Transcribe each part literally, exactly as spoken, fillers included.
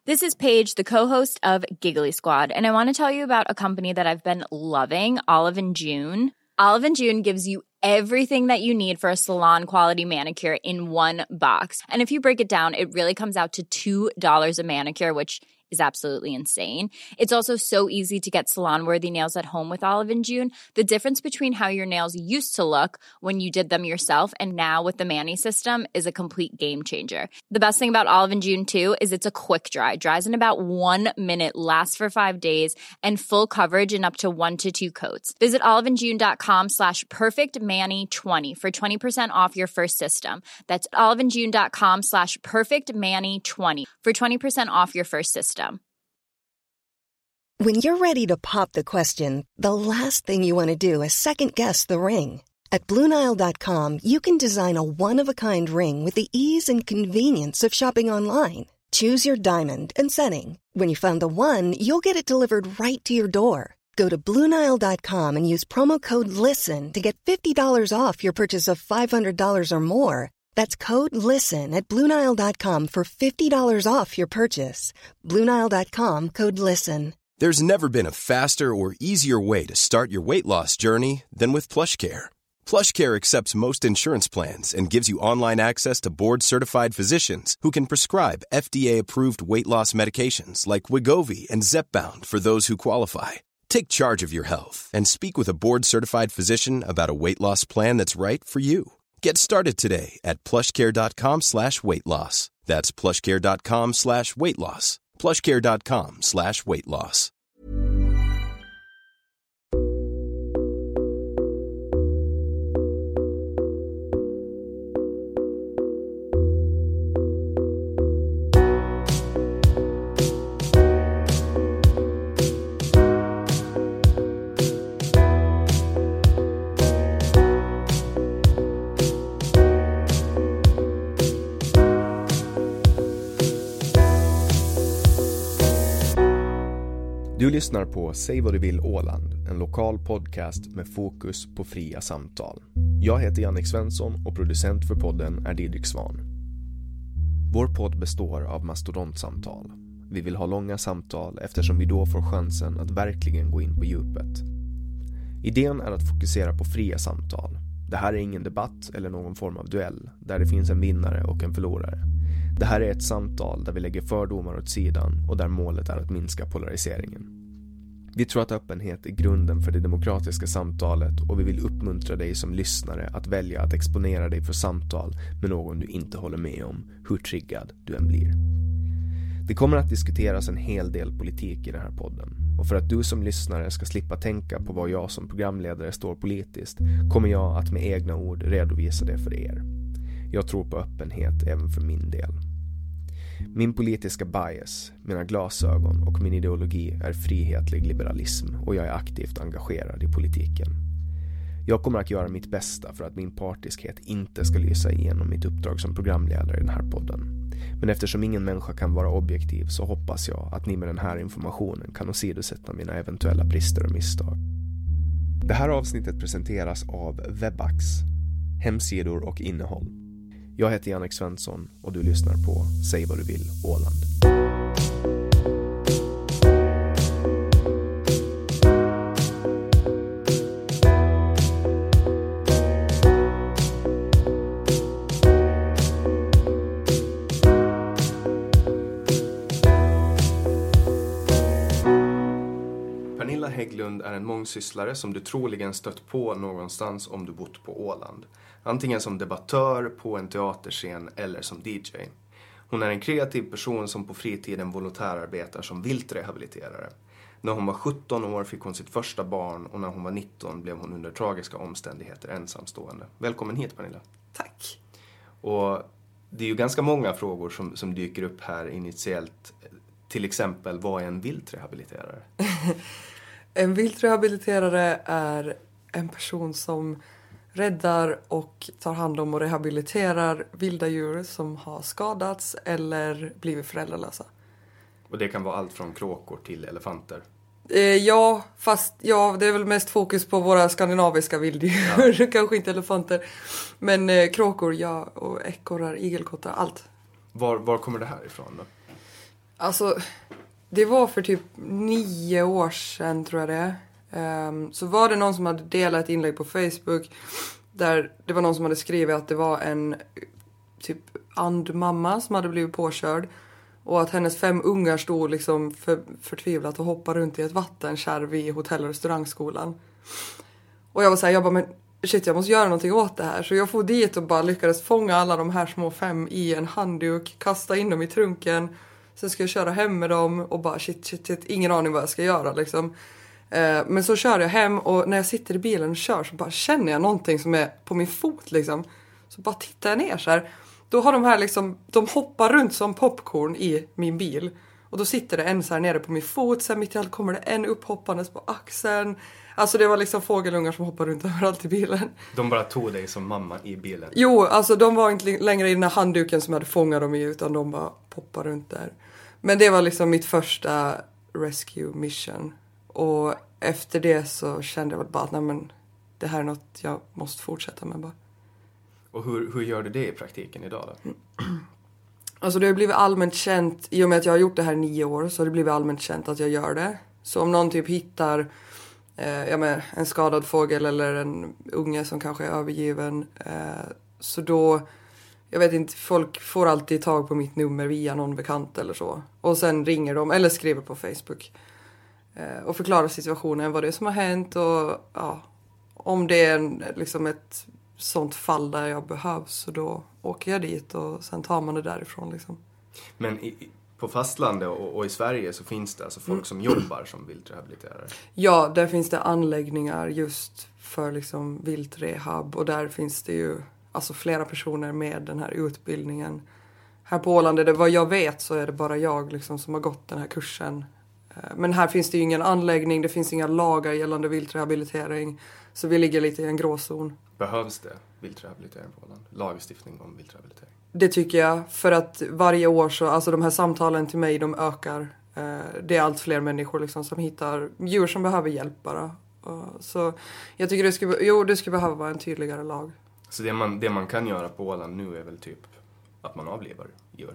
This is Paige, the co-host of Giggly Squad, and I want to tell you about a company that I've been loving, Olive and June. Olive and June gives you everything that you need for a salon-quality manicure in one box. And if you break it down, it really comes out to two dollars a manicure, which is absolutely insane. It's also so easy to get salon-worthy nails at home with Olive and June. The difference between how your nails used to look when you did them yourself and now with the Mani system is a complete game changer. The best thing about Olive and June, too, is it's a quick dry. Dries in about one minute, lasts for five days, and full coverage in up to one to two coats. Visit oliveandjune.com slash perfectmani20 for twenty percent off your first system. That's oliveandjune.com slash perfectmani20 for twenty percent off your first system. When you're ready to pop the question, the last thing you want to do is second-guess the ring. At Blue Nile dot com, you can design a one-of-a-kind ring with the ease and convenience of shopping online. Choose your diamond and setting. When you find the one, you'll get it delivered right to your door. Go to Blue Nile dot com and use promo code LISTEN to get fifty dollars off your purchase of five hundred dollars or more. That's code LISTEN at Blue Nile dot com for fifty dollars off your purchase. Blue Nile dot com, code LISTEN. There's never been a faster or easier way to start your weight loss journey than with PlushCare. PlushCare accepts most insurance plans and gives you online access to board-certified physicians who can prescribe F D A-approved weight loss medications like Wegovy and Zepbound for those who qualify. Take charge of your health and speak with a board-certified physician about a weight loss plan that's right for you. Get started today at plushcare.com slash weight loss. That's plushcare.com slash weight loss. plushcare.com slash weight loss. Du lyssnar på Säg vad du vill Åland, en lokal podcast med fokus på fria samtal. Jag heter Jannik Svensson och producent för podden är Didrik Svan. Vår podd består av mastodontsamtal. Vi vill ha långa samtal eftersom vi då får chansen att verkligen gå in på djupet. Idén är att fokusera på fria samtal. Det här är ingen debatt eller någon form av duell där det finns en vinnare och en förlorare. Det här är ett samtal där vi lägger fördomar åt sidan och där målet är att minska polariseringen. Vi tror att öppenhet är grunden för det demokratiska samtalet och vi vill uppmuntra dig som lyssnare att välja att exponera dig för samtal med någon du inte håller med om, hur triggad du än blir. Det kommer att diskuteras en hel del politik i den här podden. Och för att du som lyssnare ska slippa tänka på vad jag som programledare står politiskt kommer jag att med egna ord redovisa det för er. Jag tror på öppenhet även för min del. Min politiska bias, mina glasögon och min ideologi är frihetlig liberalism och jag är aktivt engagerad i politiken. Jag kommer att göra mitt bästa för att min partiskhet inte ska lysa igenom mitt uppdrag som programledare i den här podden. Men eftersom ingen människa kan vara objektiv så hoppas jag att ni med den här informationen kan åsidosätta mina eventuella brister och misstag. Det här avsnittet presenteras av Webax, hemsidor och innehåll. Jag heter Jannik Svensson och du lyssnar på Säg vad du vill Åland. Pernilla Hägglund är en mångsysslare som du troligen stött på någonstans om du bott på Åland. Antingen som debattör på en teaterscen eller som D J. Hon är en kreativ person som på fritiden volontärarbetar som viltrehabiliterare. När hon var sjutton år fick hon sitt första barn och när hon var nitton blev hon under tragiska omständigheter ensamstående. Välkommen hit Pernilla. Tack. Och det är ju ganska många frågor som, som dyker upp här initiellt. Till exempel, vad är en viltrehabiliterare? En viltrehabiliterare är en person som räddar och tar hand om och rehabiliterar vilda djur som har skadats eller blivit föräldralösa. Och det kan vara allt från kråkor till elefanter? Eh, ja, fast ja, det är väl mest fokus på våra skandinaviska vilddjur. Ja. Kanske inte elefanter. Men eh, kråkor, ja, och ekorrar, igelkottar, allt. Var, var kommer det här ifrån då? Alltså, det var för typ nio år sedan tror jag det är. Um, så var det någon som hade delat ett inlägg på Facebook där det var någon som hade skrivit att det var en typ andmamma som hade blivit påkörd. Och att hennes fem ungar stod liksom för, förtvivlat och hoppade runt i ett vattenkärr vid hotell- och restaurangskolan. Och jag var så här, jag bara, men shit, jag måste göra någonting åt det här. Så jag får dit och bara lyckades fånga alla de här små fem i en handduk, kasta in dem i trunken. Sen ska jag köra hem med dem och bara shit, shit, shit, ingen aning vad jag ska göra liksom. Eh, men så kör jag hem och när jag sitter i bilen och kör så bara känner jag någonting som är på min fot liksom. Så bara tittar jag ner så här. Då har de här liksom, de hoppar runt som popcorn i min bil. Och då sitter det en så här nere på min fot. Sen mitt i allt kommer det en upphoppandes på axeln. Alltså det var liksom fågelungar som hoppar runt överallt i bilen. De bara tog dig som mamma i bilen? Jo, alltså de var inte längre i den här handduken som jag hade fångat dem i. Utan de bara poppade runt där. Men det var liksom mitt första rescue mission. Och efter det så kände jag bara att nej, men det här är något jag måste fortsätta med bara. Och hur, hur gör du det i praktiken idag då? Alltså det har blivit allmänt känt, i och med att jag har gjort det här i nio år så har det blivit allmänt känt att jag gör det. Så om någon typ hittar eh, ja, men, en skadad fågel eller en unge som kanske är övergiven. Eh, så då, jag vet inte, folk får alltid tag på mitt nummer via någon bekant eller så. Och sen ringer de eller skriver på Facebook. Eh, och förklarar situationen, vad det är som har hänt och ja, om det är en, liksom ett sånt fall där jag behövs så då åker jag dit och sen tar man det därifrån liksom. Men i, på fastlandet och, och i Sverige så finns det alltså folk som jobbar som viltrehabiliterare? Ja, där finns det anläggningar just för liksom viltrehab och där finns det ju alltså flera personer med den här utbildningen. Här på Åland, det vad jag vet så är det bara jag liksom som har gått den här kursen. Men här finns det ju ingen anläggning, det finns inga lagar gällande viltrehabilitering. Så vi ligger lite i en gråzon. Behövs det viltrehabilitering på Åland? Lagstiftning om viltrehabilitering? Det tycker jag, för att varje år så, alltså de här samtalen till mig, de ökar. Det är allt fler människor liksom som hittar djur som behöver hjälp bara. Så jag tycker det skulle, jo, det skulle behöva vara en tydligare lag. Så det man, det man kan göra på Åland nu är väl typ att man avlivar djur?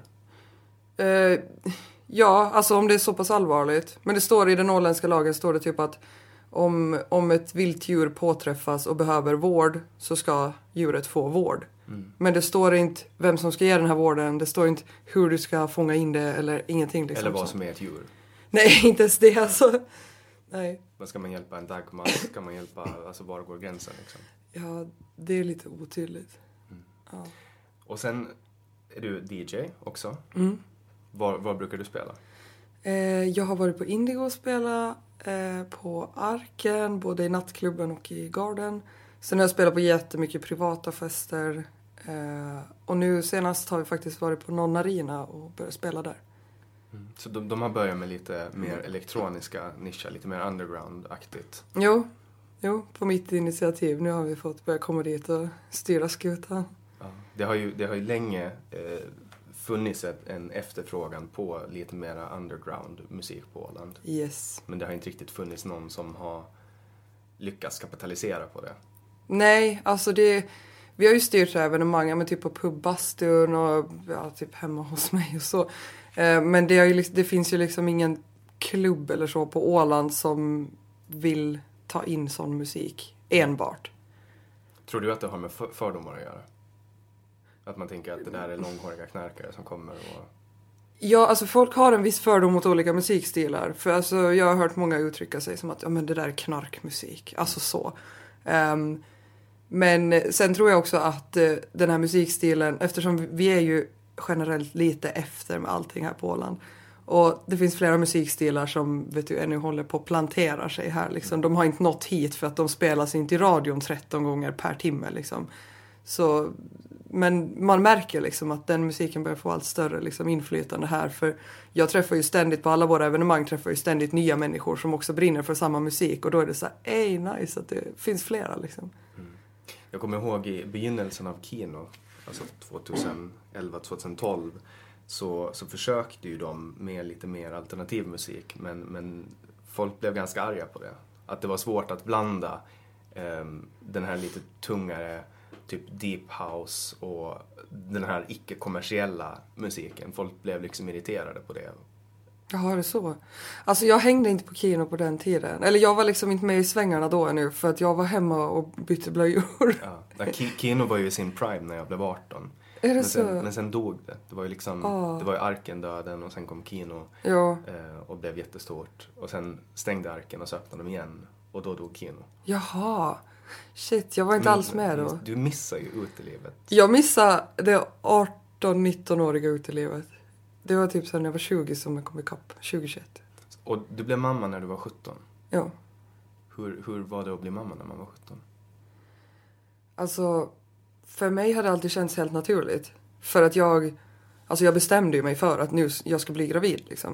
Uh, ja, alltså om det är så pass allvarligt. Men det står i den åländska lagen står det typ att om, om ett viltdjur påträffas och behöver vård så ska djuret få vård. Mm. Men det står inte vem som ska ge den här vården. Det står inte hur du ska fånga in det eller ingenting. Liksom. Eller vad som är ett djur. Nej, inte ens det alltså. Nej. Vad ska man hjälpa en dagmar? Ska man hjälpa, alltså var går gränsen liksom? Ja, det är lite otydligt. Mm. Ja. Och sen är du D J också. Mm. Var, var brukar du spela? Eh, jag har varit på Indigo och spela eh, på Arken, både i nattklubben och i Garden. Sen har jag spelat på jättemycket privata fester. Eh, och nu senast har vi faktiskt varit på någon arena och börjat spela där. Mm. Så de, de har börjat med lite mer elektroniska nischer, lite mer underground-aktigt? Jo, jo, på mitt initiativ. Nu har vi fått börja komma dit och styra skutan. Ja, det har ju, det har ju länge eh, funnits ett, en efterfrågan på lite mer underground-musik på Åland. Yes. Men det har inte riktigt funnits någon som har lyckats kapitalisera på det. Nej, alltså det... Vi har ju styrt evenemang, men typ på pubbastun och ja, typ hemma hos mig och så. Eh, men det, har ju, det finns ju liksom ingen klubb eller så på Åland som vill ta in sån musik enbart. Tror du att det har med för- fördomar att göra? Att man tänker att det där är långhåriga knarkare som kommer och... Ja, alltså folk har en viss fördom mot olika musikstilar. För alltså, jag har hört många uttrycka sig som att ja, men det där är knarkmusik. Alltså så. Um, men sen tror jag också att uh, den här musikstilen, eftersom vi är ju generellt lite efter med allting här på Åland. Och det finns flera musikstilar som vet du, ännu håller på att plantera sig här. Liksom. De har inte nått hit för att de spelas inte i radion tretton gånger per timme. Liksom. Så... Men man märker liksom att den musiken börjar få allt större liksom inflytande här. För jag träffar ju ständigt på alla våra evenemang träffar ju ständigt nya människor som också brinner för samma musik. Och då är det så här, ej nice att det finns flera liksom. Mm. Jag kommer ihåg i begynnelsen av Kino, alltså tjugoelva tjugotolv, så, så försökte ju de med lite mer alternativ musik. Men, men folk blev ganska arga på det. Att det var svårt att blanda eh, den här lite tungare... typ deep house och den här icke-kommersiella musiken. Folk blev liksom irriterade på det. Jaha, är det så? Alltså jag hängde inte på Kino på den tiden. Eller jag var liksom inte med i svängarna då ännu. För att jag var hemma och bytte blöjor. Ja, Kino var ju i sin prime när jag blev arton. Är det men, så? sen, men sen dog det. Det var ju liksom, oh. det var ju arken döden och sen kom Kino. Ja. Eh, och blev jättestort. Och sen stängde arken och så öppnade de igen. Och då dog Kino. Jaha. Shit, jag var inte men, alls med då. Du missar ju utelivet. Jag missade det arton-nitton-åriga utelivet. Det var typ sen jag var tjugo som jag kom ikapp. tjugo tjugoett. Och du blev mamma när du var sjutton? Ja. Hur, hur var det att bli mamma när man var sjutton? Alltså, för mig hade det alltid känts helt naturligt. För att jag, alltså jag bestämde ju mig för att nu jag ska bli gravid liksom.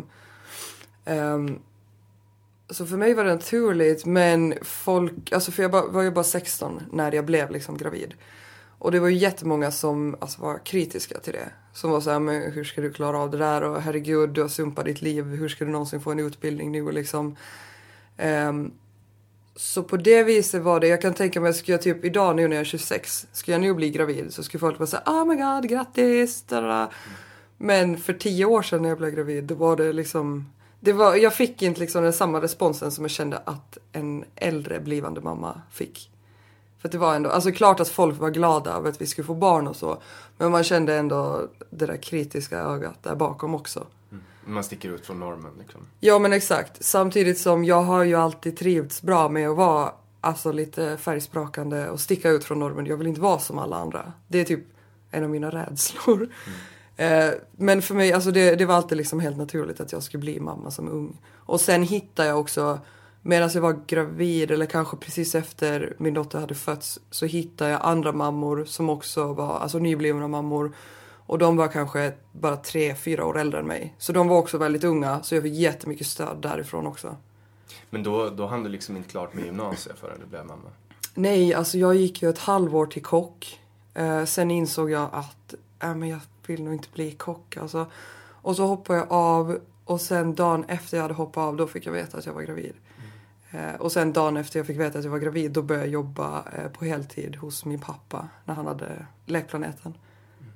Um, så för mig var det naturligt, men folk, alltså för jag bara, var ju bara sexton när jag blev liksom gravid. Och det var ju jättemånga som alltså, var kritiska till det. Som var så här, men hur ska du klara av det där? Och herregud, du har sumpat ditt liv. Hur ska du någonsin få en utbildning nu? Liksom. Um, så på det viset var det, jag kan tänka mig, ska jag typ idag nu när jag är tjugosex, ska jag nu bli gravid, så skulle folk bara säga, oh my god, grattis. Mm. Men för tio år sedan när jag blev gravid, då var det liksom, det var, jag fick inte liksom den samma responsen som jag kände att en äldre blivande mamma fick. För det var ändå, alltså klart att folk var glada över att vi skulle få barn och så. Men man kände ändå det där kritiska ögat där bakom också. Mm. Man sticker ut från normen liksom. Ja men exakt. Samtidigt som jag har ju alltid trivts bra med att vara alltså lite färgsprakande och sticka ut från normen. Jag vill inte vara som alla andra. Det är typ en av mina rädslor. Mm. Eh, men för mig, alltså det, det var alltid liksom helt naturligt att jag skulle bli mamma som ung. Och sen hittade jag också, medan jag var gravid eller kanske precis efter min dotter hade fötts, så hittade jag andra mammor som också var alltså nyblivna mammor. Och de var kanske bara tre, fyra år äldre än mig. Så de var också väldigt unga, så jag fick jättemycket stöd därifrån också. Men då, då hann du liksom inte klart med gymnasiet förrän du blev mamma? Nej, alltså jag gick ju ett halvår till kock. Eh, sen insåg jag att äh, men jag vill nog inte bli kock. Alltså. Och så hoppade jag av, och sen dagen efter jag hade hoppat av, då fick jag veta att jag var gravid. Eh, och sen dagen efter jag fick veta att jag var gravid, då började jag jobba eh, på heltid hos min pappa när han hade Lekplaneten. Mm.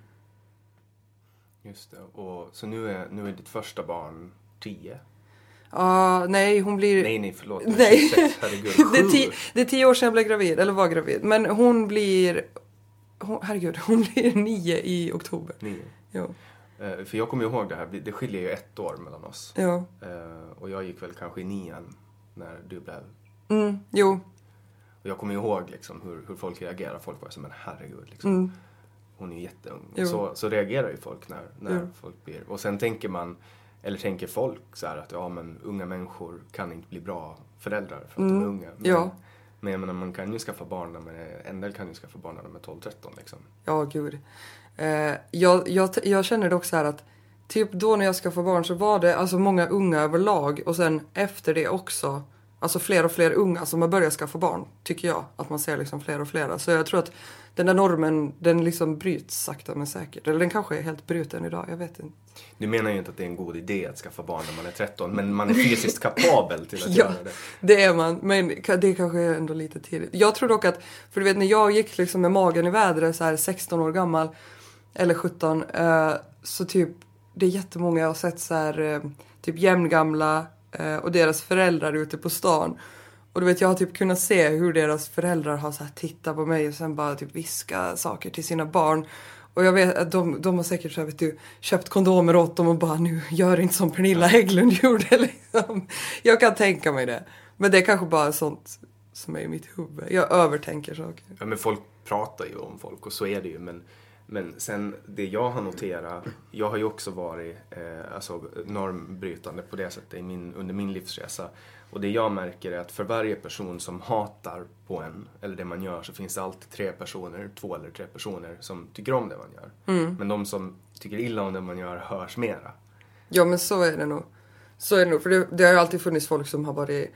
Just det. Och, så nu är, nu är ditt första barn tio? Ja, uh, nej, hon blir... Nej, nej, förlåt. Nej. tjugosex, herregud, det, är tio, det är tio år sedan jag blev gravid, eller var gravid. Men hon blir... Hon, herregud, hon blir nio i oktober. Nio? Ja. Uh, för jag kommer ihåg det här, det skiljer ju ett år mellan oss. Ja. Uh, och jag gick väl kanske i nian när du blev... Mm, jo. Och jag kommer ihåg liksom hur, hur folk reagerar. Folk var som en herregud liksom. Mm. Hon är ju jätteung. Så, så reagerar ju folk när, när mm. folk blir... Och sen tänker man... Eller tänker folk så här att ja, men unga människor kan inte bli bra föräldrar för att mm. de är unga. Men, ja. men jag menar, man kan ju skaffa barn när man är... En del kan ju skaffa barn när de är tolv tretton liksom. Ja, gud. Eh, jag, jag, jag känner dock så här att typ då när jag skaffade barn så var det alltså många unga överlag. Och sen efter det också... Alltså fler och fler unga som har börjat skaffa barn, tycker jag. Att man ser liksom fler och fler. Så jag tror att den där normen, den liksom bryts sakta men säkert. Eller den kanske är helt bruten idag, jag vet inte. Du menar ju inte att det är en god idé att skaffa barn när man är tretton. Men man är fysiskt kapabel till att ja, göra det. det är man. Men det kanske är ändå lite tidigt. Jag tror dock att, för du vet när jag gick liksom med magen i vädret så här sexton år gammal. Eller sjutton. Eh, så typ, det är jättemånga jag har sett så här eh, typ jämngamla. Och deras föräldrar ute på stan. Och du vet, jag har typ kunnat se hur deras föräldrar har så här tittat på mig och sen bara typ viska saker till sina barn. Och jag vet att de, de har säkert så här, vet du, köpt kondomer åt dem och bara, nu gör inte som Pernilla Hägglund gjorde liksom. Jag kan tänka mig det. Men det är kanske bara sånt som är i mitt huvud. Jag övertänker saker. Ja, men folk pratar ju om folk och så är det ju, men Men sen det jag har noterat, jag har ju också varit eh, alltså normbrytande på det sättet i min, under min livsresa. Och det jag märker är att för varje person som hatar på en, eller det man gör, så finns det alltid tre personer, två eller tre personer som tycker om det man gör. Mm. Men de som tycker illa om det man gör hörs mera. Ja, men så är det nog. Så är det nog, för det, det har ju alltid funnits folk som har varit,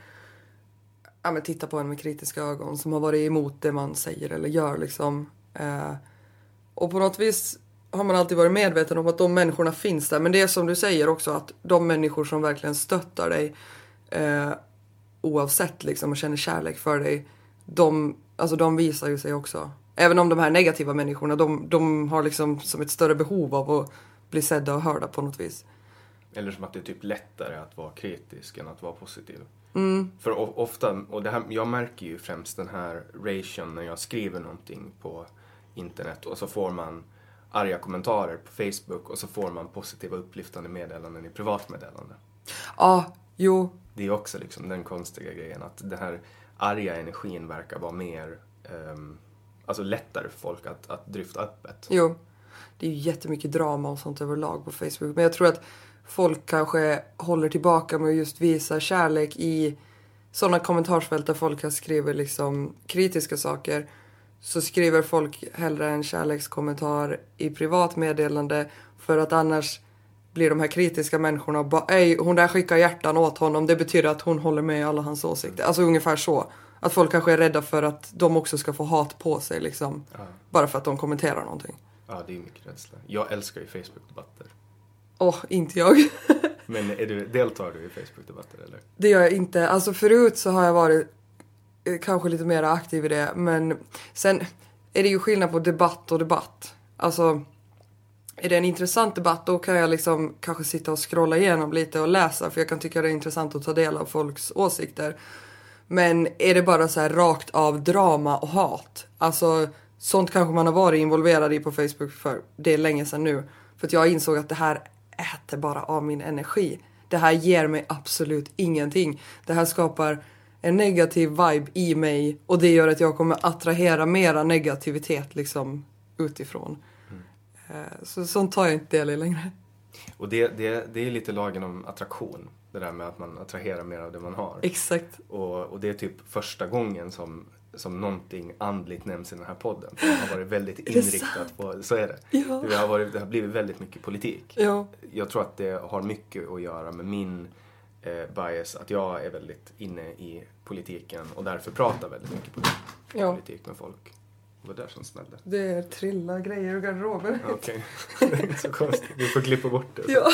ja men titta på en med kritiska ögon, som har varit emot det man säger eller gör liksom. Eh, Och på något vis har man alltid varit medveten om att de människorna finns där. Men det är som du säger också, att de människor som verkligen stöttar dig eh, oavsett liksom, och känner kärlek för dig, de, alltså, de visar ju sig också. Även om de här negativa människorna, de, de har liksom som ett större behov av att bli sedda och hörda på något vis. Eller som att det är typ lättare att vara kritisk än att vara positiv. Mm. För o- ofta, och det här, jag märker ju främst den här ration när jag skriver någonting på internet och så får man arga kommentarer på Facebook och så får man positiva upplyftande meddelanden i privatmeddelande. Ja, jo. Det är också liksom den konstiga grejen att den här arga energin verkar vara mer um, alltså lättare för folk att, att dryfta öppet. Jo, det är ju jättemycket drama och sånt överlag på Facebook. Men jag tror att folk kanske håller tillbaka med att just visa kärlek i sådana kommentarsfält där folk har skrivit liksom kritiska saker. Så skriver folk hellre en kärlekskommentar i privat meddelande för att annars blir de här kritiska människorna bara, ej, hon där skickar hjärtan åt honom, det betyder att hon håller med alla hans åsikter. Alltså ungefär så. Att folk kanske är rädda för att de också ska få hat på sig liksom. Ja. Bara för att de kommenterar någonting. Ja, det är mycket rädsla. Jag älskar ju Facebook-debatter. Åh, oh, inte jag. Men är du, deltar du i Facebook-debatter eller? Det gör jag inte. Alltså förut så har jag varit eh, kanske lite mer aktiv i det. Men sen är det ju skillnad på debatt och debatt. Alltså, är det en intressant debatt då kan jag liksom kanske sitta och scrolla igenom lite och läsa. För jag kan tycka det är intressant att ta del av folks åsikter. Men är det bara så här rakt av drama och hat? Alltså, sånt kanske man har varit involverad i på Facebook för det är länge sedan nu. För att jag insåg att det här äter bara av min energi. Det här ger mig absolut ingenting. Det här skapar en negativ vibe i mig. Och det gör att jag kommer attrahera mera negativitet liksom utifrån. Mm. Så sånt tar jag inte del i längre. Och det, det, det är lite lagen om attraktion. Det där med att man attraherar mer av det man har. Exakt. Och, och det är typ första gången som, som någonting andligt nämns i den här podden. För man har varit väldigt inriktat på, så är det. Ja. Det, har varit, det har blivit väldigt mycket politik. Ja. Jag tror att det har mycket att göra med min eh, bias. Att jag är väldigt inne i politiken och därför pratar väldigt mycket politik, ja. politik med folk. Det var där som smällde. Det är trilla grejer ur garderoben. Okej, okay. Det är inte så konstigt. Du får klippa bort det. Så. Ja.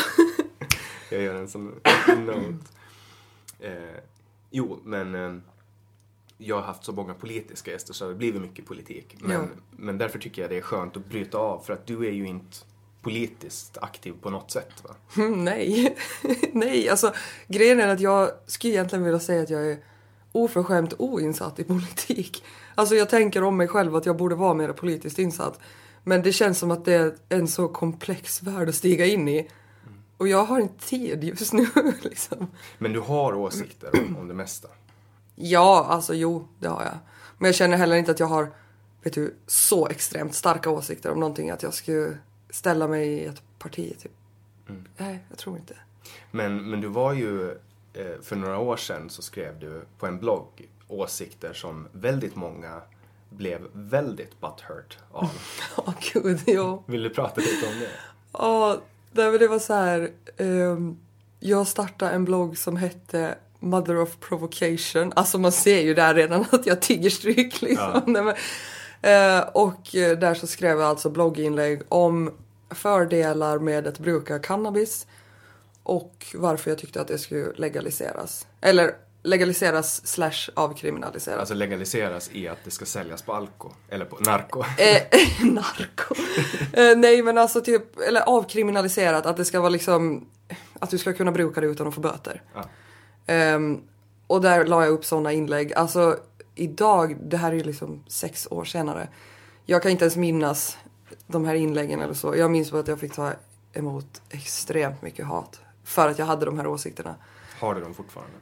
Jag gör en sån note. Eh, jo, men eh, jag har haft så många politiska gäster så det har blivit mycket politik. Men, ja. men därför tycker jag det är skönt att bryta av. För att du är ju inte politiskt aktiv på något sätt, va? Mm, nej. Nej, alltså grejen är att jag skulle egentligen vilja säga att jag är oförskämt oinsatt i politik. Alltså jag tänker om mig själv att jag borde vara mer politiskt insatt. Men det känns som att det är en så komplex värld att stiga in i. Och jag har inte tid just nu liksom. Men du har åsikter om, om det mesta? Ja, alltså jo, det har jag. Men jag känner heller inte att jag har, vet du, så extremt starka åsikter om någonting att jag skulle ställa mig i ett parti typ. Mm. Nej, jag tror inte. Men, men du var ju, för några år sedan så skrev du på en blogg åsikter som väldigt många blev väldigt butthurt av. Ja, oh, gud, jo. Vill du prata lite om det? Ja, oh, det var så här. Um, jag startade en blogg som hette Mother of Provocation. Alltså man ser ju där redan att jag tigger stryk liksom. Ja. uh, och där så skrev jag alltså blogginlägg om fördelar med att bruka cannabis. Och varför jag tyckte att det skulle legaliseras. Eller legaliseras slash avkriminaliseras. Alltså legaliseras i att det ska säljas på alko. Eller på narko. Eh, narko. eh, nej men alltså typ, eller avkriminaliserat. Att det ska vara liksom, att du ska kunna bruka det utan att få böter. Ah. Eh, och där la jag upp sådana inlägg. Alltså idag, det här är ju liksom sex år senare. Jag kan inte ens minnas de här inläggen eller så. Jag minns bara att jag fick ta emot extremt mycket hat. För att jag hade de här åsikterna. Har du dem fortfarande?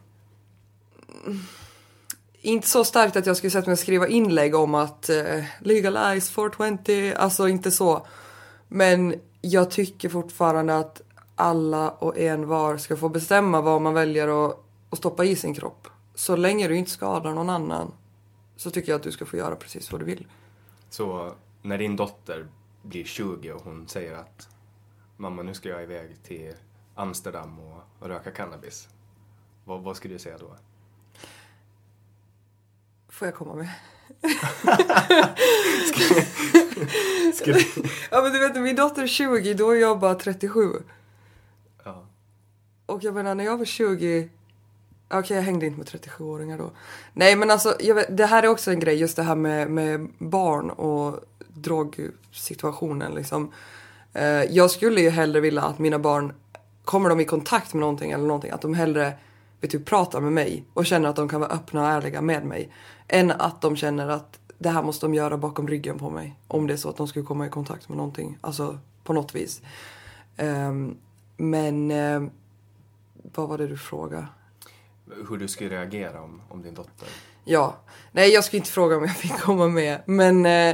Inte så starkt att jag skulle sätta mig och skriva inlägg om att eh, legalize four twenty, alltså inte så. Men jag tycker fortfarande att alla och en var ska få bestämma vad man väljer att, att stoppa i sin kropp. Så länge du inte skadar någon annan så tycker jag att du ska få göra precis vad du vill. Så när din dotter blir tjugo och hon säger att mamma, nu ska jag iväg till Amsterdam och, och röka cannabis. Vad, vad skulle du säga då? Får jag komma med? ska, ska du... Ja men du vet, min dotter är tjugo, då är jag bara trettiosju. Ja. Och jag menar, när jag var tjugo... Okej, okay, jag hängde inte med trettiosjuåringar då. Nej men alltså, jag vet, det här är också en grej, just det här med, med barn och drogsituationen liksom. Uh, jag skulle ju hellre vilja att mina barn kommer de i kontakt med någonting eller någonting, att de hellre vill typ prata med mig och känner att de kan vara öppna och ärliga med mig, än att de känner att det här måste de göra bakom ryggen på mig om det är så att de skulle komma i kontakt med någonting, alltså på något vis. Um, men uh, vad var det du frågade? Hur du skulle reagera om, om din dotter? Ja, nej jag skulle inte fråga om jag fick komma med, men uh,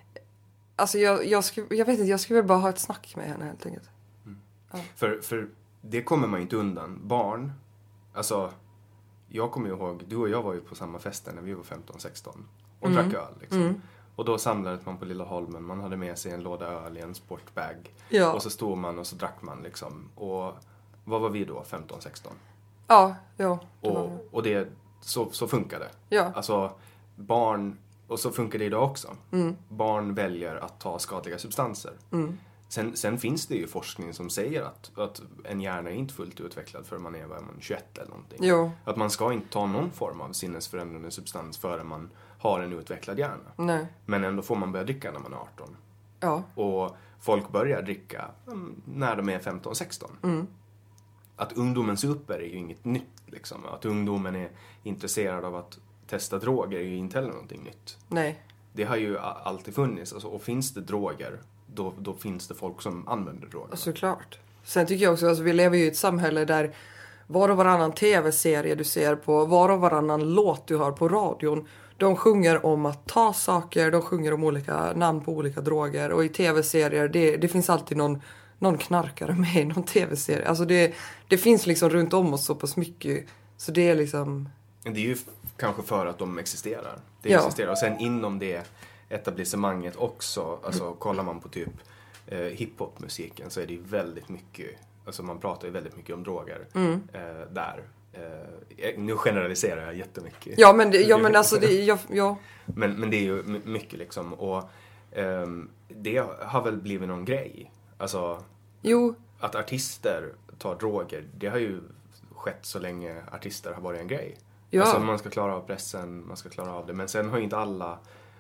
alltså jag, jag, skulle, jag vet inte, jag skulle väl bara ha ett snack med henne helt enkelt. Mm. Ja. För, för det kommer man ju inte undan. Barn, alltså jag kommer ihåg, du och jag var ju på samma fester när vi var femton sexton och mm. drack öl liksom. Mm. Och då samlades man på Lilla Holmen, man hade med sig en låda öl i en sportbag. Ja. Och så stod man och så drack man liksom. Och vad var vi då, femton sexton? Ja, ja. Det och, och det, så, så funkar det. Ja. Alltså barn, och så funkar det idag också. Mm. Barn väljer att ta skadliga substanser. Mm. Sen, sen finns det ju forskning som säger att, att en hjärna är inte fullt utvecklad förrän man är man, tjugoett eller någonting. Jo. Att man ska inte ta någon form av sinnesförändrande substans förrän man har en utvecklad hjärna. Nej. Men ändå får man börja dricka när man är arton. Ja. Och folk börjar dricka när de är femton sexton. Mm. Att ungdomen super är ju inget nytt. Liksom. Att ungdomen är intresserad av att testa droger är ju inte heller någonting nytt. Nej. Det har ju alltid funnits. Alltså, och finns det droger, då, då finns det folk som använder droger. Såklart. Sen tycker jag också, alltså, vi lever ju i ett samhälle där var och varannan tv-serie du ser på, var och varannan låt du hör på radion, de sjunger om att ta saker, de sjunger om olika namn på olika droger. Och i tv-serier, det, det finns alltid någon, någon knarkare med i någon tv-serie. Alltså det, det finns liksom runt om oss så pass mycket. Så det är liksom... Det är ju kanske för att de existerar. Det ja. existerar. Och sen inom det etablissemanget också, alltså mm. kollar man på typ eh, hiphop-musiken så är det ju väldigt mycket, alltså man pratar ju väldigt mycket om droger mm. eh, där. Eh, nu generaliserar jag jättemycket. Ja, men, det, ja, men alltså det, ja, ja. Men, men det är ju mycket liksom, och eh, det har väl blivit någon grej. Alltså, jo. Att artister tar droger, det har ju skett så länge artister har varit en grej. Ja. Alltså man ska klara av pressen, man ska klara av det. Men sen har ju inte alla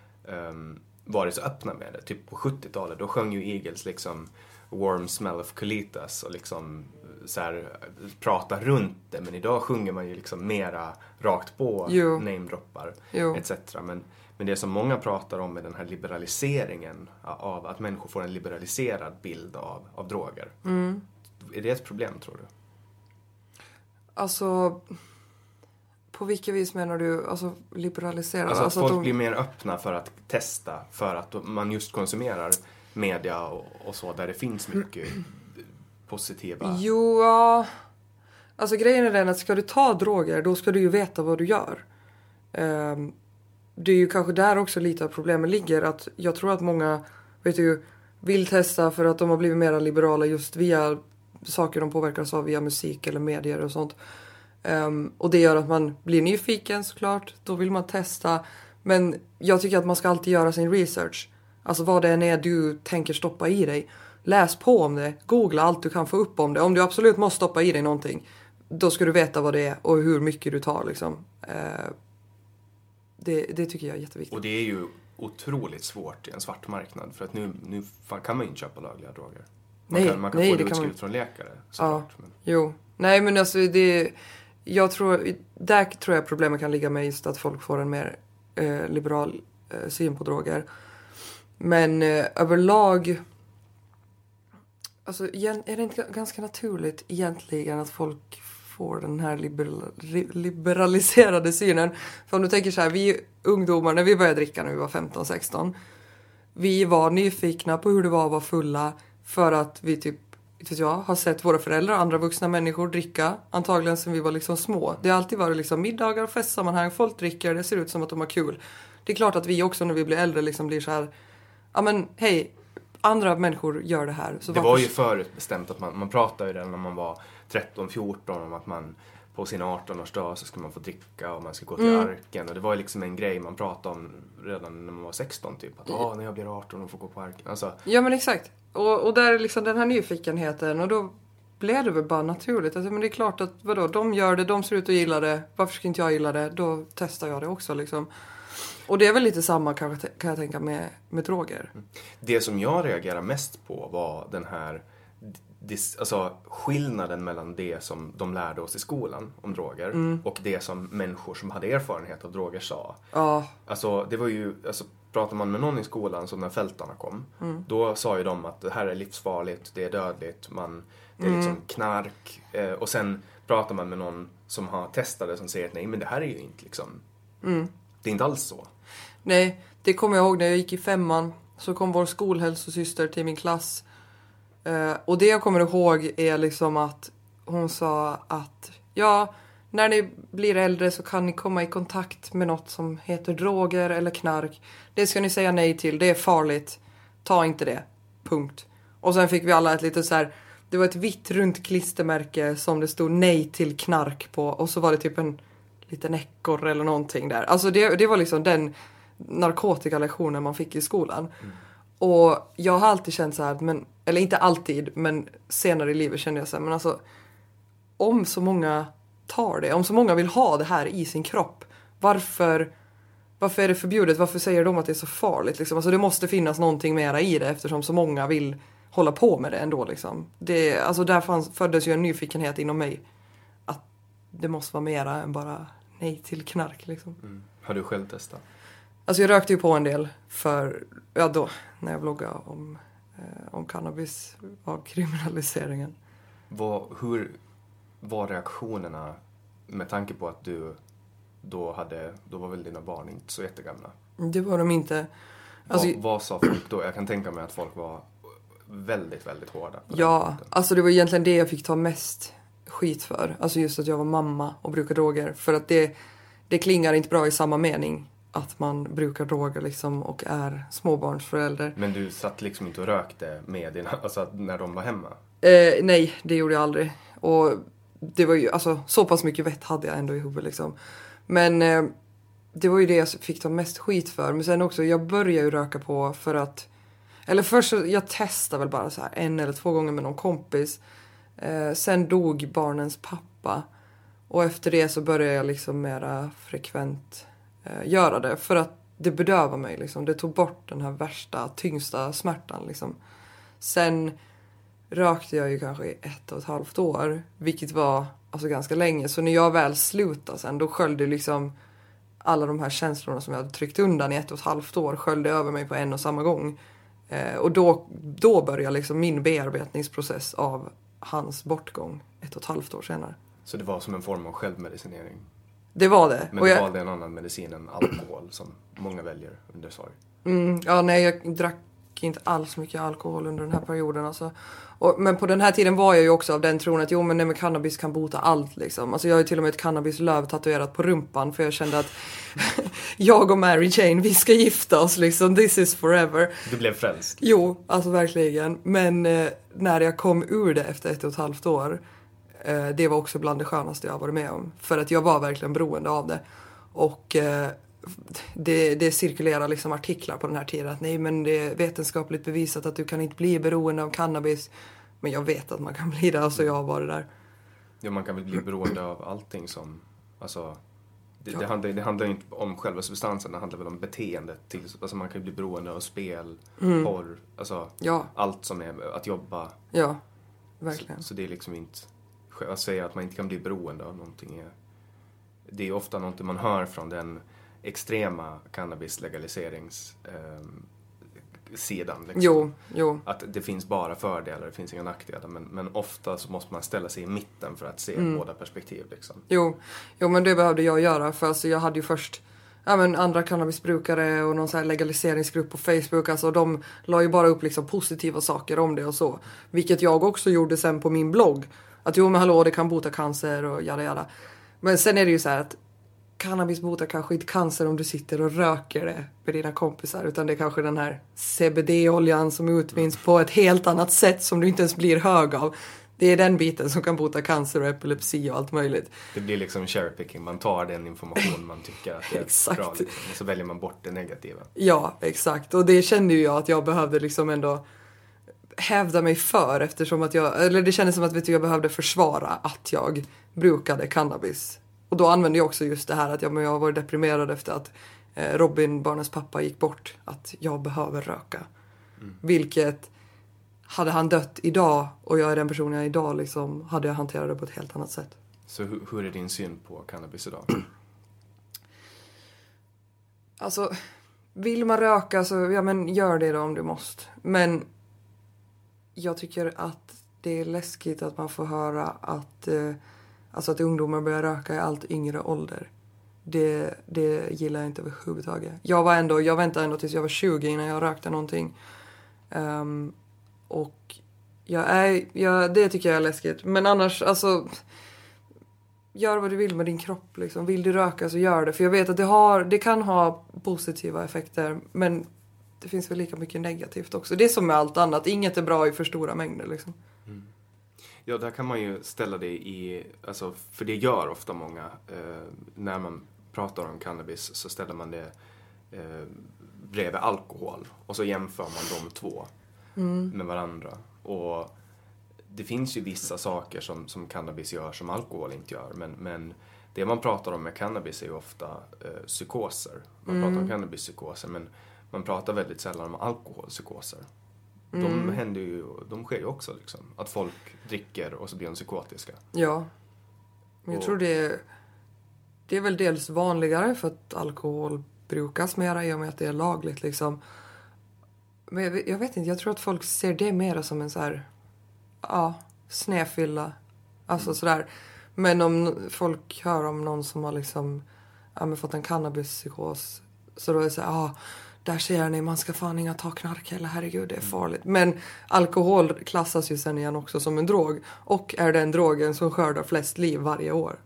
um, varit så öppna med det. Typ på sjuttiotalet, då sjöng ju Eagles liksom Warm Smell of Colitas och liksom så här, prata runt det. Men idag sjunger man ju liksom mera rakt på, jo. namedroppar, et cetera. Men, men det som många pratar om är den här liberaliseringen av att människor får en liberaliserad bild av, av droger. Mm. Är det ett problem, tror du? Alltså... På vilket vis menar du, alltså liberalisera? Alltså att alltså folk att de... blir mer öppna för att testa, för att man just konsumerar media och, och så, där det finns mycket positiva... Jo, ja. Alltså grejen är den att ska du ta droger, då ska du ju veta vad du gör. Um, det är ju kanske där också lite av problemet ligger, att jag tror att många, vet du, vill testa för att de har blivit mer liberala just via saker de påverkas av via musik eller medier och sånt. Um, och det gör att man blir nyfiken såklart. Då vill man testa. Men jag tycker att man ska alltid göra sin research. Alltså vad det än är du tänker stoppa i dig. Läs på om det. Googla allt du kan få upp om det. Om du absolut måste stoppa i dig någonting, då ska du veta vad det är och hur mycket du tar liksom. Uh, det, det tycker jag är jätteviktigt. Och det är ju otroligt svårt i en svart marknad. För att nu, nu kan man ju inte köpa lagliga droger. Man nej, kan, man kan nej, få det, det utskrivet man... från läkare. Såklart. Ja, men... jo. Nej men alltså det... Jag tror, där tror jag problemet kan ligga med just att folk får en mer eh, liberal eh, syn på droger. Men eh, överlag, alltså är det inte ganska naturligt egentligen att folk får den här liberal, liberaliserade synen? För om du tänker så här, vi ungdomar när vi började dricka när vi var femton sexton, vi var nyfikna på hur det var att vara fulla för att vi typ vet jag, har sett våra föräldrar och andra vuxna människor dricka. Antagligen sen vi var liksom små. Det har alltid varit liksom middagar och festsammanhang. Folk dricker, det ser ut som att de har kul. Det är klart att vi också när vi blir äldre liksom blir så här. Ja men hej, andra människor gör det här. Så det varför... var ju förutbestämt att man, man pratade ju när man var tretton fjorton om att man på sin arton-årsdag så ska man få dricka och man ska gå till mm. arken. Och det var ju liksom en grej man pratade om redan när man var sexton typ. Att mm. när jag blir arton och får gå på arken. Alltså... Ja men exakt. Och, och där är liksom den här nyfikenheten. Och då blev det väl bara naturligt. Alltså, men det är klart att vadå, de gör det, de ser ut att gilla det. Varför ska inte jag gilla det? Då testar jag det också liksom. Och det är väl lite samma kan jag, kan jag tänka med, med droger. Det som jag reagerar mest på var den här dis, alltså, skillnaden mellan det som de lärde oss i skolan om droger mm. och det som människor som hade erfarenhet av droger sa. Ja. Alltså, det var ju, alltså, pratar man med någon i skolan som när fältarna kom, mm. då sa ju de att det här är livsfarligt, det är dödligt, man, det är liksom mm. knark. Eh, och sen pratar man med någon som har testat det som säger att nej, men det här är ju inte liksom, mm. det är inte alls så. Nej, det kommer jag ihåg när jag gick i femman. Så kom vår skolhälsosyster till min klass. Uh, och det jag kommer ihåg är liksom att hon sa att ja, när ni blir äldre så kan ni komma i kontakt med något som heter droger eller knark. Det ska ni säga nej till, det är farligt. Ta inte det, punkt. Och sen fick vi alla ett litet så här, det var ett vitt runt klistermärke som det stod nej till knark på. Och så var det typ en liten ekorre eller någonting där. Alltså det, det var liksom den narkotikalektionen man fick i skolan. Mm. Och jag har alltid känt så här, men, eller inte alltid, men senare i livet kände jag så här, men alltså om så många tar det, om så många vill ha det här i sin kropp, varför varför är det förbjudet? Varför säger de att det är så farligt? Liksom? Alltså det måste finnas någonting mera i det eftersom så många vill hålla på med det ändå. Liksom. Det, alltså där fanns, föddes ju en nyfikenhet inom mig att det måste vara mera än bara nej till knark. Liksom. Mm. Har du själv testat? Alltså jag rökte ju på en del för, ja då, när jag bloggade om, eh, om cannabis av kriminaliseringen. Vad, hur var reaktionerna med tanke på att du då hade, då var väl dina barn inte så jättegamla? Det var de inte. Alltså, vad, vad sa folk då? Jag kan tänka mig att folk var väldigt, väldigt hårda. Ja, alltså det var egentligen det jag fick ta mest skit för. Alltså just att jag var mamma och brukar droger. För att det, det klingar inte bra i samma mening. Att man brukar droger liksom och är småbarnsförälder. Men du satt liksom inte och rökte med dina, alltså när de var hemma? Eh, nej, det gjorde jag aldrig. Och det var ju, alltså så pass mycket vett hade jag ändå i huvudet liksom. Men eh, det var ju det jag fick ta mest skit för. Men sen också, jag började ju röka på för att, eller först så, jag testade väl bara så här en eller två gånger med någon kompis. Eh, sen dog barnens pappa. Och efter det så började jag liksom mera frekvent göra det för att det bedövar mig liksom. Det tog bort den här värsta, tyngsta smärtan liksom. Sen rökte jag ju kanske i ett och ett halvt år, vilket var alltså ganska länge. Så när jag väl slutade sen, då sköljde liksom alla de här känslorna som jag hade tryckt undan i ett och ett halvt år sköljde över mig på en och samma gång. Eh, och då, då började liksom min bearbetningsprocess av hans bortgång ett och ett halvt år senare. Så det var som en form av självmedicinering? Det var det. Men och du jag... valde en annan medicin än alkohol som många väljer under sorg? Mm, ja, nej, jag drack inte alls mycket alkohol under den här perioden. Alltså. Och, men på den här tiden var jag ju också av den tron att jo, men nej, men cannabis kan bota allt. Liksom. Alltså, jag har ju till och med ett cannabislöv tatuerat på rumpan för jag kände att jag och Mary Jane, vi ska gifta oss. Liksom. This is forever. Du blev frälst? Jo, alltså verkligen. Men eh, när jag kom ur det efter ett och ett halvt år, det var också bland det skönaste jag varit med om. För att jag var verkligen beroende av det. Och eh, det, det cirkulerar liksom artiklar på den här tiden. Att nej, men det är vetenskapligt bevisat att du kan inte bli beroende av cannabis. Men jag vet att man kan bli det. Alltså jag har varit där. Ja, man kan väl bli beroende av allting som... Alltså, det, ja. det, handlar, det handlar inte om själva substansen. Det handlar väl om beteendet. Till, alltså man kan bli beroende av spel, mm. porr. Alltså ja. Allt som är att jobba. Ja, verkligen. Så, så det är liksom inte... Att säga att man inte kan bli beroende av någonting är, det är ofta något man hör från den extrema cannabislegaliseringssidan. Eh, liksom. Jo, jo. Att det finns bara fördelar, det finns inga nackdelar. Men, men ofta så måste man ställa sig i mitten för att se mm. båda perspektiv. Liksom. Jo, jo, men det behövde jag göra. För alltså, jag hade ju först ja, men andra cannabisbrukare och någon så här legaliseringsgrupp på Facebook. Alltså, de la ju bara upp liksom positiva saker om det och så. Vilket jag också gjorde sen på min blogg. Att jo men hallå, det kan bota cancer och jada jada. Men sen är det ju så här att cannabis botar kanske inte cancer om du sitter och röker det med dina kompisar. Utan det är kanske den här C B D-oljan som utvinns på ett helt annat sätt som du inte ens blir hög av. Det är den biten som kan bota cancer och epilepsi och allt möjligt. Det blir liksom cherry picking. Man tar den information man tycker att det är exakt. Bra. Liksom, och så väljer man bort det negativa. Ja, exakt. Och det kände ju jag att jag behövde liksom ändå... hävda mig för eftersom att jag, eller det kändes som att vet du, jag behövde försvara att jag brukade cannabis. Och då använde jag också just det här att jag, men jag var deprimerad efter att eh, Robin, barnens pappa, gick bort. Att jag behöver röka. Mm. Vilket hade han dött idag och jag är den personen jag är idag liksom, hade jag hanterat det på ett helt annat sätt. Så hur, hur är din syn på cannabis idag? Alltså, vill man röka så ja, men gör det då om du måste. Men jag tycker att det är läskigt att man får höra att, eh, alltså att ungdomar börjar röka i allt yngre ålder. Det, det gillar jag inte överhuvudtaget. Jag var ändå, jag väntade ändå tills jag var tjugo innan jag rökte någonting. Um, och jag är, jag, det tycker jag är läskigt. Men annars, alltså, gör vad du vill med din kropp. Liksom. Vill du röka så gör det. För jag vet att det, har, det kan ha positiva effekter. Men det finns väl lika mycket negativt också. Det är som med allt annat. Inget är bra i för stora mängder. Liksom. Mm. Ja, där kan man ju ställa det i... Alltså, för det gör ofta många. Eh, när man pratar om cannabis så ställer man det eh, bredvid alkohol. Och så jämför man de två mm. med varandra. Och det finns ju vissa saker som, som cannabis gör som alkohol inte gör. Men, men det man pratar om med cannabis är ju ofta eh, psykoser. Man mm. pratar om cannabispsykoser, men man pratar väldigt sällan om alkoholpsykoser. Mm. De händer ju, de sker ju också liksom. Att folk dricker och så blir de psykotiska. Ja. Men jag och, tror det är, det är väl dels vanligare för att alkohol brukas mera i och med att det är lagligt liksom. Men jag, jag vet inte, jag tror att folk ser det mera som en så här, ja, snäfylla. Alltså mm. sådär. Men om folk hör om någon som har liksom, ja, men fått en cannabispsykos, så då är det så här, ja, där ser ni, man ska fan inga ta knark eller herregud, det är farligt. Men alkohol klassas ju sen igen också som en drog. Och är den drogen som skördar flest liv varje år.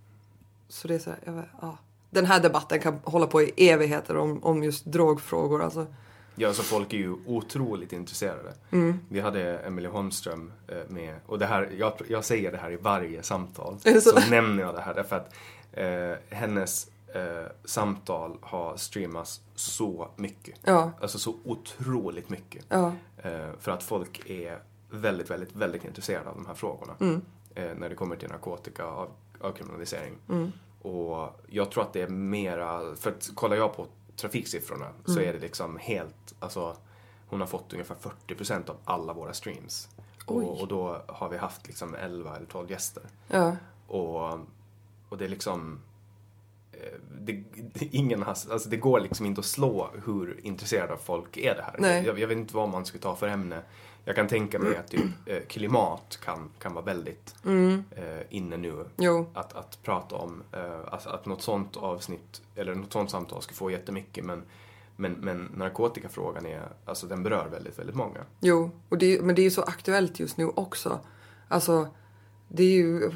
Så det är så här, jag vet, ja. Den här debatten kan hålla på i evigheter om, om just drogfrågor. Alltså. Ja, alltså folk är ju otroligt intresserade. Mm. Vi hade Emelie Holmström med, och det här, jag, jag säger det här i varje samtal. Så? så nämner jag det här därför att eh, hennes Eh, samtal har streamats så mycket. Ja. Alltså så otroligt mycket. Ja. Eh, för att folk är väldigt, väldigt, väldigt intresserade av de här frågorna. Mm. Eh, när det kommer till narkotika och avkriminalisering. Mm. Och jag tror att det är mera, för att kollar jag på trafiksiffrorna mm. så är det liksom helt, alltså hon har fått ungefär fyrtio procent av alla våra streams. Och, och då har vi haft liksom elva eller tolv gäster. Ja. Och, och det är liksom Det, det, ingen har, alltså det går liksom inte att slå hur intresserade folk är det här. Jag, jag vet inte vad man ska ta för ämne. Jag kan tänka mig att typ, eh, klimat kan, kan vara väldigt mm. eh, inne nu. Att, att prata om eh, att, att något sånt avsnitt eller något sånt samtal ska få jättemycket. Men, men, men narkotikafrågan är, alltså den berör väldigt, väldigt många. Jo, och det, men det är ju så aktuellt just nu också. Alltså, det är ju...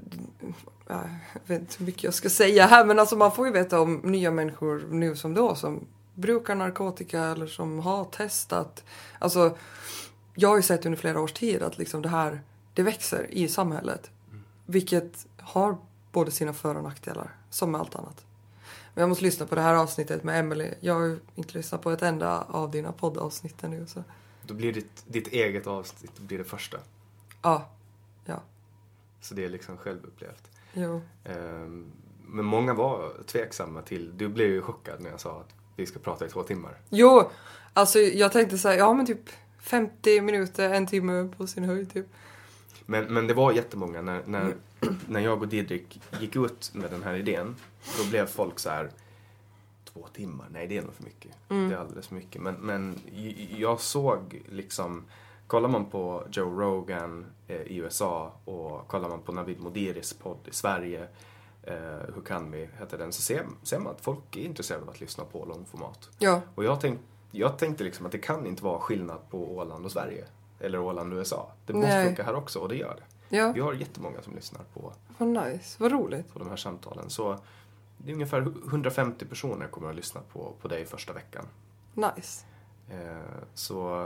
Jag vet inte hur mycket jag ska säga här, men alltså man får ju veta om nya människor nu som då som brukar narkotika eller som har testat. Alltså jag har ju sett under flera års tid att liksom det här, det växer i samhället. Mm. Vilket har både sina för- och nackdelar, som med allt annat. Men jag måste lyssna på det här avsnittet med Emelie. Jag har ju inte lyssnat på ett enda av dina poddavsnitt nu. Så. Då blir ditt, ditt eget avsnitt blir det första. Ja, ja. Så det är liksom självupplevt. Jo. Um, men många var tveksamma till, du blev ju chockad när jag sa att vi ska prata i två timmar. Jo, alltså jag tänkte så här, ja men typ femtio minuter, en timme på sin höjd typ. Men, men det var jättemånga, när, när, mm. när jag och Didrik gick ut med den här idén, då blev folk så här, två timmar, nej det är nog för mycket. Mm. Det är alldeles för mycket. Men, men jag såg liksom, kollar man på Joe Rogan eh, i U S A och kollar man på Navid Modiris podd i Sverige, eh, hur kan vi, heter den, så ser, ser man att folk är intresserade av att lyssna på långformat. Ja. Och jag, tänk, jag tänkte liksom att det kan inte vara skillnad på Åland och Sverige. Eller Åland och U S A. Det måste Nej. funka här också, och det gör det. Ja. Vi har jättemånga som lyssnar på, vad nice, vad roligt. på de här samtalen. Så det är ungefär hundrafemtio personer kommer att lyssna på, på dig första veckan. Nice. Eh, så...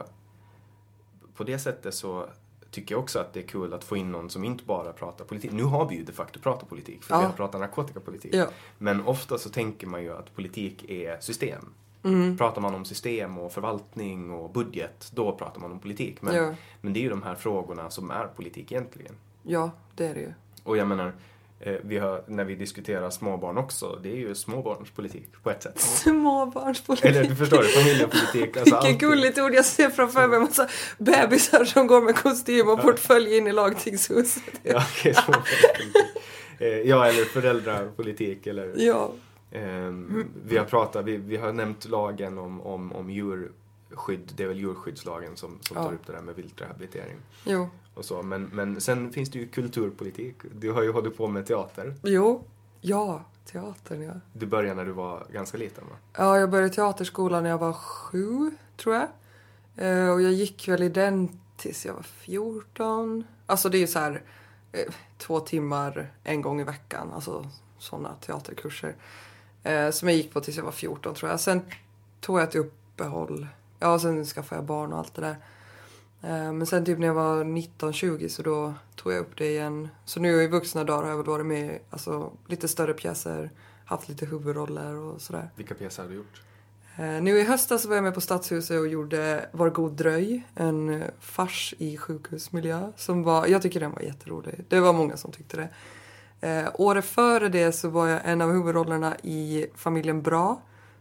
På det sättet så tycker jag också att det är kul att få in någon som inte bara pratar politik. Nu har vi ju de facto pratat politik, för ja. vi har pratat narkotikapolitik. Ja. Men ofta så tänker man ju att politik är system. Mm. Pratar man om system och förvaltning och budget, då pratar man om politik. Men, ja. men det är ju de här frågorna som är politik egentligen. Ja, det är det ju. Och jag menar, eh, vi har, när vi diskuterar småbarn också, det är ju småbarnspolitik på ett sätt. Småbarnspolitik. Eller du förstår det, familjepolitik. Alltså vilket gulligt ord, jag ser framför mig en massa bebisar som går med kostym och portfölj in i lagtingshuset. Ja, okej, småbarnspolitik. eh, ja, eller föräldrapolitik eller... Ja. Um, vi har pratat, vi, vi har nämnt lagen om, om, om djurskydd, det är väl djurskyddslagen som, som ja. tar upp det där med viltrehabilitering. Jo. Och så. Men, men sen finns det ju kulturpolitik. Du har ju hållit på med teater. Jo, ja, teatern ja. Du började när du var ganska liten, va? Ja, jag började teaterskolan när jag var sju, tror jag. Uh, och jag gick väl i den tills jag var fjorton. Alltså det är ju så här uh, två timmar en gång i veckan, alltså sådana teaterkurser. Eh, som jag gick på tills jag var fjorton, tror jag. Sen tog jag ett uppehåll. Ja, sen skaffade jag barn och allt det där. Eh, men sen typ när jag var nitton tjugo så då tog jag upp det igen. Så nu i vuxna dagar har jag väl varit med i alltså, lite större pjäser. Haft lite huvudroller och sådär. Vilka pjäser har du gjort? Eh, nu i höstas så var jag med på Stadshuset och gjorde Var god dröj. En fars i sjukhusmiljö. Som var, jag tycker den var jätterolig. Det var många som tyckte det. Eh, året före det så var jag en av huvudrollerna i Familjen Bra.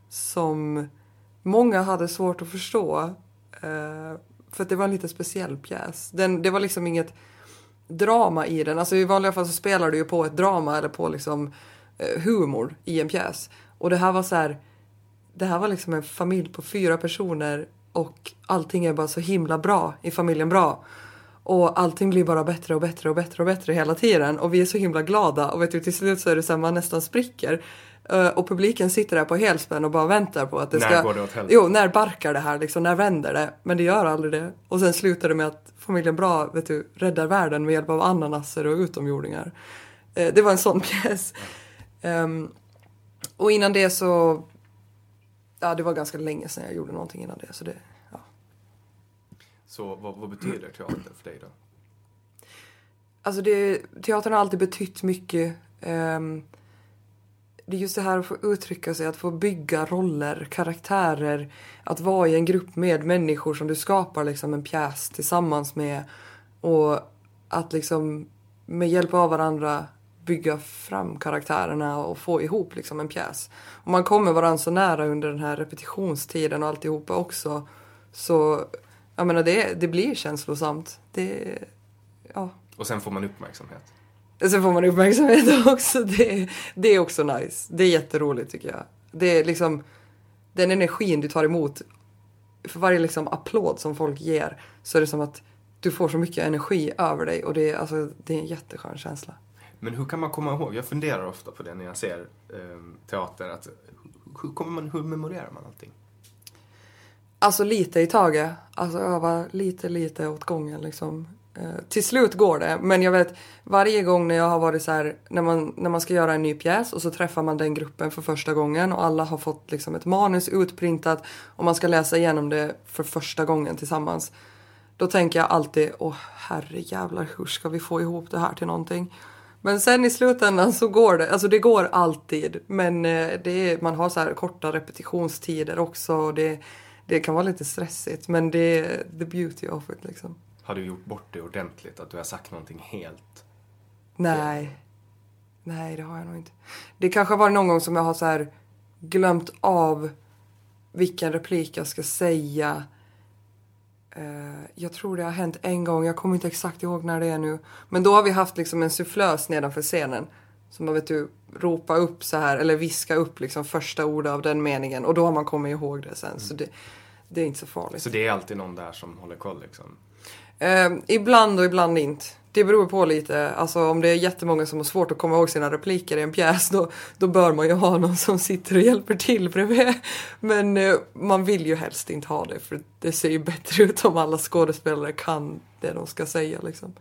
Som många hade svårt att förstå. Eh, för att det var en lite speciell pjäs. Den, det var liksom inget drama i den. Alltså i vanliga fall så spelar du ju på ett drama eller på liksom eh, humor i en pjäs. Och det här var så här. Det här var liksom en familj på fyra personer. Och allting är bara så himla bra i Familjen Bra. Och allting blir bara bättre och bättre och bättre och bättre hela tiden. Och vi är så himla glada. Och vet du, till slut så är det så här, man nästan spricker. Uh, och publiken sitter där på helspänn och bara väntar på att det när ska... När går det åt helvete? Jo, när barkar det här liksom, när vänder det? Men det gör aldrig det. Och sen slutar det med att Familjen Bra, vet du, räddar världen med hjälp av ananaser och utomjordingar. Uh, det var en sån pjäs. Um, och innan det så... Ja, det var ganska länge sedan jag gjorde någonting innan det, så det... Så vad, vad betyder teater för dig då? Alltså det, teatern har alltid betytt mycket. Um, det är just det här att få uttrycka sig, att få bygga roller, karaktärer. Att vara i en grupp med människor som du skapar liksom en pjäs tillsammans med. Och att liksom med hjälp av varandra bygga fram karaktärerna och få ihop liksom en pjäs. Och man kommer varandra så nära under den här repetitionstiden och alltihopa också. Så... Jag menar, det, det blir känslosamt. Det, ja. Och sen får man uppmärksamhet. Sen får man uppmärksamhet också. Det, det är också nice. Det är jätteroligt tycker jag. Det är liksom den energin du tar emot. För varje liksom applåd som folk ger så är det som att du får så mycket energi över dig. Och det är, alltså, det är en jätteskön känsla. Men hur kan man komma ihåg? Jag funderar ofta på det när jag ser eh, teater. Att, hur, kommer man, hur memorerar man allting? Alltså lite i taget. Alltså öva lite, lite åt gången liksom. Eh, till slut går det. Men jag vet, varje gång när jag har varit så här, när man, när man ska göra en ny pjäs och så träffar man den gruppen för första gången och alla har fått liksom ett manus utprintat och man ska läsa igenom det för första gången tillsammans. Då tänker jag alltid, åh herrejävlar, hur ska vi få ihop det här till någonting? Men sen i slutändan så går det, alltså det går alltid. Men eh, det är, man har så här korta repetitionstider också och det Det kan vara lite stressigt, men det är the beauty of it liksom. Har du gjort bort det ordentligt? Att du har sagt någonting helt? Nej. Fel? Nej, det har jag nog inte. Det kanske var någon gång som jag har så här glömt av vilken replik jag ska säga. Uh, jag tror det har hänt en gång. Jag kommer inte exakt ihåg när det är nu. Men då har vi haft liksom en sufflös nedanför scenen. Som man vet du, ropa upp så här. Eller viska upp liksom första ordet av den meningen. Och då har man kommit ihåg det sen. Mm. Så det, det är inte så farligt. Så det är alltid någon där som håller koll liksom? Uh, ibland och ibland inte. Det beror på lite. Alltså om det är jättemånga som har svårt att komma ihåg sina repliker i en pjäs. Då, då bör man ju ha någon som sitter och hjälper till bredvid. Men uh, man vill ju helst inte ha det. För det ser ju bättre ut om alla skådespelare kan det de ska säga liksom.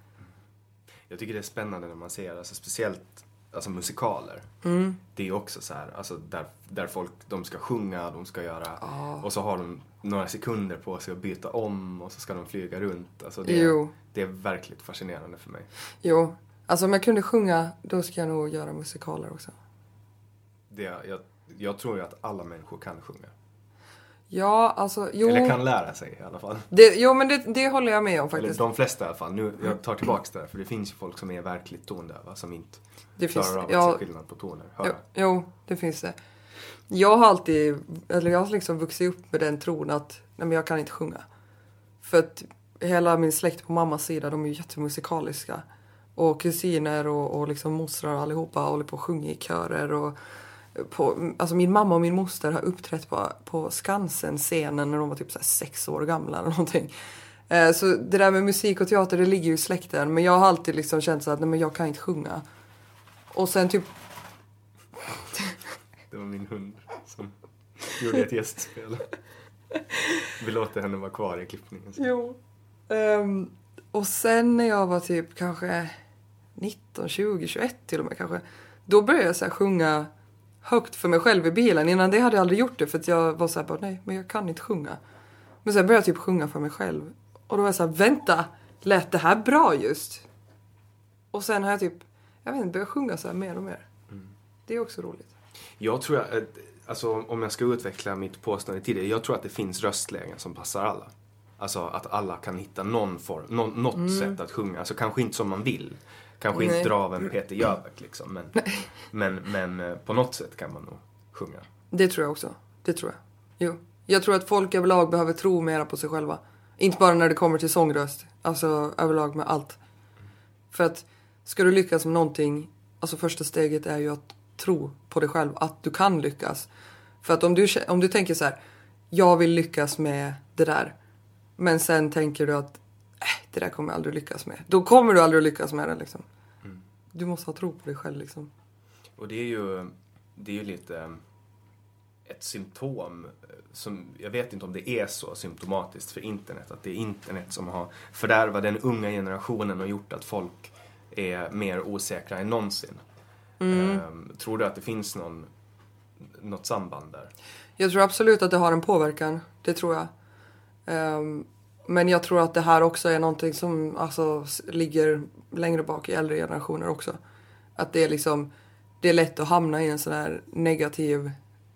Jag tycker det är spännande när man ser, alltså speciellt alltså musikaler. Mm. Det är också så här, alltså där, där folk, de ska sjunga, de ska göra, oh. och så har de några sekunder på sig att byta om och så ska de flyga runt. Alltså det, jo. det är verkligt fascinerande för mig. Jo, alltså om jag kunde sjunga, då ska jag nog göra musikaler också. Det, jag, jag tror ju att alla människor kan sjunga. Ja, alltså, jo. Eller kan lära sig i alla fall. Det, jo, men det, det håller jag med om faktiskt. Eller de flesta i alla fall. Nu, jag tar tillbaka det, för det finns ju folk som är verkligt tondöva som inte det klarar finns, av att ja, se skillnad på toner. Jo, jo, det finns det. Jag har alltid, eller jag har liksom vuxit upp med den tron att nej, men jag kan inte sjunga. För att hela min släkt på mammas sida, de är ju jättemusikaliska. Och kusiner och, och liksom mostrar allihopa håller på att sjunga i körer. Och på, alltså min mamma och min moster har uppträtt på, på Skansen-scenen när de var typ så här sex år gamla eller någonting. Eh, så det där med musik och teater, det ligger ju i släkten. Men jag har alltid liksom känt så att nej, men jag kan inte sjunga. Och sen typ... Det var min hund som gjorde ett gästspel. Vi låter henne vara kvar i klippningen. Jo. Um, och sen när jag var typ kanske nitton, tjugo, tjugoett till och med kanske. Då började jag så här sjunga högt för mig själv i bilen. Innan det hade jag aldrig gjort det för att jag var så här bara, nej, men jag kan inte sjunga. Men sen började jag typ sjunga för mig själv. Och då var jag så här, vänta, lät det här bra just? Och sen har jag typ, jag vet inte, börjat sjunga så här mer och mer. Mm. Det är också roligt. Jag tror att, alltså om jag ska utveckla mitt påstående tidigare, jag tror att det finns röstlägen som passar alla. Alltså att alla kan hitta någon form, någon, något mm. sätt att sjunga. Alltså kanske inte som man vill. Kanske Nej. inte dra av en Peter Jöback liksom. Men, men, men på något sätt kan man nog sjunga. Det tror jag också. Det tror jag. Jo. Jag tror att folk överlag behöver tro mera på sig själva. Inte bara när det kommer till sångröst. Alltså överlag med allt. För att ska du lyckas med någonting, alltså första steget är ju att tro på dig själv. Att du kan lyckas. För att om du, om du tänker så här, jag vill lyckas med det där. Men sen tänker du att äh, det där kommer jag aldrig lyckas med. Då kommer du aldrig lyckas med det liksom. Mm. Du måste ha tro på dig själv liksom. Och det är ju, det är ju lite ett symptom som, jag vet inte om det är så symptomatiskt för internet. Att det är internet som har fördärvat den unga generationen och gjort att folk är mer osäkra än någonsin. Mm. Um, tror du att det finns någon, något samband där? Jag tror absolut att det har en påverkan. Det tror jag. Um, men jag tror att det här också är någonting som alltså, ligger längre bak i äldre generationer också. Att det är liksom, det är lätt att hamna i en sån här negativ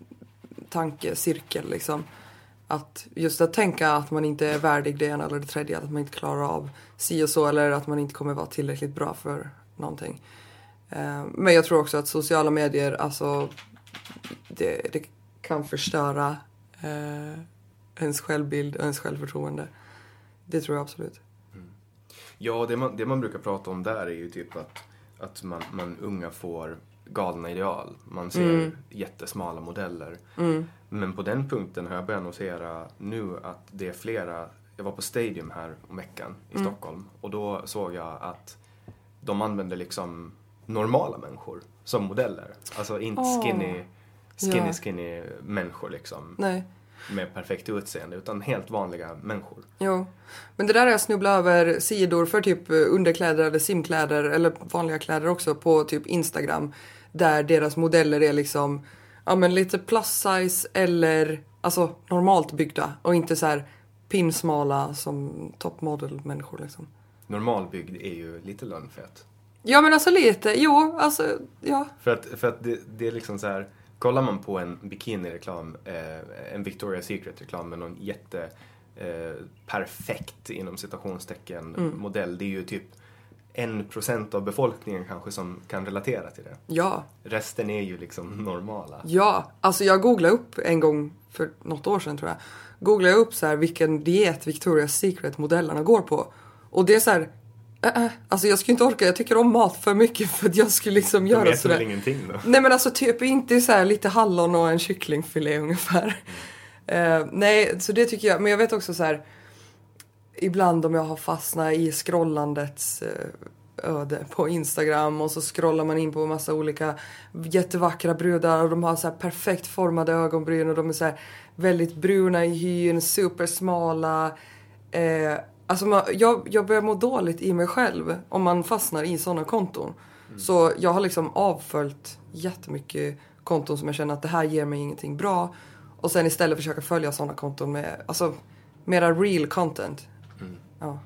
tankecirkel liksom. Att just att tänka att man inte är värdig det ena eller det tredje, att man inte klarar av si och så, eller att man inte kommer vara tillräckligt bra för någonting. Uh, men jag tror också att sociala medier, alltså det, det kan förstöra uh, ens självbild och ens självförtroende. Det tror jag absolut. Mm. Ja, det man, det man brukar prata om där är ju typ att, att man, man unga får galna ideal. Man ser mm. jättesmala modeller. Mm. Men på den punkten har jag börjat notera nu att det är flera... Jag var på Stadium här om veckan i mm. Stockholm. Och då såg jag att de använder liksom normala människor som modeller. Alltså inte skinny, skinny, ja. skinny människor liksom. Nej. Med perfekt utseende, utan helt vanliga människor. Jo, men det där är jag snubblat över sidor för typ underkläder eller simkläder eller vanliga kläder också på typ Instagram. Där deras modeller är liksom, ja men lite plus size eller alltså normalt byggda och inte så här pinsmala som toppmodel-människor liksom. Normalbyggd är ju lite lönnfett. Ja men alltså lite, jo, alltså, ja. För att, för att det, det är liksom så här... Kollar man på en bikini-reklam, eh, en Victoria's Secret-reklam med någon jätte eh, perfekt inom citationstecken mm. modell, det är ju typ en procent av befolkningen kanske som kan relatera till det. Ja. Resten är ju liksom normala. Ja, alltså jag googlade upp en gång för något år sedan tror jag. Googlade upp så här vilken diet Victoria's Secret-modellerna går på. Och det är så här... Äh, äh. Alltså jag skulle inte orka, jag tycker om mat för mycket för att jag skulle liksom göra sådär. De äter ingenting då? Nej men alltså typ inte så här lite hallon och en kycklingfilé ungefär. Mm. Uh, nej, så det tycker jag, men jag vet också så här. Ibland om jag har fastnat i scrollandets uh, öde på Instagram och så scrollar man in på en massa olika jättevackra brudar och de har så här perfekt formade ögonbryn och de är så här väldigt bruna i hyn, supersmala. Uh, Alltså man, jag, jag börjar må dåligt i mig själv om man fastnar i sådana konton. Mm. Så jag har liksom avföljt jättemycket konton som jag känner att det här ger mig ingenting bra. Och sen istället försöka följa sådana konton med alltså, mera real content. Mm. Ja.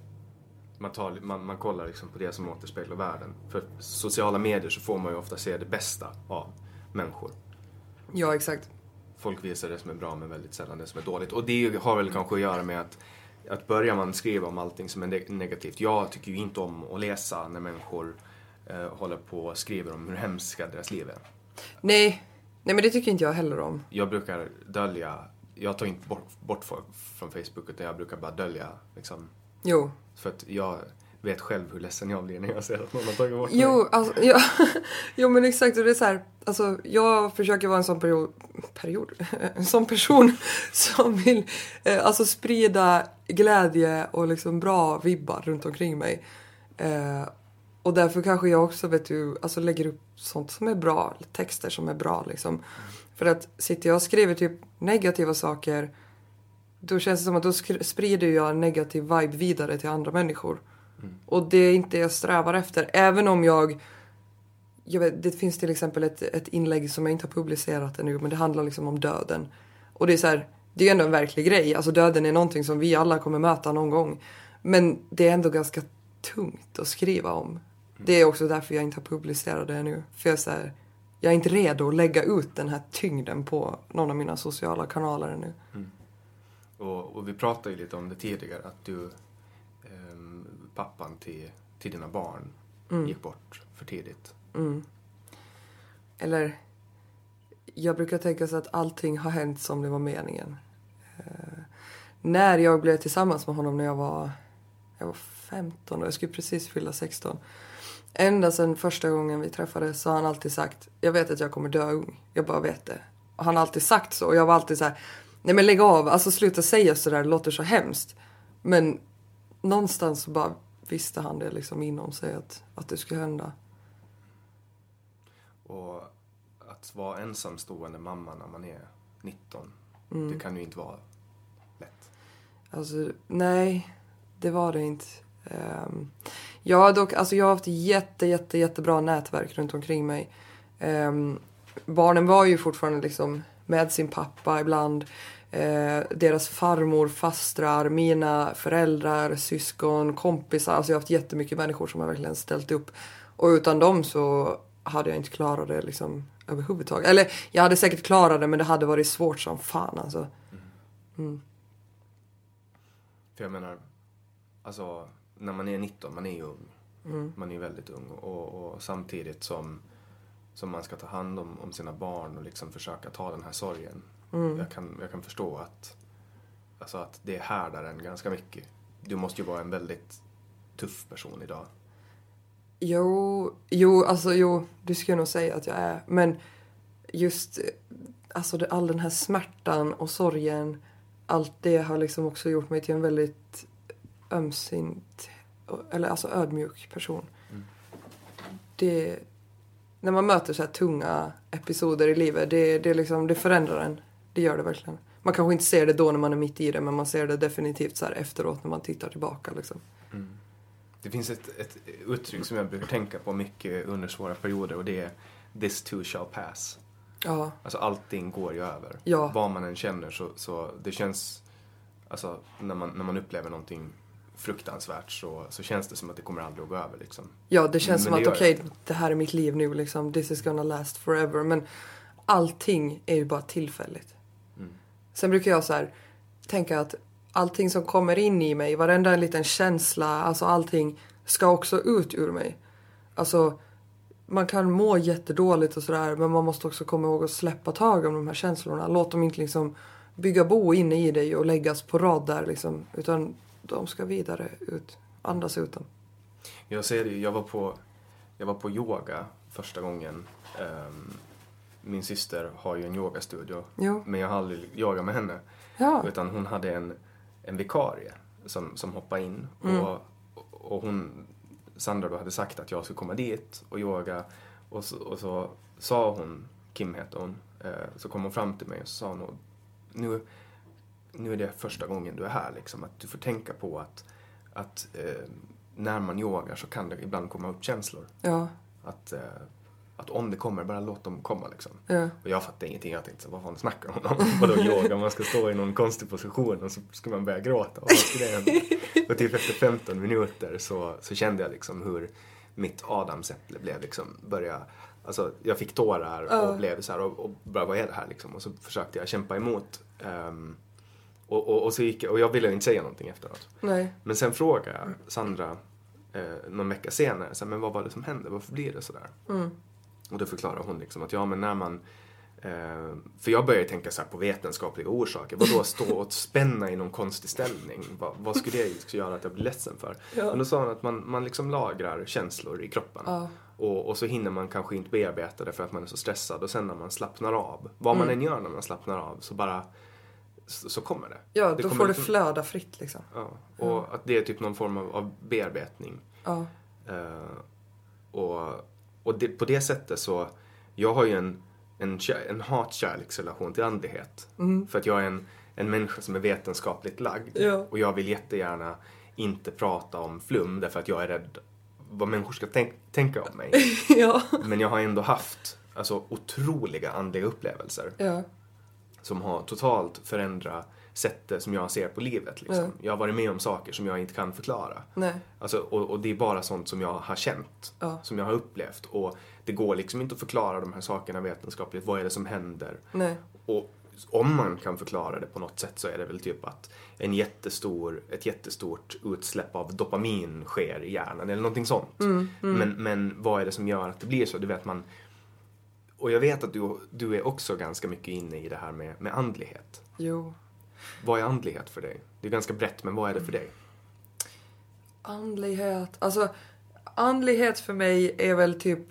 Man, tar, man, man kollar liksom på det som återspeglar världen. För sociala medier så får man ju ofta se det bästa av människor. Ja, exakt. folk visar det som är bra men väldigt sällan det som är dåligt. Och det har väl kanske att göra med att, att börjar man skriva om allting som är negativt. Jag tycker ju inte om att läsa när människor eh, håller på och skriver om hur hemska deras liv är. Nej. Nej, men det tycker inte jag heller om. Jag brukar dölja, jag tar inte bort, bort folk från Facebook utan jag brukar bara dölja liksom. Jo. För att jag vet själv hur ledsen jag blir när jag ser att någon har tagit bort jo, mig. Alltså, ja, jo, men exakt. Och det är så här, alltså, jag försöker vara en sån period, period en sån person som vill eh, alltså sprida glädje och liksom bra vibbar runt omkring mig. Eh, och därför kanske jag också, vet du, alltså lägger upp sånt som är bra, texter som är bra liksom. Mm. För att sitter jag och skriver typ negativa saker, då känns det som att då skri- sprider jag en negativ vibe vidare till andra människor. Mm. Och det är inte jag strävar efter. Även om jag, jag vet, det finns till exempel ett, ett inlägg som jag inte har publicerat ännu, men det handlar liksom om döden. Och det är så här, det är ändå en verklig grej. Alltså döden är någonting som vi alla kommer möta någon gång. Men det är ändå ganska tungt att skriva om. Mm. Det är också därför jag inte har publicerat det ännu. För jag, så här, jag är inte redo att lägga ut den här tyngden på någon av mina sociala kanaler ännu. Mm. Och, och vi pratade ju lite om det tidigare, att du, eh, pappan till, till dina barn mm. gick bort för tidigt. Mm. Eller, jag brukar tänka så att allting har hänt som det var meningen. Eh, när jag blev tillsammans med honom när jag var, jag var femton och jag skulle precis fylla sexton. Ända sedan första gången vi träffades så har han alltid sagt, jag vet att jag kommer dö ung. Jag bara vet det. Och han har alltid sagt så. Och jag var alltid så här, nej men lägg av. Alltså sluta säga så där, det låter så hemskt. Men någonstans så bara visste han det liksom inom sig att, att det skulle hända. Och att vara ensamstående mamma när man är nitton, mm. det kan ju inte vara lätt. Alltså, nej, det var det inte. Um, jag har dock, alltså jag har haft jätte, jätte, jättebra nätverk runt omkring mig. Um, barnen var ju fortfarande liksom med sin pappa ibland. Uh, deras farmor, fastrar, mina föräldrar, syskon, kompisar. Alltså jag har haft jättemycket människor som har verkligen ställt upp. Och utan dem så hade jag inte klarat det liksom överhuvudtaget. Eller jag hade säkert klarat det, men det hade varit svårt som fan alltså. Mm. För jag menar, alltså när man är nitton, man är ju ung. Mm. Man är ju väldigt ung. Och, och samtidigt som, som man ska ta hand om, om sina barn och liksom försöka ta den här sorgen. Mm. Jag, kan, jag kan förstå att, alltså att det härdar en ganska mycket. Du måste ju vara en väldigt tuff person idag. Jo, jo, alltså jo, du skulle nog säga att jag är. Men just, alltså det, all den här smärtan och sorgen, allt det har liksom också gjort mig till en väldigt ömsint, eller alltså ödmjuk person. Mm. Det, när man möter så här tunga episoder i livet, det, det, liksom, det förändrar en. Det gör det verkligen. Man kanske inte ser det då när man är mitt i det, men man ser det definitivt så här efteråt när man tittar tillbaka liksom. Mm. Det finns ett, ett uttryck som jag brukar tänka på mycket under svåra perioder, och det är this too shall pass. Ja. Alltså allting går ju över. Ja. Vad man än känner så, så det känns, alltså när man, när man upplever någonting fruktansvärt så, så känns det som att det kommer aldrig att gå över liksom. Ja, det känns men, som men att okej, okay, det här är mitt liv nu liksom, this is gonna last forever, men allting är ju bara tillfälligt. Mm. Sen brukar jag så här tänka att allting som kommer in i mig, varenda en liten känsla, alltså allting ska också ut ur mig. Alltså, man kan må jättedåligt och sådär, men man måste också komma ihåg att släppa tag om de här känslorna. Låt dem inte liksom bygga bo inne i dig och läggas på rad där liksom, utan de ska vidare ut, andas ut dem. Jag ser det, jag var på, jag var på yoga första gången. Um, min syster har ju en yogastudio, jo. Men jag har aldrig yoga med henne. Ja. Utan hon hade en en vikarie som, som hoppade in. Mm. Och, och hon, Sandra då, hade sagt att jag skulle komma dit och yoga. Och så, och så sa hon, Kim heter hon, eh, så kom hon fram till mig och sa hon, nu, nu är det första gången du är här. Liksom, att du får tänka på att, att eh, när man yogar så kan det ibland komma upp känslor. Ja. Att... Eh, Att om det kommer, bara låt dem komma liksom. Ja. Och jag fattade ingenting. Jag tänkte så, vad fan snackar hon om? Vadå yoga? Man ska stå i någon konstig position och så ska man börja gråta. Och, och typ efter femton minuter så, så kände jag liksom hur mitt adamsäpple blev liksom, börja, alltså, jag fick tårar uh. och blev så här, och, och bara, vad är det här liksom? Och så försökte jag kämpa emot. Um, och, och, och, så gick, och jag ville inte säga någonting efteråt. Nej. Men sen frågade jag Sandra eh, någon vecka senare, så här, men vad var det som hände? Varför blir det sådär? Mm. Och då förklarar hon liksom att ja, men när man eh, för jag började tänka så här på vetenskapliga orsaker. Vad då stå och spänna i någon konstig ställning? Vad, vad skulle det göra att jag blir ledsen för? Ja. Men då sa hon att man, man liksom lagrar känslor i kroppen. Ja. Och, och så hinner man kanske inte bearbeta det för att man är så stressad. Och sen när man slappnar av, vad man Mm. än gör när man slappnar av, så bara så, så kommer det. Ja, det då kommer får det liksom, flöda fritt liksom. ja, och Ja. att det är typ någon form av, av bearbetning. Ja. Uh, och och det, på det sättet så, jag har ju en, en, en hat-kärleksrelation till andlighet. Mm. För att jag är en, en människa som är vetenskapligt lagd. Ja. Och jag vill jättegärna inte prata om flum därför att jag är rädd vad människor ska tänk, tänka om mig. Ja. Men jag har ändå haft alltså, otroliga andliga upplevelser. Ja. Som har totalt förändrat sättet som jag ser på livet. Liksom. Ja. Jag har varit med om saker som jag inte kan förklara. Nej. Alltså, och, och det är bara sånt som jag har känt. Ja. Som jag har upplevt. Och det går liksom inte att förklara de här sakerna vetenskapligt. Vad är det som händer? Nej. Och om man kan förklara det på något sätt så är det väl typ att en jättestor, ett jättestort utsläpp av dopamin sker i hjärnan. Eller någonting sånt. Mm, mm. Men, men vad är det som gör att det blir så? Du vet man... Och jag vet att du, du är också ganska mycket inne i det här med, med andlighet. Jo. Vad är andlighet för dig? Det är ganska brett, men vad är det för dig? Andlighet. Alltså, andlighet för mig är väl typ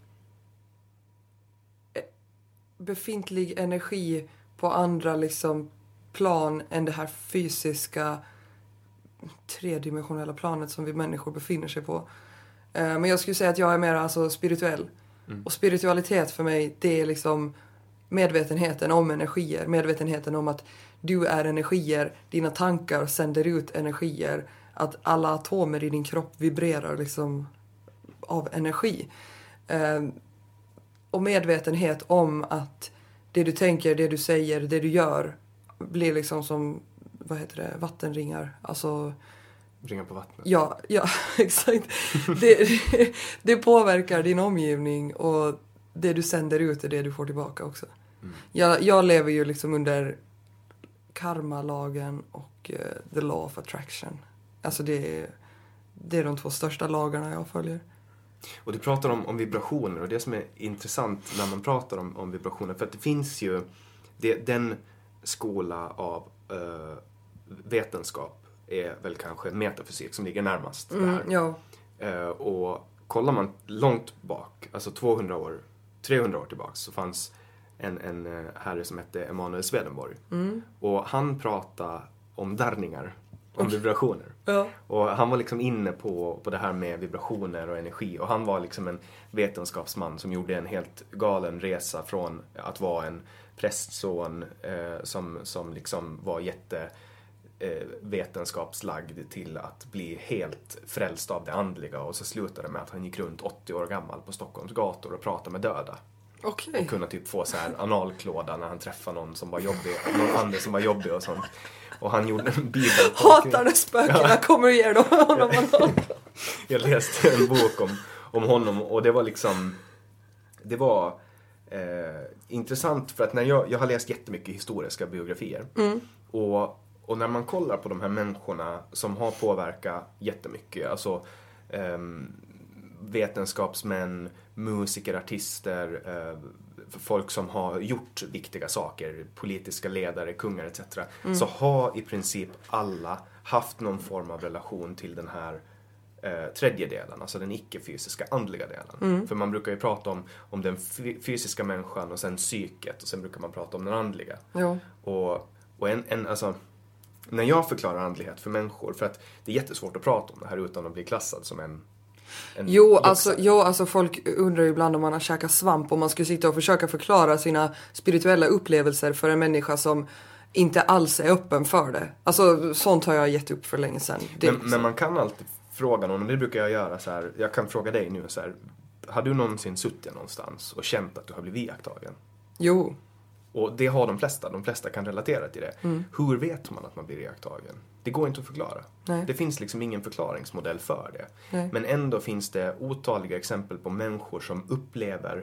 befintlig energi på andra liksom plan än det här fysiska tredimensionella planet som vi människor befinner sig på. Men jag skulle säga att jag är mer alltså spirituell. Mm. Och spiritualitet för mig, det är liksom medvetenheten om energier. Medvetenheten om att du är energier, dina tankar sänder ut energier. Att alla atomer i din kropp vibrerar liksom av energi. Eh, och medvetenhet om att det du tänker, det du säger, det du gör blir liksom som, vad heter det, vattenringar. Alltså... Ringar på vattnet. Ja, ja exakt. Det, det, det påverkar din omgivning och det du sänder ut är det du får tillbaka också. Mm. Jag, jag lever ju liksom under karmalagen och uh, the law of attraction. Alltså det är, det är de två största lagarna jag följer. Och du pratar om, om vibrationer, och det som är intressant när man pratar om, om vibrationer, för att det finns ju det, den skola av uh, vetenskap är väl kanske metafysik som ligger närmast det här. Mm, ja. Uh, och kollar man långt bak, alltså tvåhundra år, trehundra år tillbaks, så fanns en, en herre som hette Emanuel Swedenborg. Mm. Och han pratade om darrningar, om vibrationer. Ja. Och han var liksom inne på, på det här med vibrationer och energi. Och han var liksom en vetenskapsman som gjorde en helt galen resa från att vara en prästson eh, som, som liksom var jätte eh, vetenskapslagd till att bli helt frälst av det andliga. Och så slutade det med att han gick runt åttio år gammal på Stockholms gator och pratade med döda. Okay. Och kunna typ få så här analklåda när han träffade någon som var jobbig, någon annan som var jobbig och sånt. Och han gjorde en bibel. Hatar när spökena ja. kommer och ger dem honom anal. Jag läste en bok om, om honom och det var liksom, det var eh, intressant för att när jag, jag har läst jättemycket historiska biografier. Mm. Och, och när man kollar på de här människorna som har påverkat jättemycket, alltså eh, vetenskapsmän, musiker, artister, eh, folk som har gjort viktiga saker, politiska ledare, kungar et cetera. Mm. Så har i princip alla haft någon form av relation till den här eh, tredje delen, alltså den icke-fysiska andliga delen. Mm. För man brukar ju prata om, om den fysiska människan och sen psyket och sen brukar man prata om den andliga. Ja. Och, och en, en, alltså, när jag förklarar andlighet för människor, för att det är jättesvårt att prata om det här utan att bli klassad som en En jo, alltså, jo, alltså folk undrar ju ibland om man har käkat svamp och man skulle sitta och försöka förklara sina spirituella upplevelser för en människa som inte alls är öppen för det. Alltså sånt har jag gett upp för länge sedan. Men, men man kan alltid fråga någon, och det brukar jag göra så här, jag kan fråga dig nu så här, har du någonsin suttit någonstans och känt att du har blivit iakttagen? Jo. Och det har de flesta, de flesta kan relatera till det. Mm. Hur vet man att man blir iakttagen? Det går inte att förklara. Nej. Det finns liksom ingen förklaringsmodell för det. Nej. Men ändå finns det otaliga exempel på människor som upplever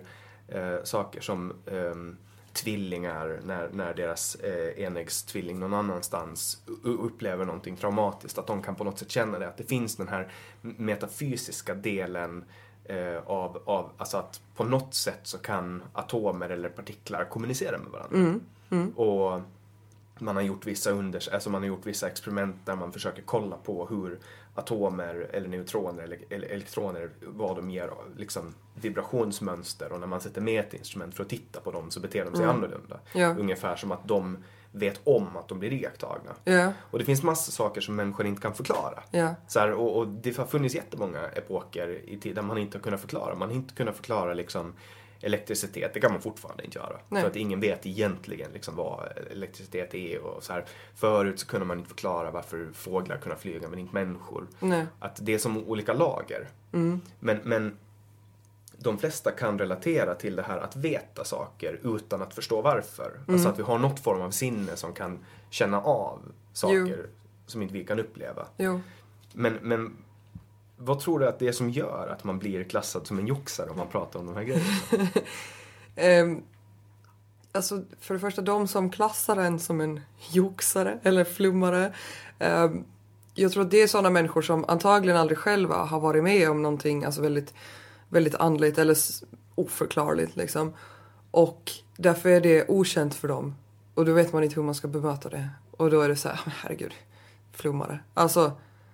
eh, saker som eh, tvillingar när, när deras eh, enäggstvilling någon annanstans upplever någonting traumatiskt, att de kan på något sätt känna det, att det finns den här metafysiska delen eh, av, av alltså att på något sätt så kan atomer eller partiklar kommunicera med varandra. Mm. Mm. Och man har gjort vissa unders- alltså man har gjort vissa experiment där man försöker kolla på hur atomer eller neutroner eller, eller elektroner, vad de ger liksom vibrationsmönster, och när man sätter med ett instrument för att titta på dem så beter de sig mm. annorlunda. Ja. Ungefär som att de vet om att de blir iakttagna. Ja. Och det finns massa saker som människor inte kan förklara. Ja. Så här, och, och det har funnits jättemånga epoker i tid där man inte har kunnat förklara. Man har inte kunnat förklara liksom elektricitet, det kan man fortfarande inte göra. Nej. För att ingen vet egentligen liksom vad elektricitet är. Och så här. Förut så kunde man inte förklara varför fåglar kunde flyga men inte människor. Nej. Att det är som olika lager. Mm. Men, men de flesta kan relatera till det här att veta saker utan att förstå varför. Mm. Alltså att vi har något form av sinne som kan känna av saker jo. som inte vi kan uppleva. Jo. Men, men vad tror du att det är som gör att man blir klassad som en joxare om man pratar om de här grejerna? um, alltså för det första, de som klassar en som en joxare eller flummare. Um, jag tror att det är sådana människor som antagligen aldrig själva har varit med om någonting alltså väldigt, väldigt andligt eller oförklarligt liksom. Och därför är det okänt för dem. Och då vet man inte hur man ska bemöta det. Och då är det så här, herregud, flummare. Alltså...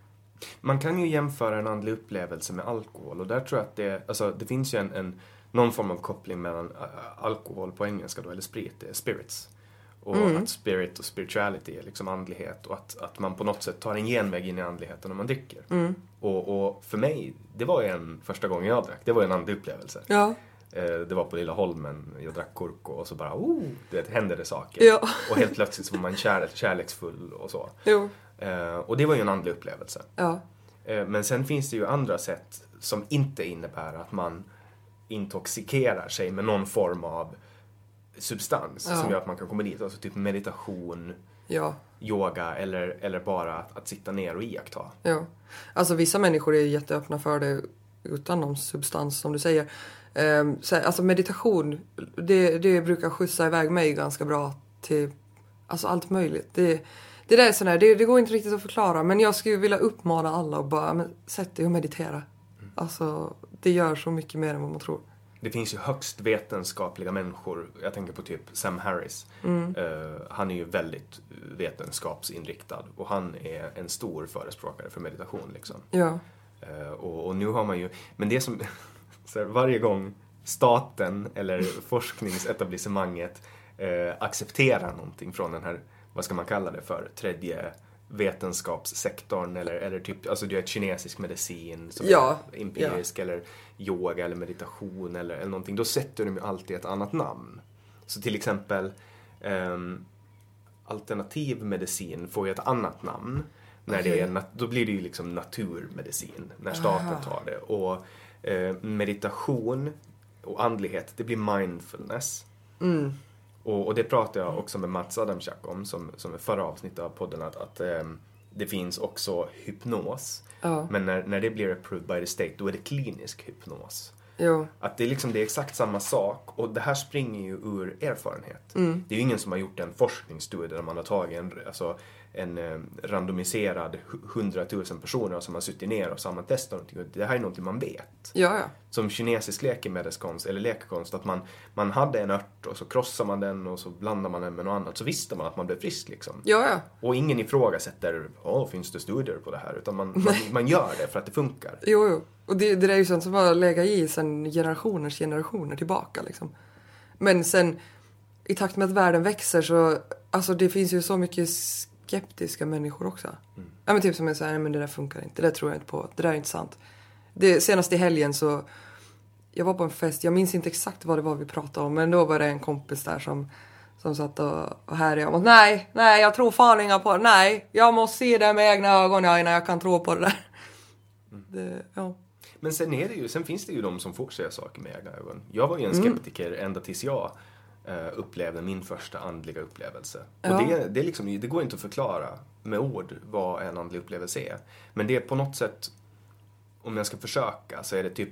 Man kan ju jämföra en andlig upplevelse med alkohol, och där tror jag att det, alltså, det finns ju en, en, någon form av koppling mellan uh, alkohol på engelska då, eller sprit, det är spirits. Och mm. att spirit och spirituality är liksom andlighet, och att, att man på något sätt tar en genväg in i andligheten när man dricker. Mm. Och, och för mig, det var ju en första gången jag drack, det var en andlig upplevelse. Ja. Det var på Lilla Holmen, jag drack kurko och så bara, oh, det hände det saker. Ja. Och helt plötsligt så var man kär, kärleksfull och så. Jo. Uh, och det var ju en andlig upplevelse. Ja. Uh, men sen finns det ju andra sätt som inte innebär att man intoxikerar sig med någon form av substans ja. som gör att man kan komma dit. Alltså typ meditation, ja. yoga eller, eller bara att, att sitta ner och iaktta. Ja. Alltså vissa människor är jätteöppna för det utan någon substans som du säger. Um, så, alltså meditation, det, det brukar skjutsa iväg mig ganska bra till alltså allt möjligt. Det Det där är sån här, det, det går inte riktigt att förklara. Men jag skulle vilja uppmana alla att bara men, sätt dig och meditera. Mm. Alltså, det gör så mycket mer än vad man tror. Det finns ju högst vetenskapliga människor. Jag tänker på typ Sam Harris. Mm. Uh, han är ju väldigt vetenskapsinriktad. Och han är en stor förespråkare för meditation liksom. Ja. Uh, och, och nu har man ju... Men det som... så här, varje gång staten eller forskningsetablissemanget uh, accepterar någonting från den här... vad ska man kalla det för, tredje vetenskapssektorn eller, eller typ, alltså det är kinesisk medicin som ja, är empirisk ja. eller yoga eller meditation eller, eller någonting, då sätter de ju alltid ett annat namn. Så till exempel um, alternativ medicin får ju ett annat namn när okay. det är, då blir det ju liksom naturmedicin när staten Aha. tar det, och uh, meditation och andlighet, det blir mindfulness. Mm. Och, och det pratar jag också med Mats Adamczak om, som, som är förra avsnittet av podden, att, att um, det finns också hypnos. Ja. Men när, när det blir approved by the state, då är det klinisk hypnos. Jo. Att det är, liksom, det är exakt samma sak, och det här springer ju ur erfarenhet. Mm. Det är ju ingen som har gjort en forskningsstudie där man har tagit en, alltså, en eh, randomiserad hundratusen personer som har suttit ner och sammantestat någonting. Det här är någonting man vet. Ja, ja. Som kinesisk läkemedelskonst eller läkekonst, att man, man hade en ört och så krossar man den och så blandar man den med något annat, så visste man att man blev frisk liksom. Ja, ja. Och ingen ifrågasätter, åh, finns det studier på det här? Utan man, man, man gör det för att det funkar. Jo, jo. Och det, det är ju sånt som har legat i sedan generationers generationer tillbaka liksom. Men sen, i takt med att världen växer så, alltså det finns ju så mycket skeptiska människor också. Mm. Ja, men typ som jag säger, men det där funkar inte, det där tror jag inte på, det där är inte sant. Det, senast i helgen så, jag var på en fest, jag minns inte exakt vad det var vi pratade om, men då var det en kompis där som, som satt och, och här jag måste, nej, nej, jag tror fan inga på det, nej, jag måste se det med egna ögon innan jag kan tro på det där. Mm. Det, ja. Men sen, är det ju, sen finns det ju de som får säga saker med egna ögon. Jag var ju en skeptiker mm. ända tills jag uh, upplevde min första andliga upplevelse. Ja. Och det, det, är liksom, det går inte att förklara med ord vad en andlig upplevelse är. Men det är på något sätt, om jag ska försöka, så är det typ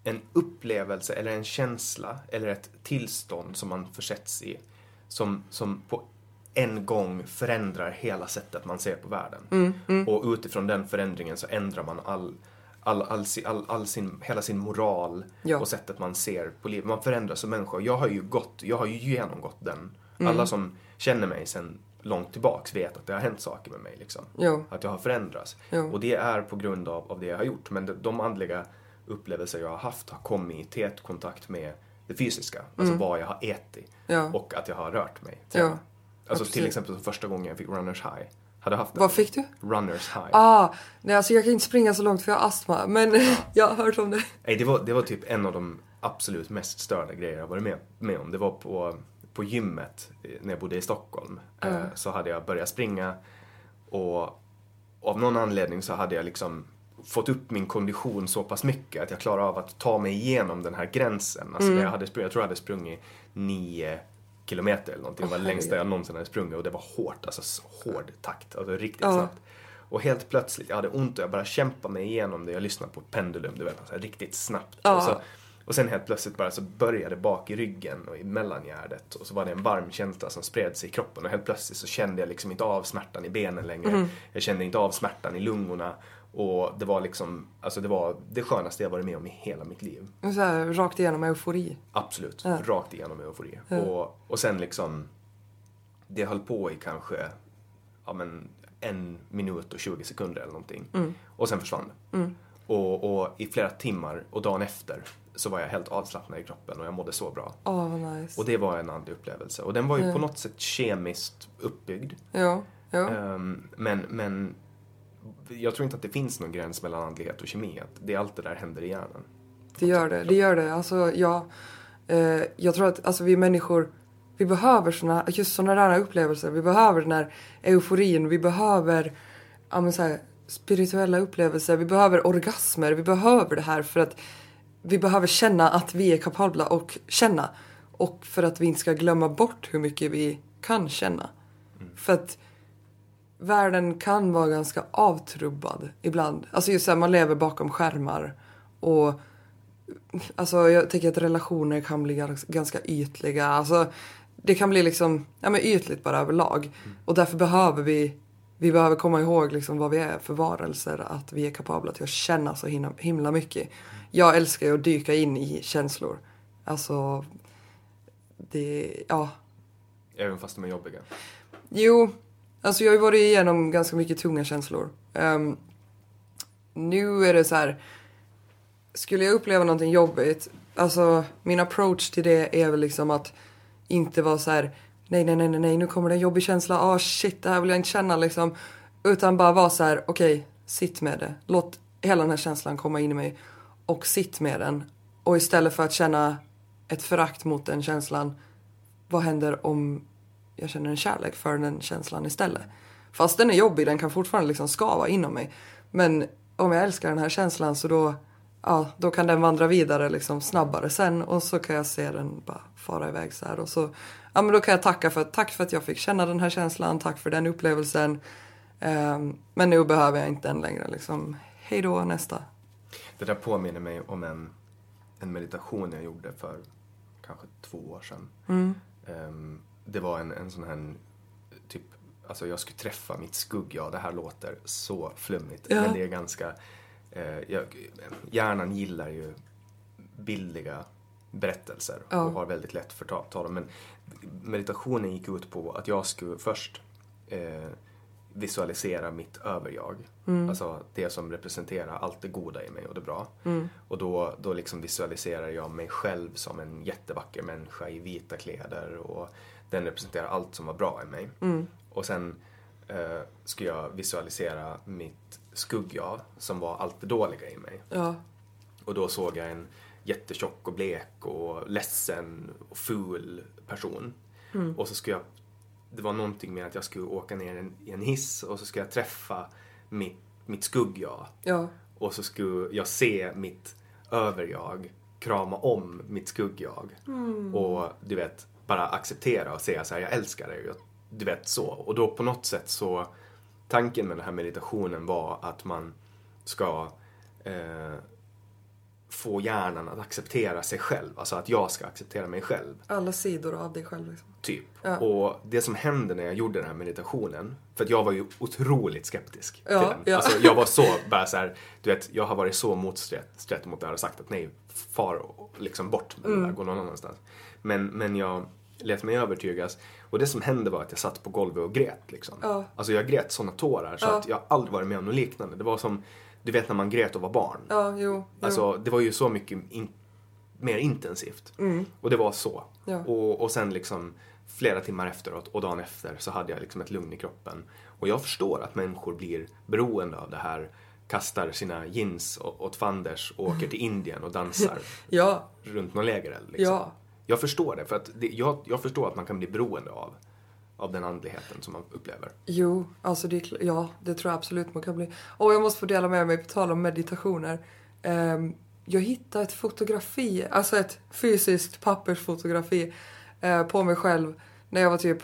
en upplevelse eller en känsla eller ett tillstånd som man försätts i som, som på en gång förändrar hela sättet man ser på världen. Mm, mm. Och utifrån den förändringen så ändrar man all, all, all, all, all sin, hela sin moral ja. och sättet man ser på livet. Man förändras som människa. Jag har ju gått, jag har ju genomgått den. Mm. Alla som känner mig sen långt tillbaks vet att det har hänt saker med mig. Liksom. Jo. Att jag har förändrats. Jo. Och det är på grund av, av det jag har gjort. Men de, de andliga upplevelser jag har haft har kommit i tät kontakt med det fysiska. Alltså Mm. vad jag har ätit. Ja. Och att jag har rört mig. Ja. Alltså ja, till exempel första gången jag fick runners high. Hade haft Vad fick du? Runners high. Ah, nej, alltså jag kan inte springa så långt för jag har astma. Men Ja. jag har hört om det. Nej, det var, det var typ en av de absolut mest störda grejer jag varit med, med om. Det var på, på gymmet när jag bodde i Stockholm. Mm. Eh, så hade jag börjat springa. Och av någon anledning så hade jag liksom fått upp min kondition så pass mycket att jag klarade av att ta mig igenom den här gränsen. Alltså Mm. jag, hade sprungit, jag tror jag hade sprungit nio kilometer eller någonting. Det var Åh, det längsta jag herregud. någonsin hade sprungit och det var hårt, alltså så hård takt, alltså riktigt Ja. snabbt. Och helt plötsligt, jag hade ont och jag bara kämpade mig igenom det. Jag lyssnade på pendulum, du vet, alltså riktigt snabbt. Ja. Och, så, och sen helt plötsligt bara så började bak i ryggen och i mellangärdet. Och så var det en varm känsla som spred sig i kroppen. Och helt plötsligt så kände jag liksom inte av smärtan i benen längre. Mm. Jag kände inte av smärtan i lungorna. Och det var liksom, alltså det var det skönaste jag varit med om i hela mitt liv. Så här, rakt igenom eufori. Absolut, Ja. rakt igenom eufori. Ja. Och, och sen liksom, det höll på i kanske ja, men en minut och tjugo sekunder eller någonting. Mm. Och sen försvann det. Mm. Och, och i flera timmar och dagen efter så var jag helt avslappnad i kroppen och jag mådde så bra. Åh, vad nice. Och det var en andlig upplevelse. Och den var ju Ja. på något sätt kemiskt uppbyggd. Ja, ja. Ehm, men, men jag tror inte att det finns någon gräns mellan andlighet och kemi. Att det allt det där händer i hjärnan. Det gör det, det gör det. Alltså, ja, eh, jag tror att alltså, vi människor, vi behöver såna, just sådana där upplevelser. Vi behöver den här euforin. Vi behöver ja, men så här, spirituella upplevelser. Vi behöver orgasmer. Vi behöver det här för att vi behöver känna att vi är kapabla och känna. Och för att vi inte ska glömma bort hur mycket vi kan känna. Mm. För att världen kan vara ganska avtrubbad ibland. Alltså just så här, man lever bakom skärmar. Och alltså jag tänker att relationer kan bli ganska ytliga. Alltså det kan bli liksom, ja men ytligt bara överlag. Mm. Och därför behöver vi, vi behöver komma ihåg liksom vad vi är för varelser. Att vi är kapabla till att känna så himla, himla mycket. Jag älskar ju att dyka in i känslor. Alltså, det, ja. Även fast de är jobbiga. Jo, alltså jag har ju varit igenom ganska mycket tunga känslor. Um, nu är det så här, skulle jag uppleva någonting jobbigt, alltså min approach till det är väl liksom att inte vara så här, nej, nej, nej, nej, nej, nu kommer det en jobbig känsla, ah oh, shit, det här vill jag inte känna liksom. Utan bara vara så här, okej, okay, sitt med det. Låt hela den här känslan komma in i mig och sitt med den. Och istället för att känna ett förakt mot den känslan, vad händer om jag känner en kärlek för den känslan istället? Fast den är jobbig, den kan fortfarande liksom skava inom mig. Men om jag älskar den här känslan så då, ja, då kan den vandra vidare liksom snabbare sen. Och så kan jag se den bara fara iväg så här. Och så, ja men då kan jag tacka för, tack för att jag fick känna den här känslan. Tack för den upplevelsen. Um, men nu behöver jag inte den längre liksom. Hej då, nästa. Det där påminner mig om en, en meditation jag gjorde för kanske två år sedan. Mm. Um, det var en, en sån här typ, alltså jag skulle träffa mitt skugg. Ja, det här låter så flummigt. Ja. Men det är ganska, eh, jag, hjärnan gillar ju bildliga berättelser. Ja. Och har väldigt lätt för att ta dem. Men meditationen gick ut på att jag skulle först eh, visualisera mitt överjag. Mm. Alltså det som representerar allt det goda i mig och det bra. Mm. Och då, då liksom visualiserar jag mig själv som en jättevacker människa i vita kläder. Och den representerar allt som var bra i mig. Mm. Och sen eh, ska jag visualisera mitt skuggjag som var allt det dåliga i mig. Ja. Och då såg jag en jättetjock och blek och ledsen och ful person. Mm. Och så skulle jag, det var någonting med att jag skulle åka ner en, i en hiss och så skulle jag träffa mitt, mitt skuggjag. Ja. Och så skulle jag se mitt överjag krama om mitt skuggjag. Mm. Och du vet, bara acceptera och säga så här, jag älskar dig. Du vet så. Och då på något sätt så, tanken med den här meditationen var att man ska eh, få hjärnan att acceptera sig själv. Alltså att jag ska acceptera mig själv. Alla sidor av dig själv liksom. Typ. Ja. Och det som hände när jag gjorde den här meditationen, för att jag var ju otroligt skeptisk ja, till den. Ja. Alltså jag var så, bara så här, du vet, jag har varit så motsträtt mot det här och sagt att nej, far liksom bort med mm. det där, gå någon annanstans. Men, men jag lät mig övertygas. Och det som hände var att jag satt på golvet och grät liksom. Ja. Alltså jag grät såna tårar så ja. att jag aldrig varit med om något liknande. Det var som, du vet när man grät och var barn. Ja, jo, jo. Alltså det var ju så mycket in, mer intensivt. Mm. Och det var så. Ja. Och, och sen liksom flera timmar efteråt och dagen efter så hade jag liksom ett lugn i kroppen. Och jag förstår att människor blir beroende av det här. Kastar sina jeans åt fanders och åker till Indien och dansar ja. runt någon lägereld. Liksom. Ja. Jag förstår det, för att det, jag, jag förstår att man kan bli beroende av, av den andligheten som man upplever. Jo, alltså det, ja, det tror jag absolut man kan bli. Och jag måste få dela med mig på tal om meditationer. Um, jag hittade ett fotografi, alltså ett fysiskt pappersfotografi uh, på mig själv när jag var typ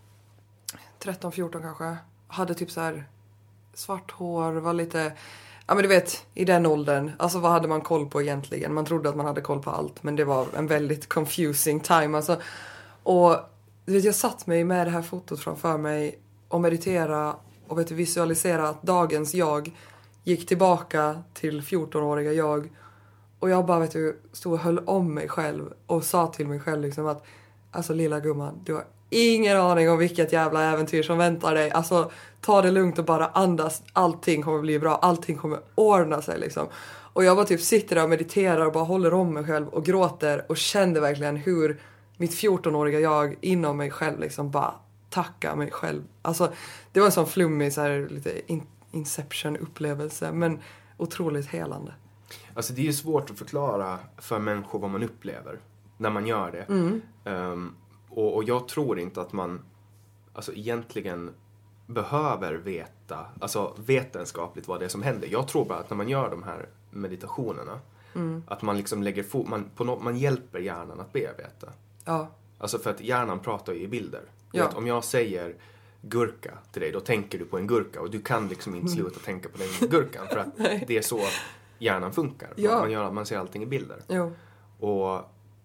tretton fjorton kanske. Hade typ så här svart hår, var lite... Ja men du vet, i den åldern, alltså vad hade man koll på egentligen? Man trodde att man hade koll på allt, men det var en väldigt confusing time. Alltså. Och du vet, jag satt mig med det här fotot framför mig och meditera och vet, visualisera att dagens jag gick tillbaka till fjortonåriga jag. Och jag bara vet du, stod och höll om mig själv och sa till mig själv liksom att alltså lilla gumman, du har ingen aning om vilket jävla äventyr som väntar dig. Alltså ta det lugnt och bara andas. Allting kommer bli bra. Allting kommer ordna sig liksom. Och jag bara typ sitter där och mediterar och bara håller om mig själv och gråter och kände verkligen hur mitt fjortonåriga jag inom mig själv liksom bara tackar mig själv. Alltså det var en sån flummig så här, lite in- inception-upplevelse, men otroligt helande. Alltså det är ju svårt att förklara för människor vad man upplever när man gör det. Mm. Um, och, och jag tror inte att man alltså egentligen behöver veta, alltså vetenskapligt vad det är som händer. Jag tror bara att när man gör de här meditationerna, mm. att man liksom lägger fo- man, på no- man hjälper hjärnan att bearbeta. Ja. Alltså för att hjärnan pratar ju i bilder. Ja. Vet, om jag säger gurka till dig, då tänker du på en gurka och du kan liksom inte sluta tänka på den gurkan för att det är så hjärnan funkar. Ja. Man, gör, man ser allting i bilder. Jo. Och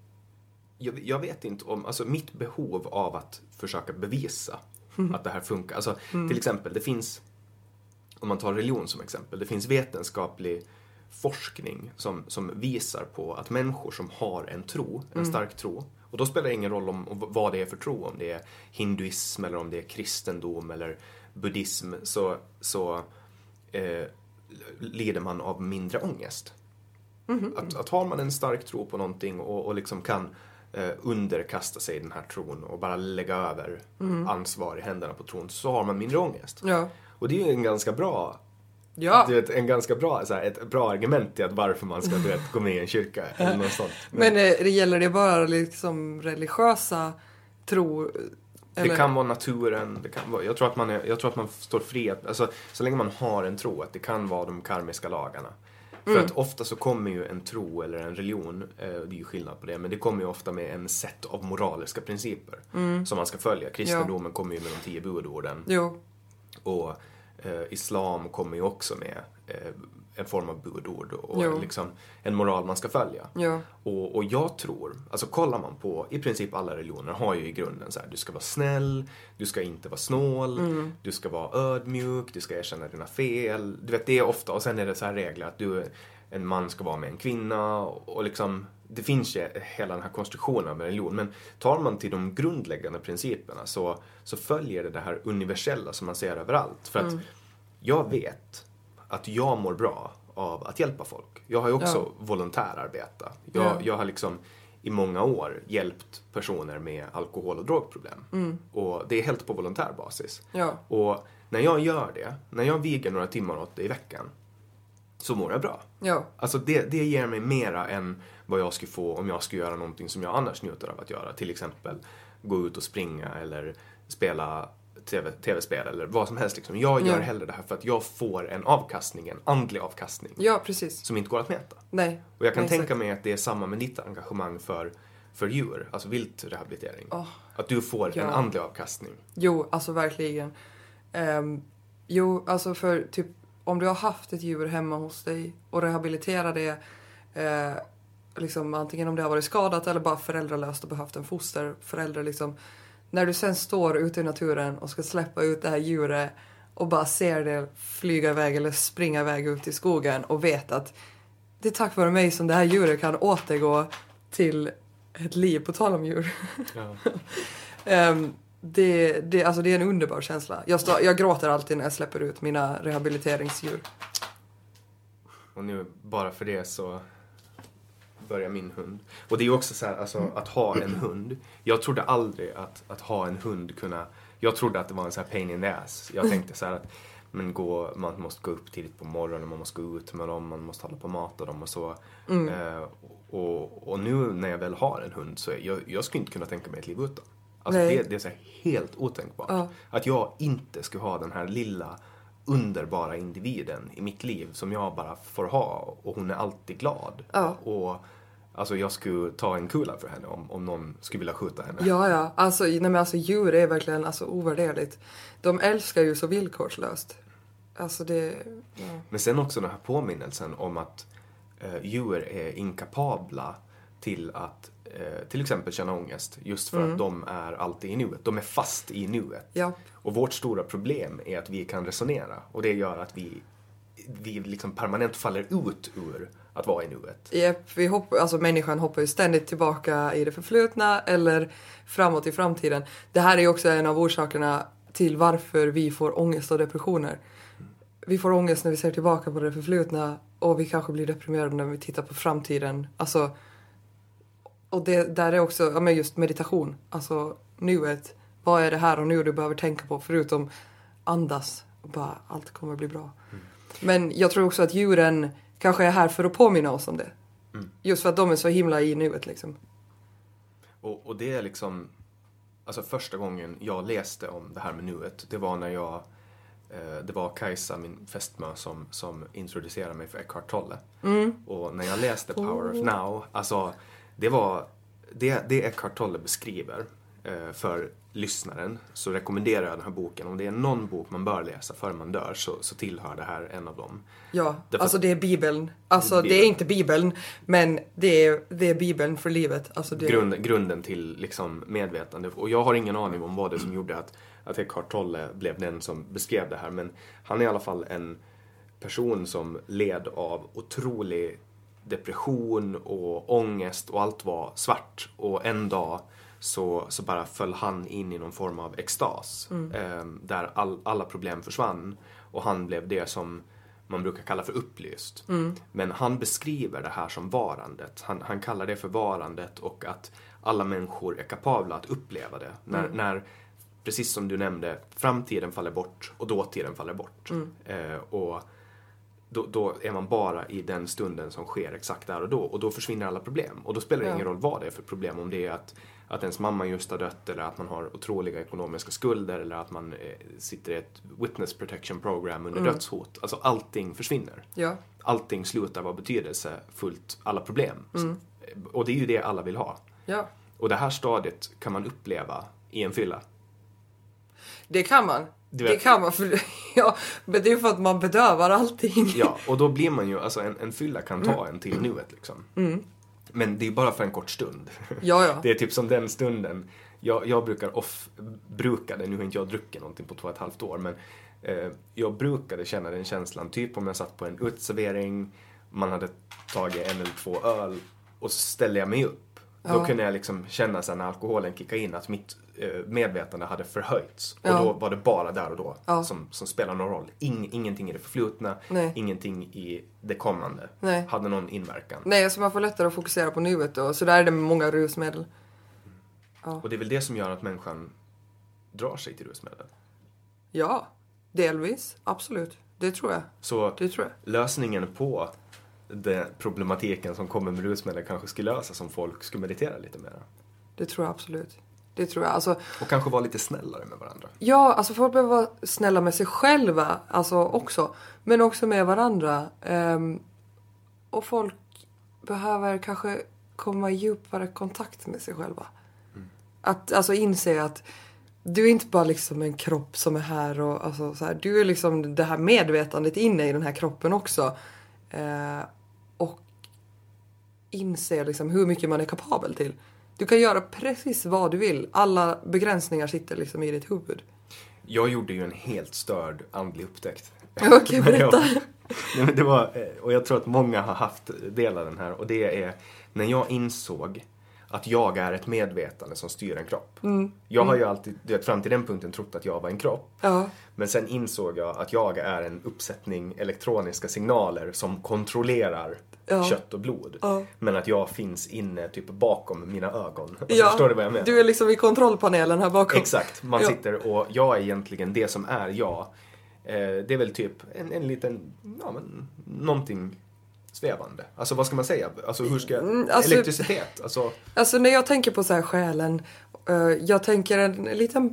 jag, jag vet inte om, alltså mitt behov av att försöka bevisa mm. att det här funkar. Alltså mm. till exempel, det finns, om man tar religion som exempel, det finns vetenskaplig forskning som, som visar på att människor som har en tro, en mm. stark tro, och då spelar det ingen roll om, om vad det är för tro, om det är hinduism eller om det är kristendom eller buddhism, så, så eh, lider man av mindre ångest. Mm-hmm. Att, att har man en stark tro på någonting och, och liksom kan eh, underkasta sig den här tron och bara lägga över mm. ansvar i händerna på tron, så har man mindre ångest. Ja. Och det är ju en ganska bra ja. du vet, en ganska bra, så här, ett bra argument till att varför man ska du vet, gå med i en kyrka eller något sånt. Men, Men eh, det gäller det bara liksom religiösa tro? Det eller? Kan vara naturen, det kan vara, jag, tror att man är, jag tror att man står fri, alltså, så länge man har en tro, att det kan vara de karmiska lagarna. För mm. att ofta så kommer ju en tro eller en religion, eh, det är ju skillnad på det, men det kommer ju ofta med en set av moraliska principer mm. som man ska följa. Kristendomen ja. kommer ju med de tio budorden. Jo. Och eh, islam kommer ju också med eh, en form av budord och liksom en moral man ska följa. Ja. Och, och jag tror, alltså kollar man på, i princip alla religioner har ju i grunden så här, du ska vara snäll, du ska inte vara snål, mm. du ska vara ödmjuk, du ska erkänna dina fel. Du vet, det är ofta, och sen är det så här regler att du, en man ska vara med en kvinna och, och liksom, det finns ju hela den här konstruktionen med religion. Men tar man till de grundläggande principerna så, så följer det det här universella som man ser överallt. För att mm. jag vet att jag mår bra av att hjälpa folk. Jag har ju också ja. volontärarbeta. Jag, ja. jag har liksom i många år hjälpt personer med alkohol- och drogproblem. Mm. Och det är helt på volontärbasis. Ja. Och när jag gör det, när jag viger några timmar åt det i veckan, så mår jag bra. Ja. Alltså det, det ger mig mera än vad jag skulle få om jag skulle göra någonting som jag annars njuter av att göra. Till exempel gå ut och springa eller spela TV, tv-spel eller vad som helst. Liksom. Jag gör ja. hellre det här för att jag får en avkastning, en andlig avkastning. Ja, precis. Som inte går att mäta. Nej. Och jag kan Nej, tänka exakt. mig att det är samma med ditt engagemang för, för djur, alltså viltrehabilitering. Oh, att du får ja. en andlig avkastning. Jo, alltså verkligen. Um, jo, alltså för typ om du har haft ett djur hemma hos dig och rehabiliterar det Eh, liksom, antingen om det har varit skadat eller bara föräldralöst och behövt en fosterförälder. Liksom. När du sen står ute i naturen och ska släppa ut det här djuret och bara ser det flyga iväg eller springa iväg ut i skogen och vet att det är tack vare mig som det här djuret kan återgå till ett liv, på tal om djur. Ja. um, det, det, alltså det är en underbar känsla. Jag, stå, jag gråter alltid när jag släpper ut mina rehabiliteringsdjur. Och nu, bara för det så börjar min hund. Och det är ju också så här, alltså, att ha en hund. Jag trodde aldrig att, att ha en hund kunna... Jag trodde att det var en så här pain in the ass. Jag tänkte så här att men gå, man måste gå upp tidigt på morgonen, man måste gå ut med dem, man måste hålla på och mata dem och så. Mm. Eh, och, och nu när jag väl har en hund så är jag, jag skulle inte kunna tänka mig ett liv utan. Alltså det, det är så här helt otänkbart. Ja. Att jag inte skulle ha den här lilla underbara individen i mitt liv som jag bara får ha, och hon är alltid glad. Ja. Och alltså jag skulle ta en kula för henne om, om någon skulle vilja skjuta henne. Ja, ja. Alltså, nej, men alltså djur är verkligen alltså, ovärderligt. De älskar ju så villkorslöst. Alltså det... Ja. Men sen också den här påminnelsen om att eh, djur är inkapabla till att eh, till exempel känna ångest. Just för mm. att de är alltid i nuet. De är fast i nuet. Ja. Och vårt stora problem är att vi kan resonera. Och det gör att vi, vi liksom permanent faller ut ur att vara i nuet. Yep, vi hoppar, alltså människan hoppar ju ständigt tillbaka i det förflutna eller framåt i framtiden. Det här är ju också en av orsakerna till varför vi får ångest och depressioner. Vi får ångest när vi ser tillbaka på det förflutna, och vi kanske blir deprimerade när vi tittar på framtiden. Alltså, och det där är också ja, men just meditation. Alltså nuet. Vad är det här och nu du behöver tänka på förutom andas och bara allt kommer bli bra. Mm. Men jag tror också att djuren kanske är här för att påminna oss om det. Mm. Just för att de är så himla i nuet liksom. Och, och det är liksom... Alltså första gången jag läste om det här med nuet, det var när jag... Eh, det var Kajsa, min fästmö, som, som introducerade mig för Eckhart Tolle. Mm. Och när jag läste Power of Now, alltså det var... Det, det Eckhart Tolle beskriver eh, för lyssnaren, så rekommenderar jag den här boken. Om det är någon bok man bör läsa före man dör, så, så tillhör det här en av dem. Ja, Därför, alltså det är Bibeln. Alltså Bibeln. Det är inte Bibeln, men det är, det är Bibeln för livet. Alltså det... Grund, grunden till liksom medvetande. Och jag har ingen aning om vad det som gjorde att, att Eckhart Tolle blev den som beskrev det här. Men han är i alla fall en person som led av otrolig depression och ångest, och allt var svart. Och en dag så, så bara föll han in i någon form av extas. Mm. Eh, där all, alla problem försvann. Och han blev det som man brukar kalla för upplyst. Mm. Men han beskriver det här som varandet. Han, han kallar det för varandet, och att alla människor är kapabla att uppleva det. När, mm. när precis som du nämnde, framtiden faller bort och dåtiden faller bort. Mm. Eh, och då, då är man bara i den stunden som sker exakt där och då. Och då försvinner alla problem. Och då spelar det ja. ingen roll vad det är för problem. Om det är att, att ens mamma just har dött, eller att man har otroliga ekonomiska skulder, eller att man eh, sitter i ett witness protection program under mm. dödshot. Alltså allting försvinner. Ja. Allting slutar vara betydelsefullt, alla problem. Mm. Och det är ju det alla vill ha. Ja. Och det här stadiet kan man uppleva i en fylla. Det kan man. Det kan man, för, ja, men det är för att man bedövar allting. Ja, och då blir man ju, alltså en, en fylla kan ta en till nuet liksom. Mm. Men det är bara för en kort stund. Ja, ja. Det är typ som den stunden, jag, jag brukar off, brukade, nu har inte jag druckit någonting på två och ett halvt år, men eh, jag brukade känna den känslan, typ om jag satt på en uteservering, man hade tagit en eller två öl, och så ställde jag mig upp. Ja. Då kunde jag liksom känna sen när alkoholen kickade in att mitt eh, medvetande hade förhöjts. Och ja. då var det bara där och då ja. som, som spelar någon roll. Ing, ingenting i det förflutna, Nej. ingenting i det kommande Nej. hade någon inverkan. Nej, alltså man får lättare att fokusera på nuet då. Så där är det med många rusmedel. Ja. Och det är väl det som gör att människan drar sig till rusmedel? Ja, delvis. Absolut. Det tror jag. Så det tror jag. Lösningen på den problematiken som kommer med rusmedel kanske skulle lösas om folk skulle meditera lite mer. Det tror jag absolut. Det tror jag. Alltså, och kanske vara lite snällare med varandra. Ja, alltså folk behöver vara snälla med sig själva alltså också. Men också med varandra. Um, och folk behöver kanske komma i djupare kontakt med sig själva. Mm. Att alltså inse att du är inte bara liksom en kropp som är här. Och, alltså, så här, du är liksom det här medvetandet inne i den här kroppen också. Uh, och inser liksom hur mycket man är kapabel till. Du kan göra precis vad du vill. Alla begränsningar sitter liksom i ditt huvud. Jag gjorde ju en helt störd andlig upptäckt. Okej, okay, berätta. Nej, men det var, och jag tror att många har haft del av den här. Och det är när jag insåg att jag är ett medvetande som styr en kropp. Mm. Jag har ju alltid, du vet, fram till den punkten trott att jag var en kropp. Ja. Men sen insåg jag att jag är en uppsättning elektroniska signaler som kontrollerar ja. kött och blod. Ja. Men att jag finns inne typ bakom mina ögon. Alltså, ja. Förstår du vad jag menar? Du är liksom i kontrollpanelen här bakom. Exakt, man sitter och jag är egentligen det som är jag. Eh, det är väl typ en, en liten, ja men, någonting svävande. Alltså vad ska man säga? Alltså hur ska, mm, alltså, elektricitet? Alltså... alltså när jag tänker på så här själen, uh, jag tänker en, en liten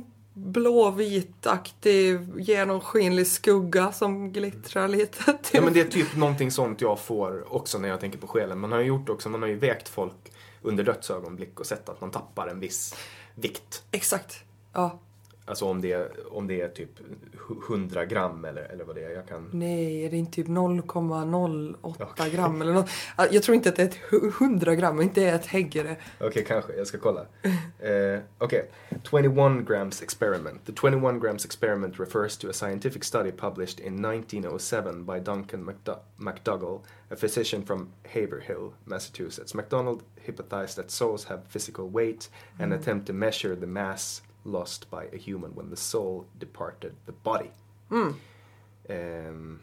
blåvitaktig genomskinlig skugga som glittrar lite. Typ. Ja men det är typ någonting sånt jag får också när jag tänker på själen. Man har ju gjort också, man har ju vägt folk under dödsögonblick och sett att man tappar en viss vikt. Exakt, ja. Alltså om det, är, om det är typ hundra gram eller, eller vad det är. Jag kan... Nej, det är inte typ noll komma noll åtta okay. gram eller något. Jag tror inte att det är ett hundra gram, inte ett häggare. Okej, okay, kanske. Jag ska kolla. uh, Okej. Okay. twenty-one grams experiment. The twenty-one grams experiment refers to a scientific study published in nineteen oh seven by Duncan McDo- McDougall, a physician from Haverhill, Massachusetts. McDonald hypothesized that souls have physical weight and mm. attempt to measure the mass lost by a human when the soul departed the body. Mm. Um,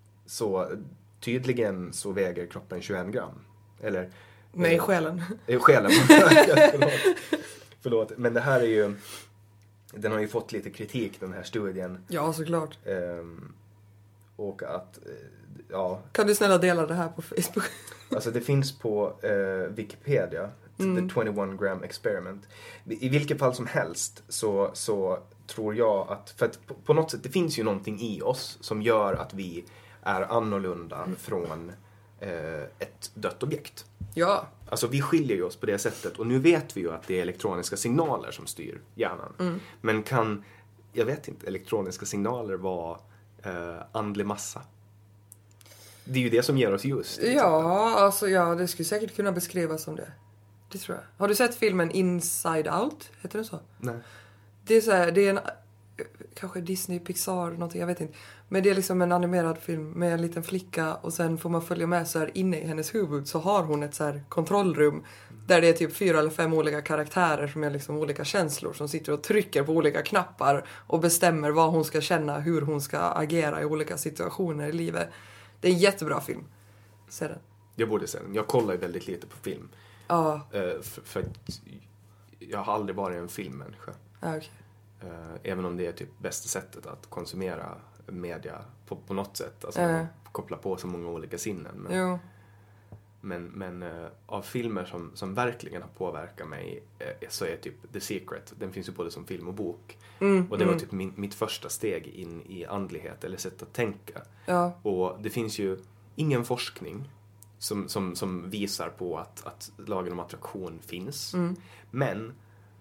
så tydligen så väger kroppen tjugoett gram. Eller... Nej, eh, själen. Eh, själen. Förlåt. Förlåt. Men det här är ju... Den har ju fått lite kritik, den här studien. Ja, såklart. Um, och att... Ja. Kan du snälla dela det här på Facebook? Alltså det finns på uh, Wikipedia. Mm. The twenty-one gram experiment. I vilket fall som helst så, så tror jag att, för att på, på något sätt, det finns ju någonting i oss som gör att vi är annorlunda mm. från eh, ett dött objekt. Ja. Alltså vi skiljer ju oss på det sättet och nu vet vi ju att det är elektroniska signaler som styr hjärnan. Mm. Men kan, jag vet inte, elektroniska signaler vara eh, andlig massa? Det är ju det som ger oss just. Ja, alltså ja, det skulle säkert kunna beskrivas som det. Det tror jag. Har du sett filmen Inside Out? Heter den så? Nej. Det är så här, det är en kanske Disney, Pixar, någonting, jag vet inte. Men det är liksom en animerad film med en liten flicka och sen får man följa med så här inne i hennes huvud så har hon ett så här kontrollrum där det är typ fyra eller fem olika karaktärer som är liksom olika känslor som sitter och trycker på olika knappar och bestämmer vad hon ska känna, hur hon ska agera i olika situationer i livet. Det är en jättebra film. Se den. Jag borde se den. Jag kollar ju väldigt lite på film. Ja. Uh, för, för att jag har aldrig varit en filmmänniska. Ja, okay. uh, även om det är typ bästa sättet att konsumera media på, på något sätt. Alltså uh. koppla på så många olika sinnen. Men, jo. men, men uh, av filmer som, som verkligen har påverkat mig uh, så är typ The Secret. Den finns ju både som film och bok. Mm, och det var mm. typ min, mitt första steg in i andlighet eller sätt att tänka. Ja. Och det finns ju ingen forskning Som, som, som visar på att, att lagen om attraktion finns. Mm. Men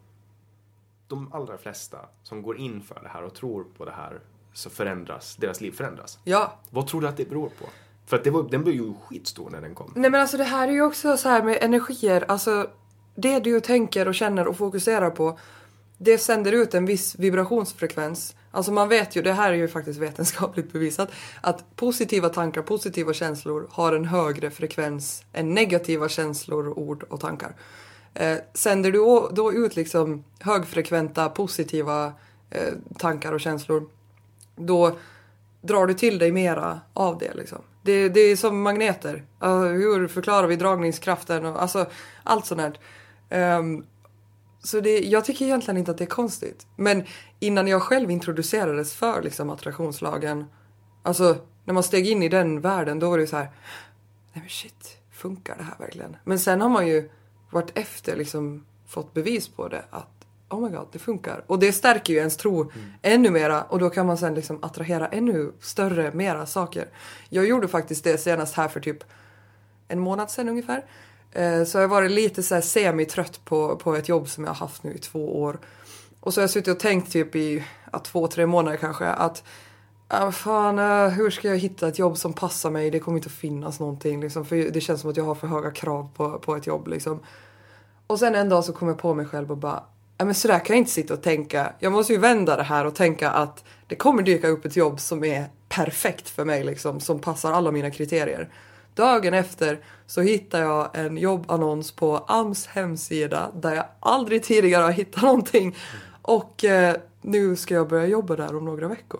de allra flesta som går in för det här och tror på det här så förändras, deras liv förändras. Ja. Vad tror du att det beror på? För att det var, den blev ju skitstor när den kom. Nej men alltså det här är ju också så här med energier. Alltså det du tänker och känner och fokuserar på, det sänder ut en viss vibrationsfrekvens. Alltså man vet ju, det här är ju faktiskt vetenskapligt bevisat, att positiva tankar, positiva känslor har en högre frekvens än negativa känslor, ord och tankar. Eh, sänder du då ut liksom högfrekventa, positiva eh, tankar och känslor, då drar du till dig mera av det liksom. Det, det är som magneter. Uh, hur förklarar vi dragningskraften och alltså allt sånt här. Um, Så det, jag tycker egentligen inte att det är konstigt. Men innan jag själv introducerades för liksom, attraktionslagen. Alltså när man steg in i den världen. Då var det så här. Nej men shit, funkar det här verkligen? Men sen har man ju varit efter liksom, fått bevis på det. Att oh my god, det funkar. Och det stärker ju ens tro mm. ännu mera. Och då kan man sen liksom attrahera ännu större, mera saker. Jag gjorde faktiskt det senast här för typ en månad sedan ungefär. Så jag har varit lite så här semi-trött på, på ett jobb som jag har haft nu i två år. Och så har jag suttit och tänkt typ i ja, två, tre månader kanske att Ah, fan, uh, hur ska jag hitta ett jobb som passar mig? Det kommer inte att finnas någonting. Liksom, för det känns som att jag har för höga krav på, på ett jobb. Liksom. Och sen en dag så kom jag på mig själv och bara... Ja, men sådär kan jag inte sitta och tänka. Jag måste ju vända det här och tänka att det kommer dyka upp ett jobb som är perfekt för mig. Liksom, som passar alla mina kriterier. Dagen efter så hittar jag en jobbannons på A M S hemsida. Där jag aldrig tidigare har hittat någonting. Och eh, nu ska jag börja jobba där om några veckor.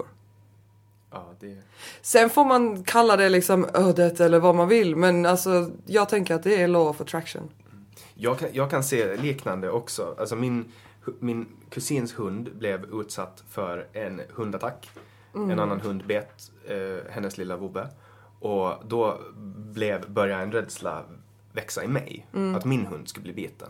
Ja, det... Sen får man kalla det liksom ödet eller vad man vill. Men alltså, jag tänker att det är law of attraction. Jag kan, jag kan se liknande också. Alltså min, min kusins hund blev utsatt för en hundattack. Mm. En annan hund bet eh, hennes lilla vovve. Och då blev, började en rädsla växa i mig. Mm. Att min hund skulle bli biten.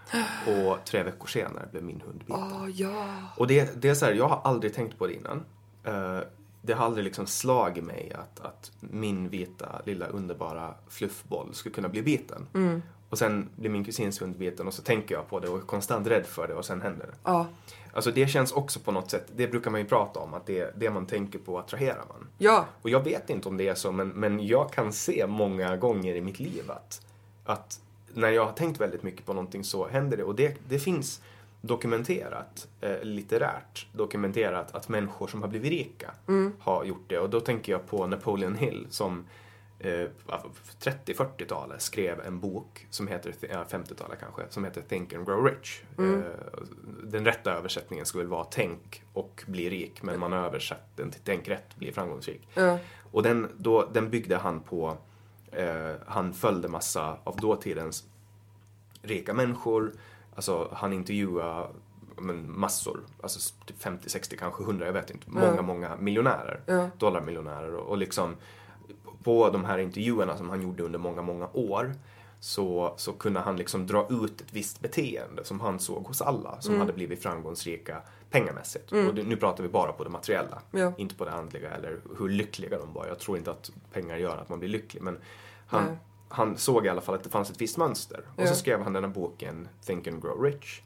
Och tre veckor senare blev min hund biten. Oh, ja. Och det, det är så här, jag har aldrig tänkt på det innan. Uh, det har aldrig liksom slagit mig att, att min vita lilla underbara fluffboll skulle kunna bli biten. Mm. Och sen blir min kusins hund biten och så tänker jag på det och är konstant rädd för det och sen händer det. Ja. Alltså det känns också på något sätt, det brukar man ju prata om, att det, det man tänker på attraherar man. Ja. Och jag vet inte om det är så, men, men jag kan se många gånger i mitt liv att, att när jag har tänkt väldigt mycket på någonting så händer det. Och det, det finns dokumenterat, eh, litterärt dokumenterat att människor som har blivit rika mm. har gjort det. Och då tänker jag på Napoleon Hill som eh, trettio-fyrtiotalet skrev en bok som heter, ja, femtiotalet kanske, som heter Think and Grow Rich. Mm. Eh, den rätta översättningen skulle vara tänk och bli rik, men man har översatt den till tänk rätt, bli framgångsrik. Mm. Och den, då, den byggde han på, eh, han följde massa av dåtidens rika människor. Alltså han intervjuade men, massor, alltså typ femtio, sextio, kanske hundra, jag vet inte. Många, mm. många miljonärer, mm. dollarmiljonärer. Och, och liksom på de här intervjuerna som han gjorde under många, många år så, så kunde han liksom dra ut ett visst beteende som han såg hos alla som mm. hade blivit framgångsrika pengamässigt. Mm. Och det, nu pratar vi bara på det materiella, ja. Inte på det andliga eller hur lyckliga de var. Jag tror inte att pengar gör att man blir lycklig, men han... Mm. Han såg i alla fall att det fanns ett visst mönster. Och ja. Så skrev han den här boken Think and Grow Rich.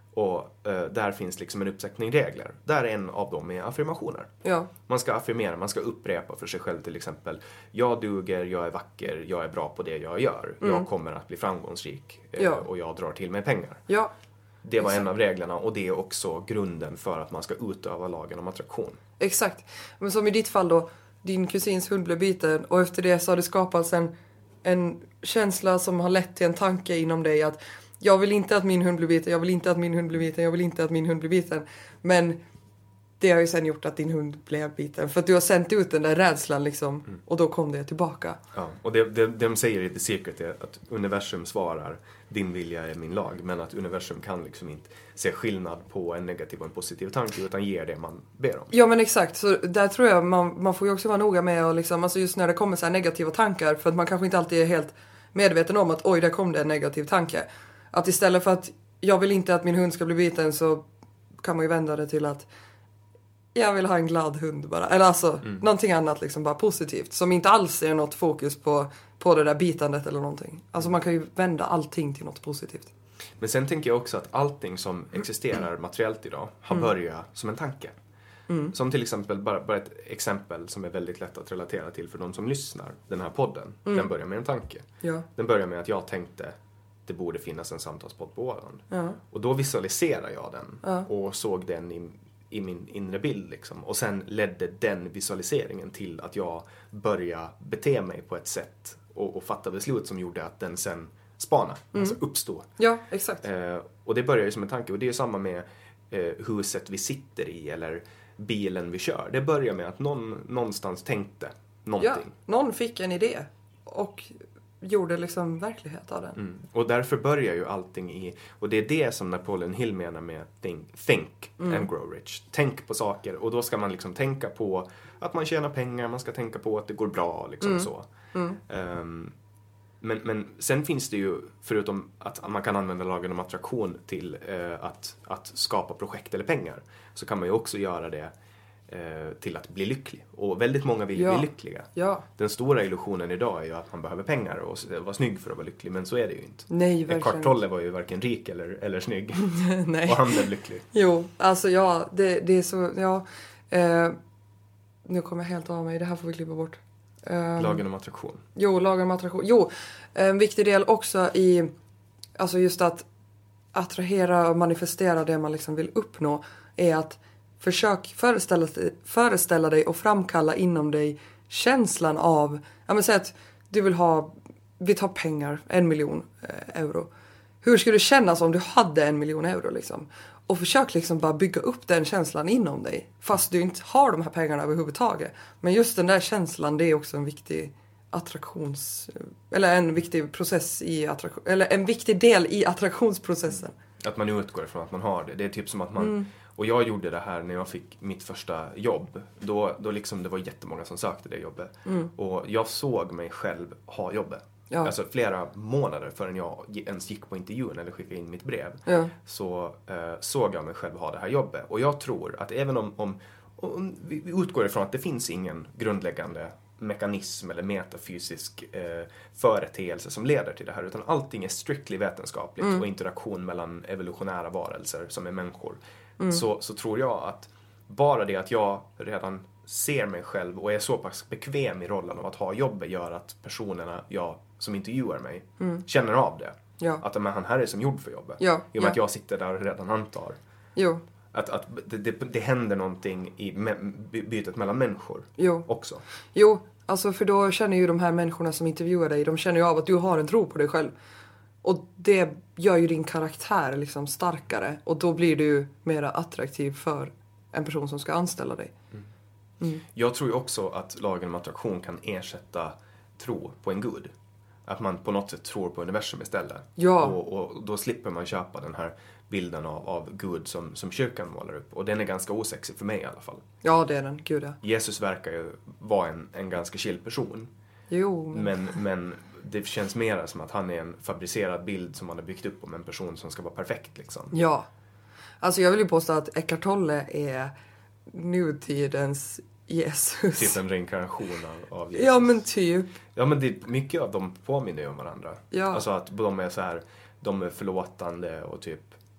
Och eh, där finns liksom en uppsättning regler. Där en av dem är affirmationer. Ja. Man ska affirmera, man ska upprepa för sig själv till exempel. Jag duger, jag är vacker, jag är bra på det jag gör. Mm. Jag kommer att bli framgångsrik eh, ja. Och jag drar till mig pengar. Ja. Det var Exakt. En av reglerna och det är också grunden för att man ska utöva lagen om attraktion. Exakt. Men som i ditt fall då, din kusins hund blev biten och efter det så har det skapats en en känsla som har lett till en tanke inom dig att jag vill inte att min hund blir biten, jag vill inte att min hund blir biten, jag vill inte att min hund blir biten. Men det har ju sen gjort att din hund blev biten. För att du har sänt ut den där rädslan liksom, mm. och då kom det tillbaka. Ja, och det, det, det de säger i The Secret är att universum svarar din vilja är min lag. Men att universum kan liksom inte se skillnad på en negativ och en positiv tanke utan ger det man ber om. Ja men exakt, så där tror jag man, man får ju också vara noga med och liksom, alltså just när det kommer så här negativa tankar, för att man kanske inte alltid är helt medveten om att oj, där kom det en negativ tanke. Att istället för att jag vill inte att min hund ska bli biten så kan man ju vända det till att jag vill ha en glad hund bara. Eller alltså, mm. någonting annat liksom bara positivt. Som inte alls är något fokus på, på det där bitandet eller någonting. Alltså man kan ju vända allting till något positivt. Men sen tänker jag också att allting som existerar materiellt idag har Mm. börjat som en tanke. Mm. Som till exempel, bara, bara ett exempel som är väldigt lätt att relatera till för de som lyssnar. Den här podden, Mm. den börjar med en tanke. Ja. Den börjar med att jag tänkte det borde finnas en samtalspodd på Åland. Ja. Och då visualiserade jag den Ja. och såg den i, i min inre bild. Liksom. Och sen ledde den visualiseringen till att jag började bete mig på ett sätt och, och fatta beslut som gjorde att den sen spana, mm. alltså uppstå. Ja, exakt. Eh, och det börjar ju som en tanke. Och det är samma med eh, huset vi sitter i eller bilen vi kör. Det börjar med att någon någonstans tänkte någonting. Ja, någon fick en idé och gjorde liksom verklighet av den. Mm. Och därför börjar ju allting i, och det är det som Napoleon Hill menar med think, think Mm. and grow rich. Tänk på saker och då ska man liksom tänka på att man tjänar pengar, man ska tänka på att det går bra liksom Mm. så. Mm. Um, men, men sen finns det ju, förutom att man kan använda lagen om attraktion till uh, att, att skapa projekt eller pengar, så kan man ju också göra det uh, till att bli lycklig. Och väldigt många vill Ja. bli lyckliga. Ja. Den stora illusionen idag är ju att man behöver pengar och vara snygg för att vara lycklig, men så är det ju inte. Nej, verkligen. Eckhart Tolle var ju varken rik eller, eller snygg. Nej. Och han blev lycklig. Jo, alltså ja, det, det är så, ja. Eh, nu kommer jag helt av mig. Det här får vi klippa bort. Um, lagen om attraktion. Jo, lagen om attraktion. Jo, en viktig del också i... Alltså just att attrahera och manifestera det man liksom vill uppnå är att försök föreställa, föreställa dig och framkalla inom dig känslan av... Ja, men säg att du vill ha... Vi tar pengar, en miljon eh, euro. Hur skulle det kännas om du hade en miljon euro liksom? Och försök liksom bara bygga upp den känslan inom dig. Fast du inte har de här pengarna överhuvudtaget. Men just den där känslan, det är också en viktig attraktions... Eller en viktig process i attraktion... Eller en viktig del i attraktionsprocessen. Att man utgår ifrån att man har det. Det är typ som att man... Mm. Och jag gjorde det här när jag fick mitt första jobb. Då, då liksom det var jättemånga som sökte det jobbet. Mm. Och jag såg mig själv ha jobbet. Ja. Alltså flera månader förrän jag ens gick på intervjun eller skickade in mitt brev. Ja. Så eh, såg jag mig själv ha det här jobbet. Och jag tror att även om, om, om vi utgår ifrån att det finns ingen grundläggande mekanism eller metafysisk eh, företeelse som leder till det här. Utan allting är strictly vetenskapligt mm. och interaktion mellan evolutionära varelser som är människor. Mm. Så, så tror jag att bara det att jag redan ser mig själv och är så pass bekväm i rollen av att ha jobbet gör att personerna jag, som intervjuar mig mm. känner av det. Ja. Att men, han här är som gjord för jobbet. Ja. I och med ja. att jag sitter där och redan antar. Jo. Att, att det, det, det händer någonting i me- bytet mellan människor jo. också. Jo, alltså för då känner ju de här människorna som intervjuar dig, de känner ju av att du har en tro på dig själv. Och det gör ju din karaktär liksom starkare. Och då blir du mer attraktiv för en person som ska anställa dig. Mm. Mm. Jag tror ju också att lagen om attraktion kan ersätta tro på en gud. Att man på något sätt tror på universum istället. Ja. Och, och då slipper man köpa den här bilden av, av Gud som, som kyrkan målar upp. Och den är ganska osexig för mig i alla fall. Ja, det är den. Gud, ja. Jesus verkar ju vara en, en ganska chill person. Jo. Men, men det känns mer som att han är en fabricerad bild som man har byggt upp om en person som ska vara perfekt liksom. Ja. Alltså jag vill ju påstå att Eckhart Tolle är nutidens Jesus. Typ en reinkarnation av, av Jesus. Ja, men typ. Ja, men det, mycket av dem påminner ju om varandra. Ja. Alltså att de är så här, de är förlåtande och typ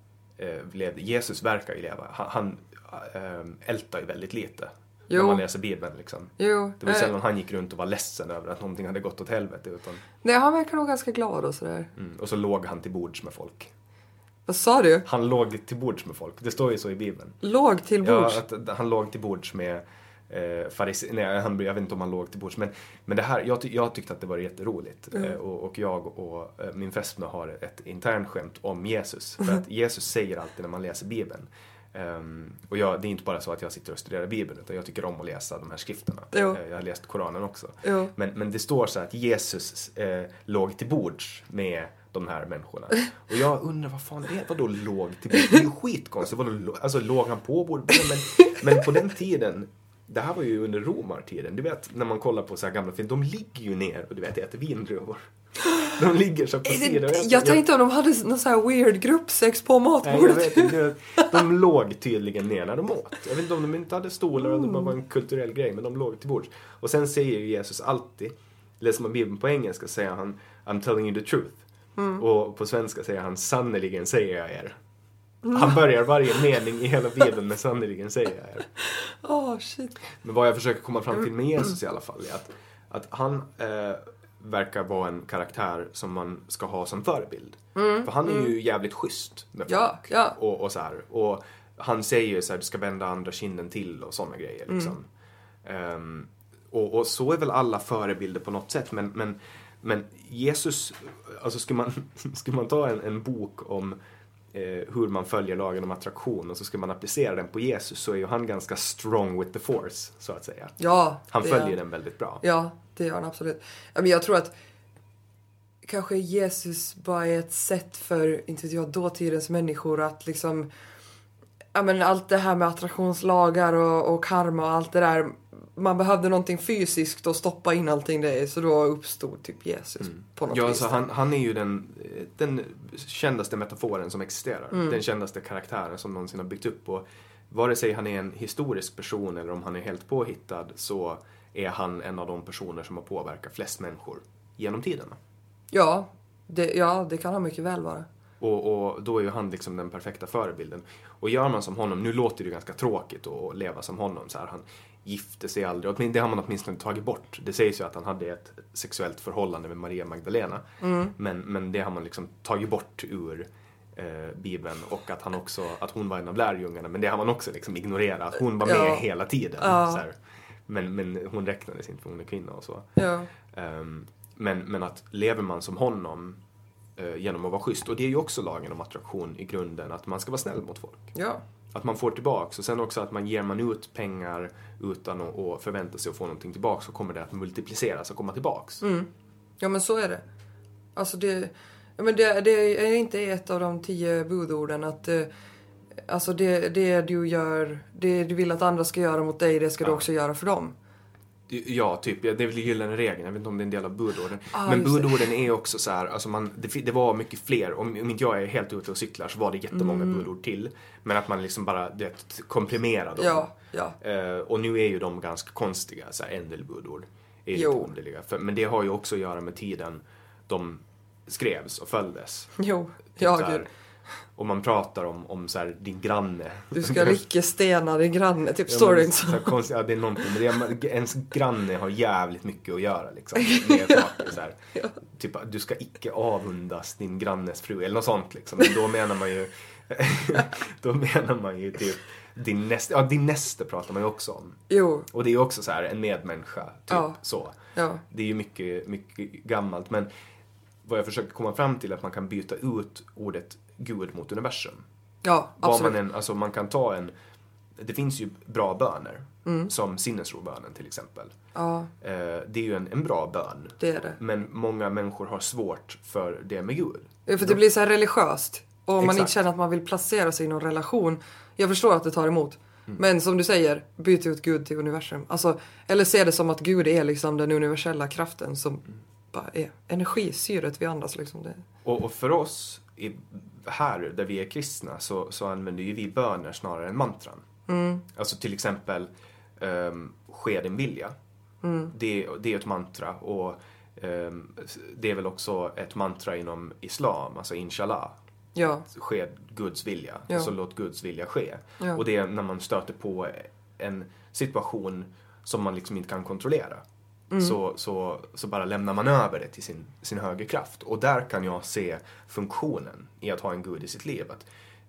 eh, Jesus verkar ju leva. Han, han eh, ältar ju väldigt lite. Jo. När man läser Bibeln liksom. Jo. Det var sällan han gick runt och var ledsen över att någonting hade gått åt helvete. Utan... Nej, han verkar nog ganska glad och sådär. Mm. Och så låg han till bords med folk. Vad sa du? Han låg till bords med folk. Det står ju så i Bibeln. Låg till bords? Ja, att han låg till bords med eh, farise... Nej, han, jag vet inte om han låg till bords. Men, men det här, jag, ty- jag tyckte att det var jätteroligt. Mm. Eh, och, och jag och eh, min fästmö har ett internskämt om Jesus. För att Jesus säger alltid när man läser Bibeln. Um, och jag, det är inte bara så att jag sitter och studerar Bibeln, utan jag tycker om att läsa de här skrifterna. Jo. Jag har läst Koranen också. Jo. Men, men det står så att Jesus eh, låg till bords med de här människorna. Och jag undrar, vad fan är det? Vadå låg till bords? Det är ju skitkonstigt. Vadå, alltså låg han på bordet? Men, men på den tiden, det här var ju under romartiden. Du vet, när man kollar på så här gamla film, de ligger ju ner och du vet, äter vindruvor. De ligger så på sidan. Jag, jag tänkte om de hade någon så här weird gruppsex på matbordet. Nej, jag vet, de låg tydligen ner när de åt. Jag vet inte om de inte hade stolar eller om det bara var en kulturell grej, men de låg till bords. Och sen säger ju Jesus alltid, läser man Bibeln på engelska säger han I'm telling you the truth. Mm. Och på svenska säger han sannoliken säger jag er. Mm. Han börjar varje mening i hela Bibeln med sannoliken säger jag er. Oh, shit. Men vad jag försöker komma fram till med Jesus i alla fall är att, att han eh, verkar vara en karaktär som man ska ha som förebild. Mm. För han är ju mm. jävligt schysst med folk. Ja, ja. Och, och så här. Och han säger ju så här, du ska vända andra kinden till och sådana grejer liksom. Mm. Um, och, och så är väl alla förebilder på något sätt. Men, men, men Jesus, alltså ska man, ska man ta en, en bok om eh, hur man följer lagen om attraktion och så ska man applicera den på Jesus, så är ju han ganska strong with the force, så att säga. Ja, han följer är... den väldigt bra. Ja, det gör han absolut. Men jag tror att kanske Jesus bara är ett sätt för, inte vet jag, dåtidens människor att liksom, ja men allt det här med attraktionslagar och, och karma och allt det där, man behövde någonting fysiskt och stoppa in allting det, så då uppstod typ Jesus mm. på något ja, vis. Ja, han, han är ju den, den kändaste metaforen som existerar. Mm. Den kändaste karaktären som någonsin har byggt upp. Och vare sig han är en historisk person eller om han är helt påhittad, så är han en av de personer som har påverkat flest människor genom tiderna. Ja, det, ja, det kan han mycket väl vara. Och, och då är ju han liksom den perfekta förebilden. Och gör man som honom, nu låter det ju ganska tråkigt att leva som honom. Så här, han gifte sig aldrig. Det har man åtminstone tagit bort. Det sägs ju att han hade ett sexuellt förhållande med Maria Magdalena. Mm. Men, men det har man liksom tagit bort ur eh, Bibeln. Och att, han också, att hon var en av lärjungarna. Men det har man också liksom ignorerat. Hon var med ja. hela tiden. Ja. Så här. Men, men hon räknades inte för hon är kvinna och så. Ja. Um, men, men att lever man som honom uh, genom att vara schysst. Och det är ju också lagen om attraktion i grunden. Att man ska vara snäll mot folk. Ja. Att man får tillbaka. Och sen också att man ger man ut pengar utan att, att förvänta sig att få någonting tillbaka. Så kommer det att multipliceras och komma tillbaks. Mm. Ja men så är det. Alltså det, ja, men det, det är inte ett av de tio budorden att... Uh, Alltså det, det du gör, det du vill att andra ska göra mot dig, det ska ja. du också göra för dem. Ja, typ. Det är väl gyllene regeln. Jag vet inte om det är en del av budorden. Ah, men budorden är också så här, alltså man, det, det var mycket fler. Om, om inte jag är helt ute och cyklar så var det jättemånga mm. budord till. Men att man liksom bara det, komprimerar dem. Ja, ja. Uh, och nu är ju de ganska konstiga, så här ändelbudord. Är lite underliga. För, men det har ju också att göra med tiden de skrevs och följdes. Jo, ja typ gud. Och man pratar om, om så här, din granne. Du ska rycka stenar din granne, typ ja, står det inte så. så konst, ja, det är någonting. Men det är, ens granne har jävligt mycket att göra liksom. Med saker, så här. Ja. Typ, du ska icke avundas din grannes fru. Eller något sånt liksom. Men då menar man ju... då menar man ju typ... Din nästa, ja, din nästa pratar man ju också om. Jo. Och det är ju också så här, en medmänniska. Typ ja. så. Ja. Det är ju mycket, mycket gammalt. Men vad jag försöker komma fram till är att man kan byta ut ordet Gud mot universum. Ja, absolut. Man, en, alltså man kan ta en... Det finns ju bra böner. Mm. Som sinnesrobönen till exempel. Ja. Eh, det är ju en, en bra bön. Det är det. Men många människor har svårt för det med Gud. Ja, för det blir så här religiöst. Och om Exakt. man inte känner att man vill placera sig i någon relation. Jag förstår att det tar emot. Mm. Men som du säger, byt ut Gud till universum. Alltså, eller se det som att Gud är liksom den universella kraften som mm. bara är energisyret vi andas. Liksom det. Och, och för oss... I, här där vi är kristna så, så använder ju vi böner snarare än mantran. Mm. Alltså till exempel um, ske din vilja. Mm. Det, det är ett mantra och um, det är väl också ett mantra inom islam, alltså inshallah. Ja. Ske Guds vilja, ja. alltså låt Guds vilja ske. Ja. Och det är när man stöter på en situation som man liksom inte kan kontrollera. Mm. Så, så, så bara lämnar man över det till sin, sin högre kraft. Och där kan jag se funktionen i att ha en Gud i sitt liv. Att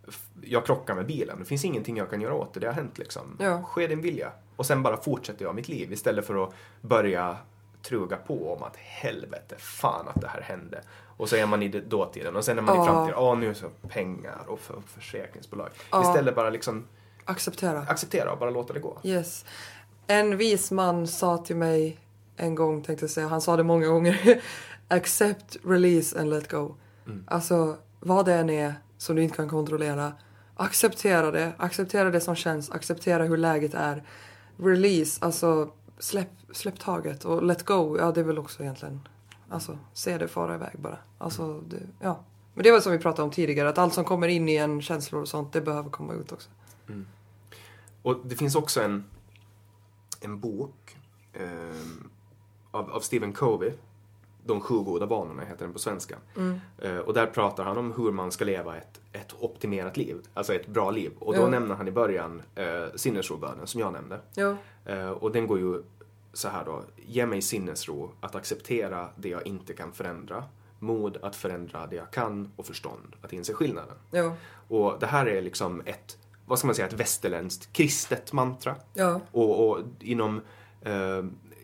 jag krockar med bilen. Det finns ingenting jag kan göra åt det. Det har hänt liksom. Ja. Ske din vilja. Och sen bara fortsätter jag mitt liv. Istället för att börja truga på om att helvete, fan att det här hände. Och så är man i dåtiden. Och sen är man oh. i framtiden. Ja, nu är så pengar och för, försäkringsbolag. Oh. Istället bara liksom... Acceptera. Acceptera och bara låta det gå. Yes. En vis man sa till mig... En gång tänkte jag säga, han sa det många gånger. Accept, release and let go. Mm. Alltså, vad det än är som du inte kan kontrollera. Acceptera det. Acceptera det som känns. Acceptera hur läget är. Release, alltså släpp, släpp taget. Och let go, ja det är väl också egentligen. Alltså, se det fara iväg bara. Alltså, det, ja. Men det var som vi pratade om tidigare. Att allt som kommer in i en känslor och sånt, det behöver komma ut också. Mm. Och det finns också en, en bok... Um, Av, av Stephen Covey. De sju goda vanorna heter den på svenska. Mm. Uh, och där pratar han om hur man ska leva ett, ett optimerat liv. Alltså ett bra liv. Och då ja. nämner han i början uh, sinnesrobönen som jag nämnde. Ja. Uh, och den går ju så här då. Ge mig sinnesro att acceptera det jag inte kan förändra. Mod att förändra det jag kan. Och förstånd att inse skillnaden. Ja. Och det här är liksom ett, vad ska man säga, ett västerländskt kristet mantra. Ja. Och, och inom... Uh,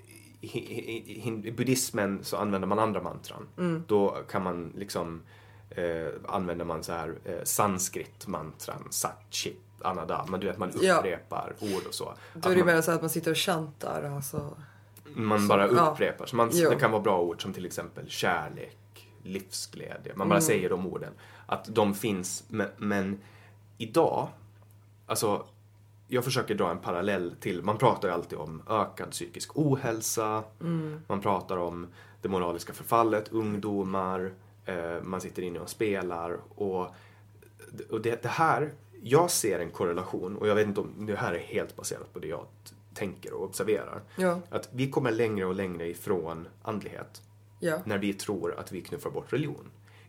I, i, i buddhismen så använder man andra mantran. Mm. Då kan man liksom eh, använder man så här eh, sanskrit mantran, sat chit anada, men du vet man upprepar ja. ord och så. Då är det mer så att man sitter och chantar alltså. Man så, bara upprepar. Ja. Så man, jo. det kan vara bra ord som till exempel kärlek, livsglädje. Man bara mm. säger de orden. Att de finns, men, men idag alltså jag försöker dra en parallell till, man pratar ju alltid om ökad psykisk ohälsa, mm. man pratar om det moraliska förfallet, ungdomar, eh, man sitter inne och spelar och, och det, det här, jag ser en korrelation och jag vet inte om det här är helt baserat på det jag t- tänker och observerar, ja. att vi kommer längre och längre ifrån andlighet ja. när vi tror att vi knuffar bort religion.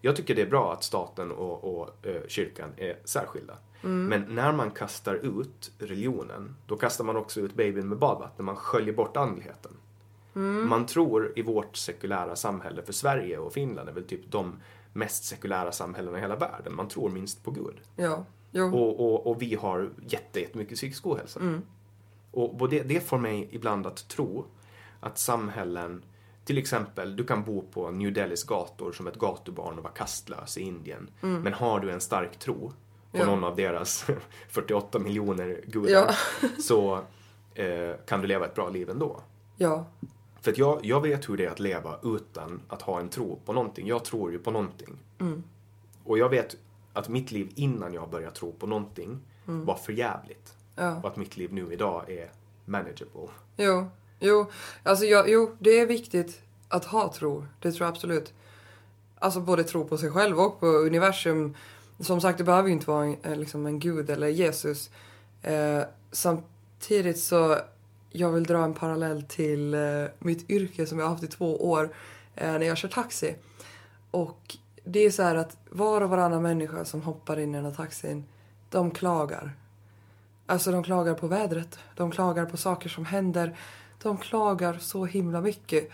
Jag tycker det är bra att staten och, och uh, kyrkan är särskilda. Mm. Men när man kastar ut religionen, då kastar man också ut babyn med badvatten. Man sköljer bort andligheten. Mm. Man tror i vårt sekulära samhälle, för Sverige och Finland är väl typ de mest sekulära samhällena i hela världen. Man tror minst på Gud. Ja. Jo. Och, och, och vi har jätte, jättemycket psykisk ohälsa. Mm. Och, och det, det får mig ibland att tro att samhällen, till exempel, du kan bo på New Delhis gator som ett gatubarn och vara kastlös i Indien. Mm. Men har du en stark tro på ja. någon av deras fyrtioåtta miljoner gudar ja. så eh, kan du leva ett bra liv ändå. Ja. För att jag, jag vet hur det är att leva utan att ha en tro på någonting. Jag tror ju på någonting. Mm. Och jag vet att mitt liv innan jag började tro på någonting mm. var för jävligt. Ja. Och att mitt liv nu idag är manageable. Jo, jo. Alltså jag, jo, det är viktigt att ha tro. Det tror jag absolut. Alltså både tro på sig själv och på universum. Som sagt, det behöver ju inte vara en, liksom en gud eller Jesus. Eh, samtidigt så jag vill dra en parallell till eh, mitt yrke som jag har haft i två år eh, när jag kör taxi. Och det är så här att var och varannan människa som hoppar in i den här taxin, de klagar. Alltså de klagar på vädret. De klagar på saker som händer. De klagar så himla mycket.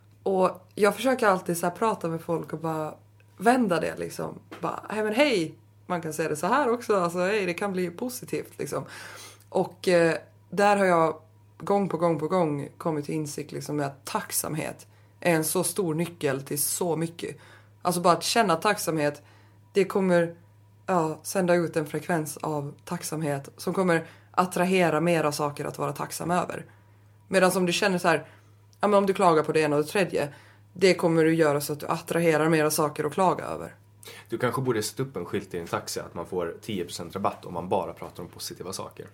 Och jag försöker alltid så här prata med folk och bara vända det liksom. Bara, hej men hej, man kan säga det så här också. Alltså hej, det kan bli positivt liksom. Och eh, där har jag gång på gång på gång kommit till insikt liksom med att tacksamhet är en så stor nyckel till så mycket. Alltså bara att känna tacksamhet, det kommer ja, sända ut en frekvens av tacksamhet som kommer attrahera mera saker att vara tacksam över. Medan om du känner så här, ja men om du klagar på det ena och det tredje, det kommer du göra så att du attraherar mera saker att klaga över. Du kanske borde sätta upp en skylt i en taxi att man får tio procent rabatt om man bara pratar om positiva saker.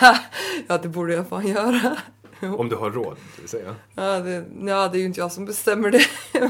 Ja, det borde jag fan göra. Om du har råd, det vill säga. Ja, det, ja, det är ju inte jag som bestämmer det.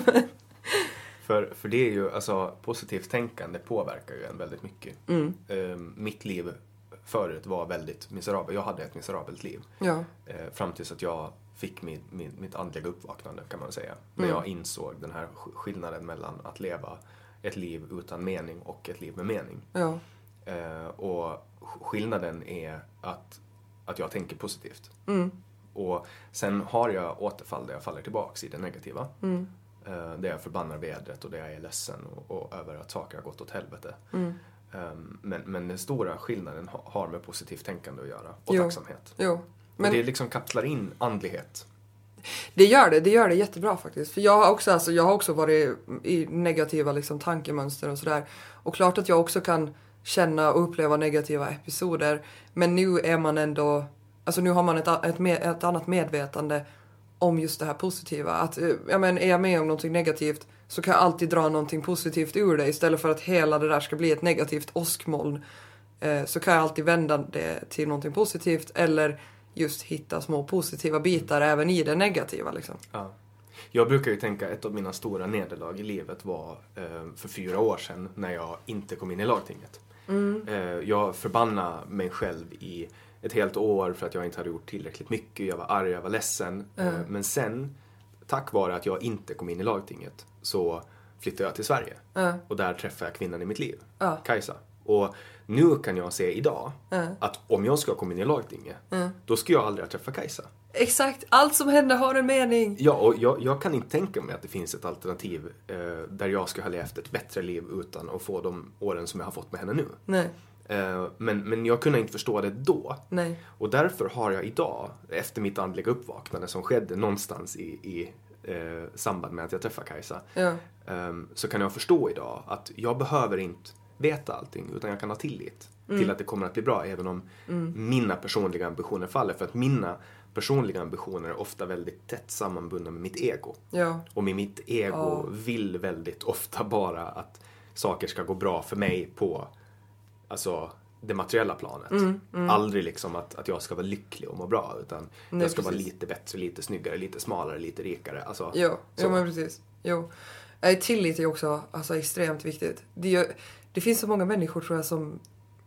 för, för det är ju, alltså, positivt tänkande påverkar ju en väldigt mycket. Mm. Um, mitt liv förut var väldigt miserabelt. Jag hade ett miserabelt liv. Ja. Uh, fram tills att jag fick min, min, mitt andliga uppvaknande, kan man säga. När mm. jag insåg den här skillnaden mellan att leva ett liv utan mening och ett liv med mening. Ja. Uh, och skillnaden är att, att jag tänker positivt. Mm. Och sen har jag återfall där jag faller tillbaks i det negativa. Mm. Uh, där jag förbannar vädret och där jag är ledsen och, och över att saker har gått åt helvete. Mm. Um, men, men den stora skillnaden ha, har med positivt tänkande att göra. Och jo. tacksamhet. Jo. Men... Och det liksom kapslar in andlighet. Det gör det, det gör det jättebra faktiskt. För jag har också, alltså, jag har också varit i negativa liksom, tankemönster och sådär. Och klart att jag också kan känna och uppleva negativa episoder. Men nu är man ändå, alltså nu har man ett, ett, ett annat medvetande om just det här positiva. Att, ja men, är jag med om någonting negativt så kan jag alltid dra någonting positivt ur det. Istället för att hela det där ska bli ett negativt åskmoln. Eh, så kan jag alltid vända det till någonting positivt. Eller just hitta små positiva bitar även i det negativa liksom. Ja. Jag brukar ju tänka ett av mina stora nederlag i livet var eh, för fyra år sedan när jag inte kom in i lagtinget. Mm. Eh, jag förbannade mig själv i ett helt år för att jag inte hade gjort tillräckligt mycket. Jag var arg, jag var ledsen. Mm. Eh, men sen, tack vare att jag inte kom in i lagtinget, så flyttade jag till Sverige. Mm. Och där träffade jag kvinnan i mitt liv, mm. Kajsa. Och nu kan jag se idag mm. att om jag ska komma in i lagtinget, mm. då ska jag aldrig träffa Kajsa. Exakt, allt som händer har en mening. Ja, och jag, jag kan inte tänka mig att det finns ett alternativ eh, där jag ska ha levt ett bättre liv utan att få de åren som jag har fått med henne nu. Nej. Eh, men, men jag kunde inte förstå det då. Nej. Och därför har jag idag, efter mitt andliga uppvaknande som skedde någonstans i, i eh, samband med att jag träffade Kajsa, ja. eh, så kan jag förstå idag att jag behöver inte veta allting, utan jag kan ha tillit mm. till att det kommer att bli bra, även om mm. mina personliga ambitioner faller. För att mina personliga ambitioner är ofta väldigt tätt sammanbundna med mitt ego. Ja. Och med mitt ego ja. vill väldigt ofta bara att saker ska gå bra för mig på, alltså, det materiella planet. Mm. Mm. Aldrig liksom att, att jag ska vara lycklig och må bra, utan Nej, jag ska precis. vara lite bättre, lite snyggare, lite smalare, lite rikare. Alltså, jo, jo men precis. Jo. Tillit är också alltså, extremt viktigt. Det gör, Det finns så många människor tror jag som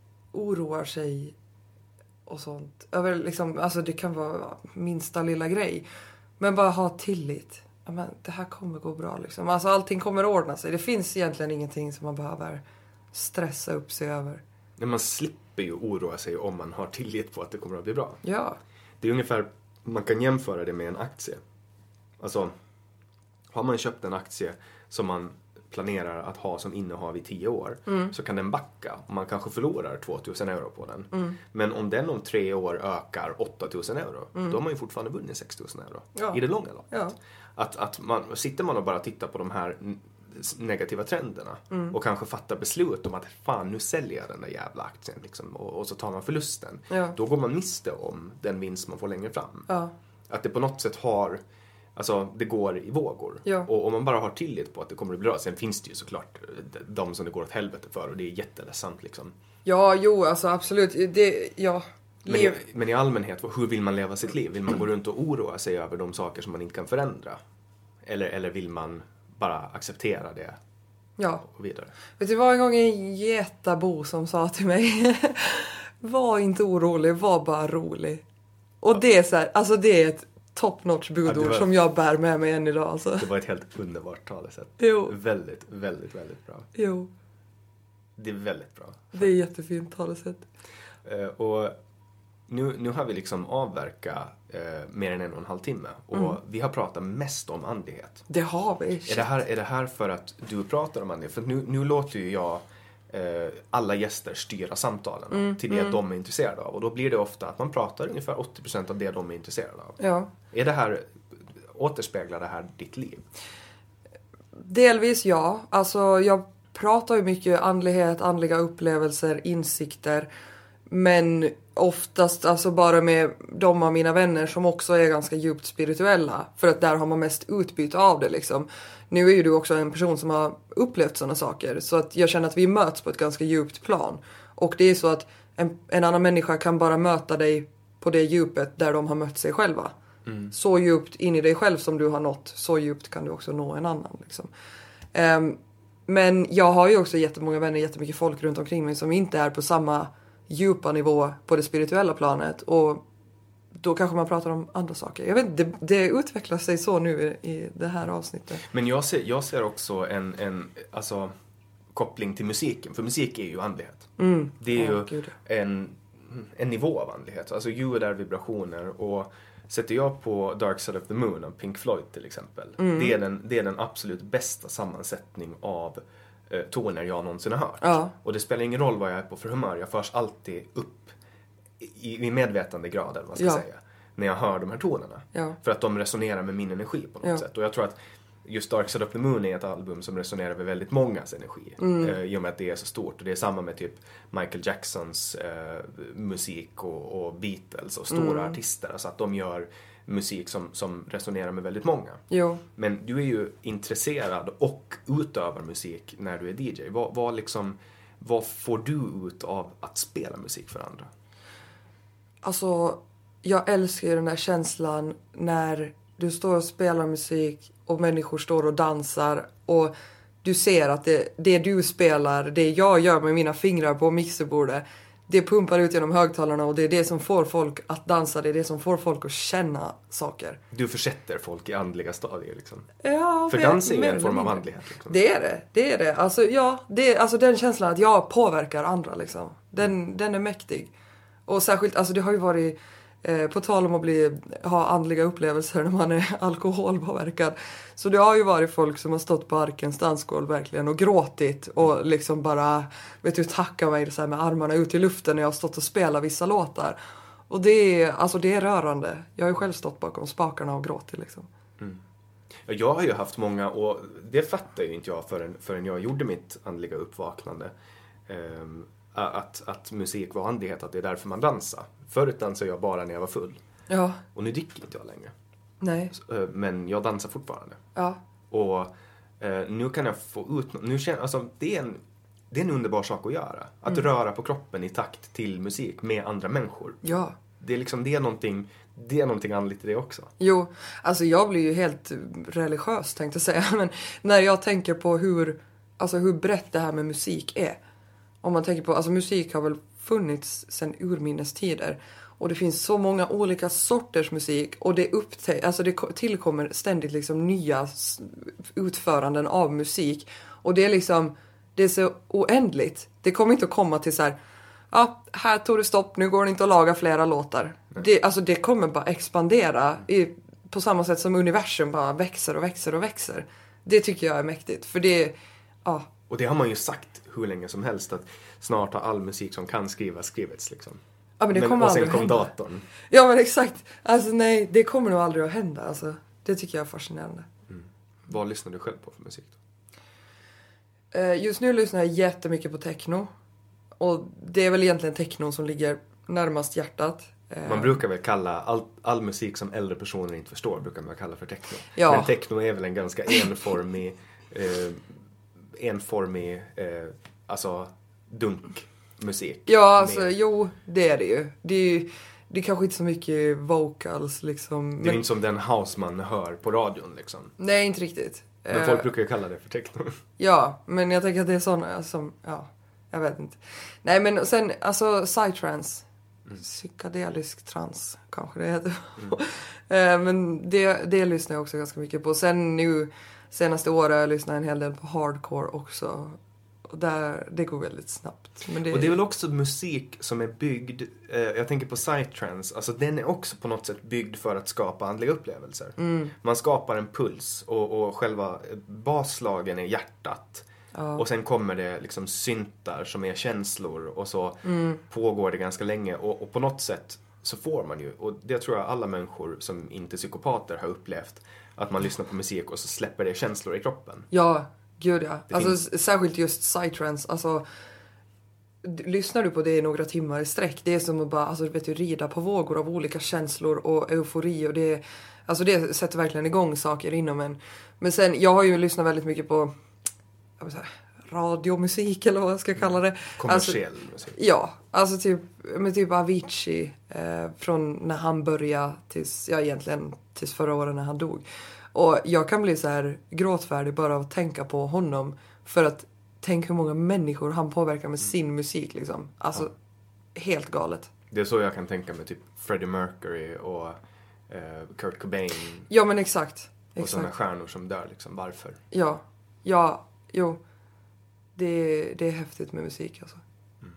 oroar sig och sånt. Över liksom, alltså det kan vara minsta lilla grej. Men bara ha tillit. ja, men det här kommer gå bra liksom. Alltså allting kommer ordna sig. Det finns egentligen ingenting som man behöver stressa upp sig över. Men man slipper ju oroa sig om man har tillit på att det kommer att bli bra. Ja. Det är ungefär, man kan jämföra det med en aktie. Alltså, har man köpt en aktie som man planerar att ha som innehav i tio år, mm. så kan den backa och man kanske förlorar tvåtusen euro på den. Mm. Men om den om tre år ökar åttatusen euro, mm. då har man ju fortfarande vunnit sextusen euro. Ja. I det långa loppet. Ja. Att, att man, sitter man och bara tittar på de här negativa trenderna mm. och kanske fattar beslut om att fan, nu säljer jag den där jävla aktien liksom, och, och så tar man förlusten. Ja. Då går man miste om den vinst man får längre fram. Ja. Att det på något sätt har, alltså det går i vågor. Ja. Och om man bara har tillit på att det kommer att bli bra. Sen finns det ju såklart de som det går åt helvete för, och det är jätteledsamt liksom. Ja, jo, alltså absolut. Det, ja. Men i, men i allmänhet, hur vill man leva sitt liv? Vill man gå runt och oroa sig över de saker som man inte kan förändra? Eller, eller vill man bara acceptera det? Ja. Och vidare? Vet du, det var en gång en getabo som sa till mig var inte orolig, var bara rolig. Och ja. det är så här, alltså det är ett top-notch budord ja, var, som jag bär med mig än idag. Alltså. Det var ett helt underbart talesätt. Jo. Väldigt, väldigt, väldigt bra. Jo. Det är väldigt bra. Det är jättefint talesätt. Uh, och nu, nu har vi liksom avverkat uh, mer än en och en halv timme. Och mm. vi har pratat mest om andlighet. Det har vi. Är det, här, är det här för att du pratar om andlighet? För nu, nu låter ju jag uh, alla gäster styra samtalen mm. till det mm. de är intresserade av. Och då blir det ofta att man pratar ungefär åttio procent av det de är intresserade av. Ja. Är det här, återspeglar det här ditt liv? Delvis ja. Alltså jag pratar ju mycket andlighet, andliga upplevelser, insikter. Men oftast alltså bara med de av mina vänner som också är ganska djupt spirituella. För att där har man mest utbyte av det liksom. Nu är ju du också en person som har upplevt sådana saker. Så att jag känner att vi möts på ett ganska djupt plan. Och det är så att en, en annan människa kan bara möta dig på det djupet där de har mött sig själva. Mm. Så djupt in i dig själv som du har nått, så djupt kan du också nå en annan liksom. Um, men jag har ju också jättemånga vänner, jättemycket folk runt omkring mig som inte är på samma djupa nivå på det spirituella planet, och då kanske man pratar om andra saker. Jag vet, det, det utvecklar sig så nu i, i det här avsnittet. Men jag ser, jag ser också en, en alltså, koppling till musiken, för musik är ju andlighet. Mm. Det är oh, ju en, en nivå av andlighet. Alltså ljud är vibrationer, och sätter jag på Dark Side of the Moon av Pink Floyd till exempel, mm. det, är den, det är den absolut bästa sammansättning av eh, toner jag någonsin har hört. Ja. Och det spelar ingen roll vad jag är på för humör, jag förs alltid upp i, i medvetande grad, eller vad man ska ja. säga, när jag hör de här tonerna. Ja. För att de resonerar med min energi på något ja. sätt. Och jag tror att just Dark Side of the Moon är ett album som resonerar med väldigt mångas energi. Mm. Eh, I och med att det är så stort. Och det är samma med typ Michael Jacksons eh, musik och, och Beatles och stora mm. artister. Alltså att de gör musik som, som resonerar med väldigt många. Jo. Men du är ju intresserad och utövar musik när du är D J. Vad, vad, liksom, vad får du ut av att spela musik för andra? Alltså, jag älskar ju den där känslan när du står och spelar musik och människor står och dansar, och du ser att det, det du spelar, det jag gör med mina fingrar på mixerbordet, det pumpar ut genom högtalarna, och det är det som får folk att dansa, det är det som får folk att känna saker. Du försätter folk i andliga stadier liksom. Ja, för dans är en form av andlighet liksom. Det är det, det är det. Alltså, ja, det är, alltså den känslan att jag påverkar andra liksom. Den, den är mäktig. Och särskilt, alltså det har ju varit Eh, på tal om att bli, ha andliga upplevelser när man är alkoholpåverkad. Så det har ju varit folk som har stått på Arkens dansgolv verkligen och gråtit och liksom bara, vet du, tacka mig så här med armarna ut i luften när jag har stått och spelat vissa låtar. Och det är, alltså det är rörande. Jag har ju själv stått bakom spakarna och gråtit liksom. Mm. Jag har ju haft många, och det fattar ju inte jag förrän, förrän jag gjorde mitt andliga uppvaknande. Um, Att, att musik var andlighet, att det är därför man dansar. Förut dansade jag bara när jag var full. Ja. Och nu dricker inte jag längre. Nej. Men jag dansar fortfarande. Ja. Och eh, nu kan jag få ut... Nu känner, alltså, det, är en, det är en underbar sak att göra. Att mm. röra på kroppen i takt till musik med andra människor. Ja. Det är liksom, det är någonting, det är någonting andligt i det också. Jo, alltså jag blir ju helt religiös tänkte jag säga. Men när jag tänker på hur, alltså hur brett det här med musik är. Om man tänker på, alltså musik har väl funnits sedan urminnes tider. Och det finns så många olika sorters musik. Och det, upptä- alltså det tillkommer ständigt liksom nya utföranden av musik. Och det är liksom, det är så oändligt. Det kommer inte att komma till så här, ja, här tog det stopp, nu går det inte att laga flera låtar. Det, alltså det kommer bara expandera i, på samma sätt som universum bara växer och växer och växer. Det tycker jag är mäktigt. För det, ja. Och det har man ju sagt hur länge som helst, att snart har all musik som kan skrivas skrivits liksom. Ja, men det men, kommer och sen aldrig kom hända. datorn. Ja, men exakt. Alltså nej, det kommer nog aldrig att hända. Alltså, det tycker jag är fascinerande. Mm. Vad lyssnar du själv på för musik då? Uh, just nu lyssnar jag jättemycket på techno. Och det är väl egentligen techno som ligger närmast hjärtat. Uh, Man brukar väl kalla all, all musik som äldre personer inte förstår brukar man kalla för techno. Ja. Men techno är väl en ganska enformig eh, enformig eh, alltså dunkmusik. Ja, alltså med, jo, det är det ju. Det är ju det är kanske inte så mycket vocals liksom. det är Men, inte som den house man hör på radion liksom. nej, inte riktigt. Men Uh, folk brukar ju kalla det för techno. Ja, men jag tänker att det är såna som, ja, jag vet inte. Nej, men sen, alltså, psytrance. Mm. Psykedelisk trans, kanske det heter. Mm. Men det, det lyssnar jag också ganska mycket på. Sen nu, senaste året, jag lyssnar en hel del på hardcore också. Och där, det går väldigt snabbt. Men det... Och det är väl också musik som är byggd, eh, jag tänker på psytrance, alltså den är också på något sätt byggd för att skapa andliga upplevelser. Mm. Man skapar en puls och, och själva baslagen är hjärtat. Ja. Och sen kommer det liksom syntar som är känslor och så mm. pågår det ganska länge. Och, och på något sätt så får man ju, och det tror jag alla människor som inte är psykopater har upplevt, att man lyssnar på musik och så släpper det känslor i kroppen. Ja, gud ja. Det alltså finns... särskilt just psytrance, alltså lyssnar du på det i några timmar i sträck, det är som att bara, alltså, vet du, rida på vågor av olika känslor och eufori, och det, alltså det sätter verkligen igång saker inom en. Men sen, jag har ju lyssnat väldigt mycket på, jag vill säga, radiomusik eller vad jag ska kalla det. Kommersiell alltså, musik. Ja, alltså typ, med typ Avicii eh, från när han började tills, ja egentligen tills förra året när han dog. Och jag kan bli så här gråtfärdig bara av att tänka på honom, för att tänk hur många människor han påverkar med sin musik liksom. Alltså, ja. Helt galet. Det är så jag kan tänka med typ Freddie Mercury och eh, Kurt Cobain. Ja, men exakt. Och exakt. sådana stjärnor som dör liksom. Varför? Ja, ja, jo. Det, det är häftigt med musik alltså. Mm.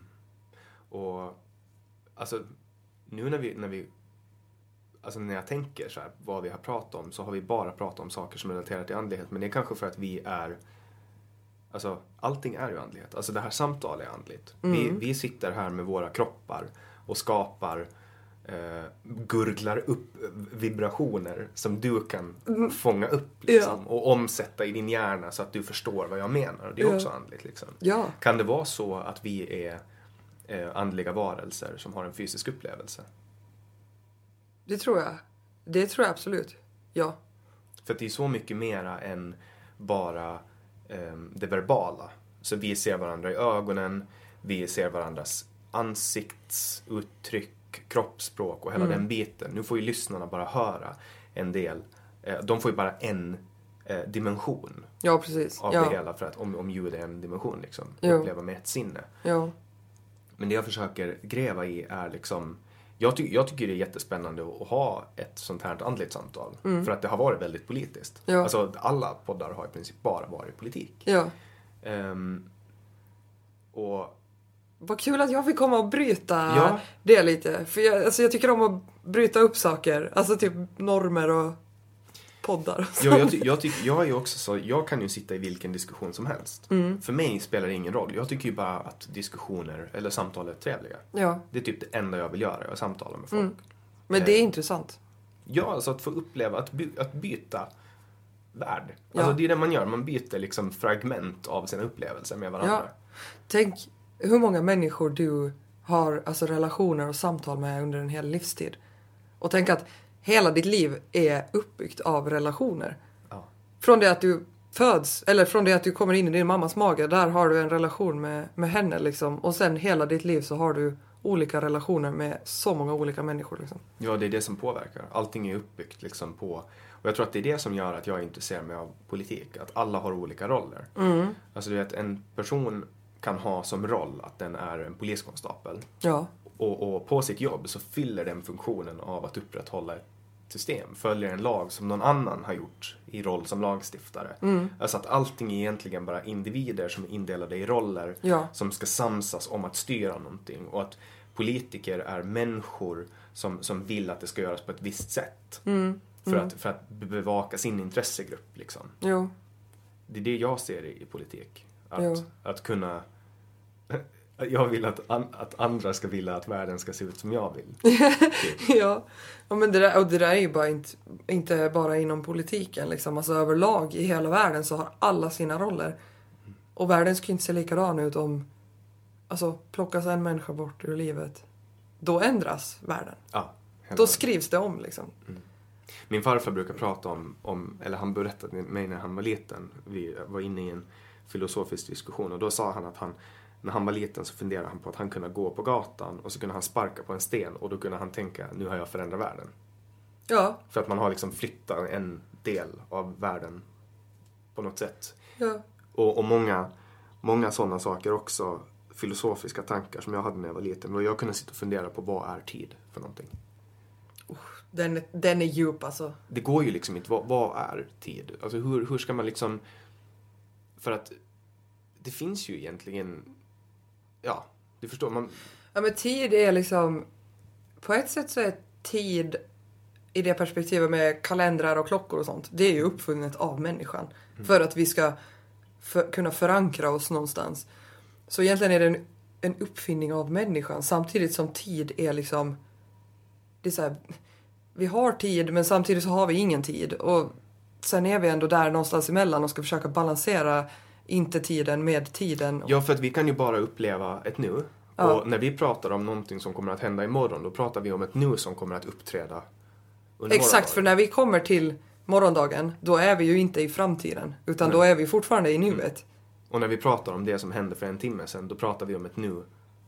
Och alltså nu när vi, när vi alltså när jag tänker så här, vad vi har pratat om, så har vi bara pratat om saker som är relaterat till andlighet. Men det är kanske för att vi är, alltså allting är ju andlighet. Alltså det här samtalet är andligt. Mm. Vi, vi sitter här med våra kroppar och skapar, eh, gurglar upp vibrationer som du kan mm. fånga upp liksom, ja. Och omsätta i din hjärna så att du förstår vad jag menar. Det är ja. Också andligt liksom. Ja. Kan det vara så att vi är eh, andliga varelser som har en fysisk upplevelse? Det tror jag. Det tror jag absolut. Ja. För att det är så mycket mera än bara eh, det verbala. Så vi ser varandra i ögonen, vi ser varandras ansiktsuttryck, kroppsspråk och hela mm. den biten. Nu får ju lyssnarna bara höra en del. Eh, de får ju bara en eh, dimension. Ja, precis. Av ja. det hela, för att om, om ljud är en dimension liksom. Jo. Uppleva med ett sinne. Ja. Men det jag försöker gräva i är liksom, Jag, ty- jag tycker det är jättespännande att ha ett sånt här andligt samtal. Mm. För att det har varit väldigt politiskt. Ja. Alltså alla poddar har i princip bara varit politik. Ja. Um, och... Vad kul att jag fick komma och bryta ja. det lite. För jag, alltså jag tycker om att bryta upp saker. Alltså typ normer och poddar. Och ja, jag, ty- jag, ty- jag är ju också så, jag kan ju sitta i vilken diskussion som helst. Mm. För mig spelar det ingen roll. Jag tycker ju bara att diskussioner eller samtal är trevliga. Ja. Det är typ det enda jag vill göra, att samtala med folk. Mm. Men det är eh. intressant. Ja, alltså att få uppleva, att, by- att byta värld. Ja. Alltså det är det man gör, man byter liksom fragment av sina upplevelser med varandra. Ja. Tänk hur många människor du har alltså relationer och samtal med under en hel livstid. Och tänk att hela ditt liv är uppbyggt av relationer. Ja. Från det att du föds, eller från det att du kommer in i din mammas mage, där har du en relation med, med henne liksom. Och sen hela ditt liv så har du olika relationer med så många olika människor liksom. Ja, det är det som påverkar. Allting är uppbyggt liksom på, och jag tror att det är det som gör att jag intresserar mig av politik. Att alla har olika roller. Mm. Alltså du vet, en person kan ha som roll att den är en poliskonstapel. Ja. Och, och på sitt jobb så fyller den funktionen av att upprätthålla ett system. Följer en lag som någon annan har gjort i roll som lagstiftare. Mm. Alltså att allting är egentligen bara individer som är indelade i roller. Ja. Som ska samsas om att styra någonting. Och att politiker är människor som, som vill att det ska göras på ett visst sätt. Mm. För, mm. Att, för att bevaka sin intressegrupp. Liksom. Jo. Det är det jag ser i, i politik. Att, att kunna... Jag vill att, an, att andra ska vilja att världen ska se ut som jag vill. ja. ja, men det där, och det där är ju bara inte, inte bara inom politiken. Liksom. Alltså överlag i hela världen så har alla sina roller. Och världen ska inte se likadan ut om... Alltså plockas en människa bort ur livet. Då ändras världen. Ja, då skrivs det om liksom. Mm. Min farfar brukar prata om, om... Eller han berättade mig när han var liten. Vi var inne i en filosofisk diskussion. Och då sa han att han... När han var liten så funderade han på att han kunde gå på gatan och så kunde han sparka på en sten och då kunde han tänka, nu har jag förändrat världen. Ja. För att man har liksom flyttat en del av världen på något sätt. Ja. Och, och många, många sådana saker också, filosofiska tankar som jag hade när jag var liten. Och jag kunde sitta och fundera på vad är tid för någonting. Oh, den, den är djup alltså. Det går ju liksom inte, vad, vad är tid? Alltså hur, hur ska man liksom, för att det finns ju egentligen... Ja, du förstår. Man... Ja, men tid är liksom... På ett sätt så är tid i det perspektivet med kalendrar och klockor och sånt. Det är ju uppfunnet av människan. Mm. För att vi ska för, kunna förankra oss någonstans. Så egentligen är det en, en uppfinning av människan. Samtidigt som tid är liksom... Det är så här, vi har tid men samtidigt så har vi ingen tid. Och sen är vi ändå där någonstans emellan och ska försöka balansera... Inte tiden med tiden. Ja, för att vi kan ju bara uppleva ett nu. Ja. Och när vi pratar om någonting som kommer att hända imorgon, då pratar vi om ett nu som kommer att uppträda under Exakt, morgondagen. För när vi kommer till morgondagen, då är vi ju inte i framtiden. Utan Nej. Då är vi fortfarande i nuet. Mm. Och när vi pratar om det som hände för en timme sedan, då pratar vi om ett nu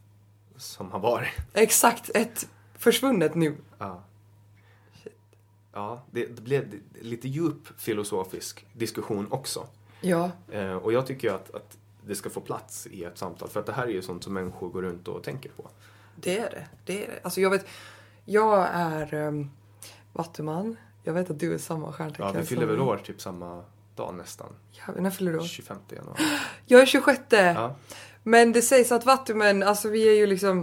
som har varit. Exakt, ett försvunnet nu. Ja. Shit. Ja, det, det blev lite djup filosofisk diskussion också. Ja. Eh, och jag tycker ju att, att det ska få plats i ett samtal. För att det här är ju sånt som människor går runt och tänker på. Det är det. Det är det. Alltså jag vet, jag är um, vattuman. Jag vet att du är samma stjärntecken. Ja, vi fyller väl år typ samma dag nästan. Ja, när fyller du år? tjugofemte januari. Jag är tjugosjätte. Ja. Men det sägs att vattumän, alltså vi är ju liksom...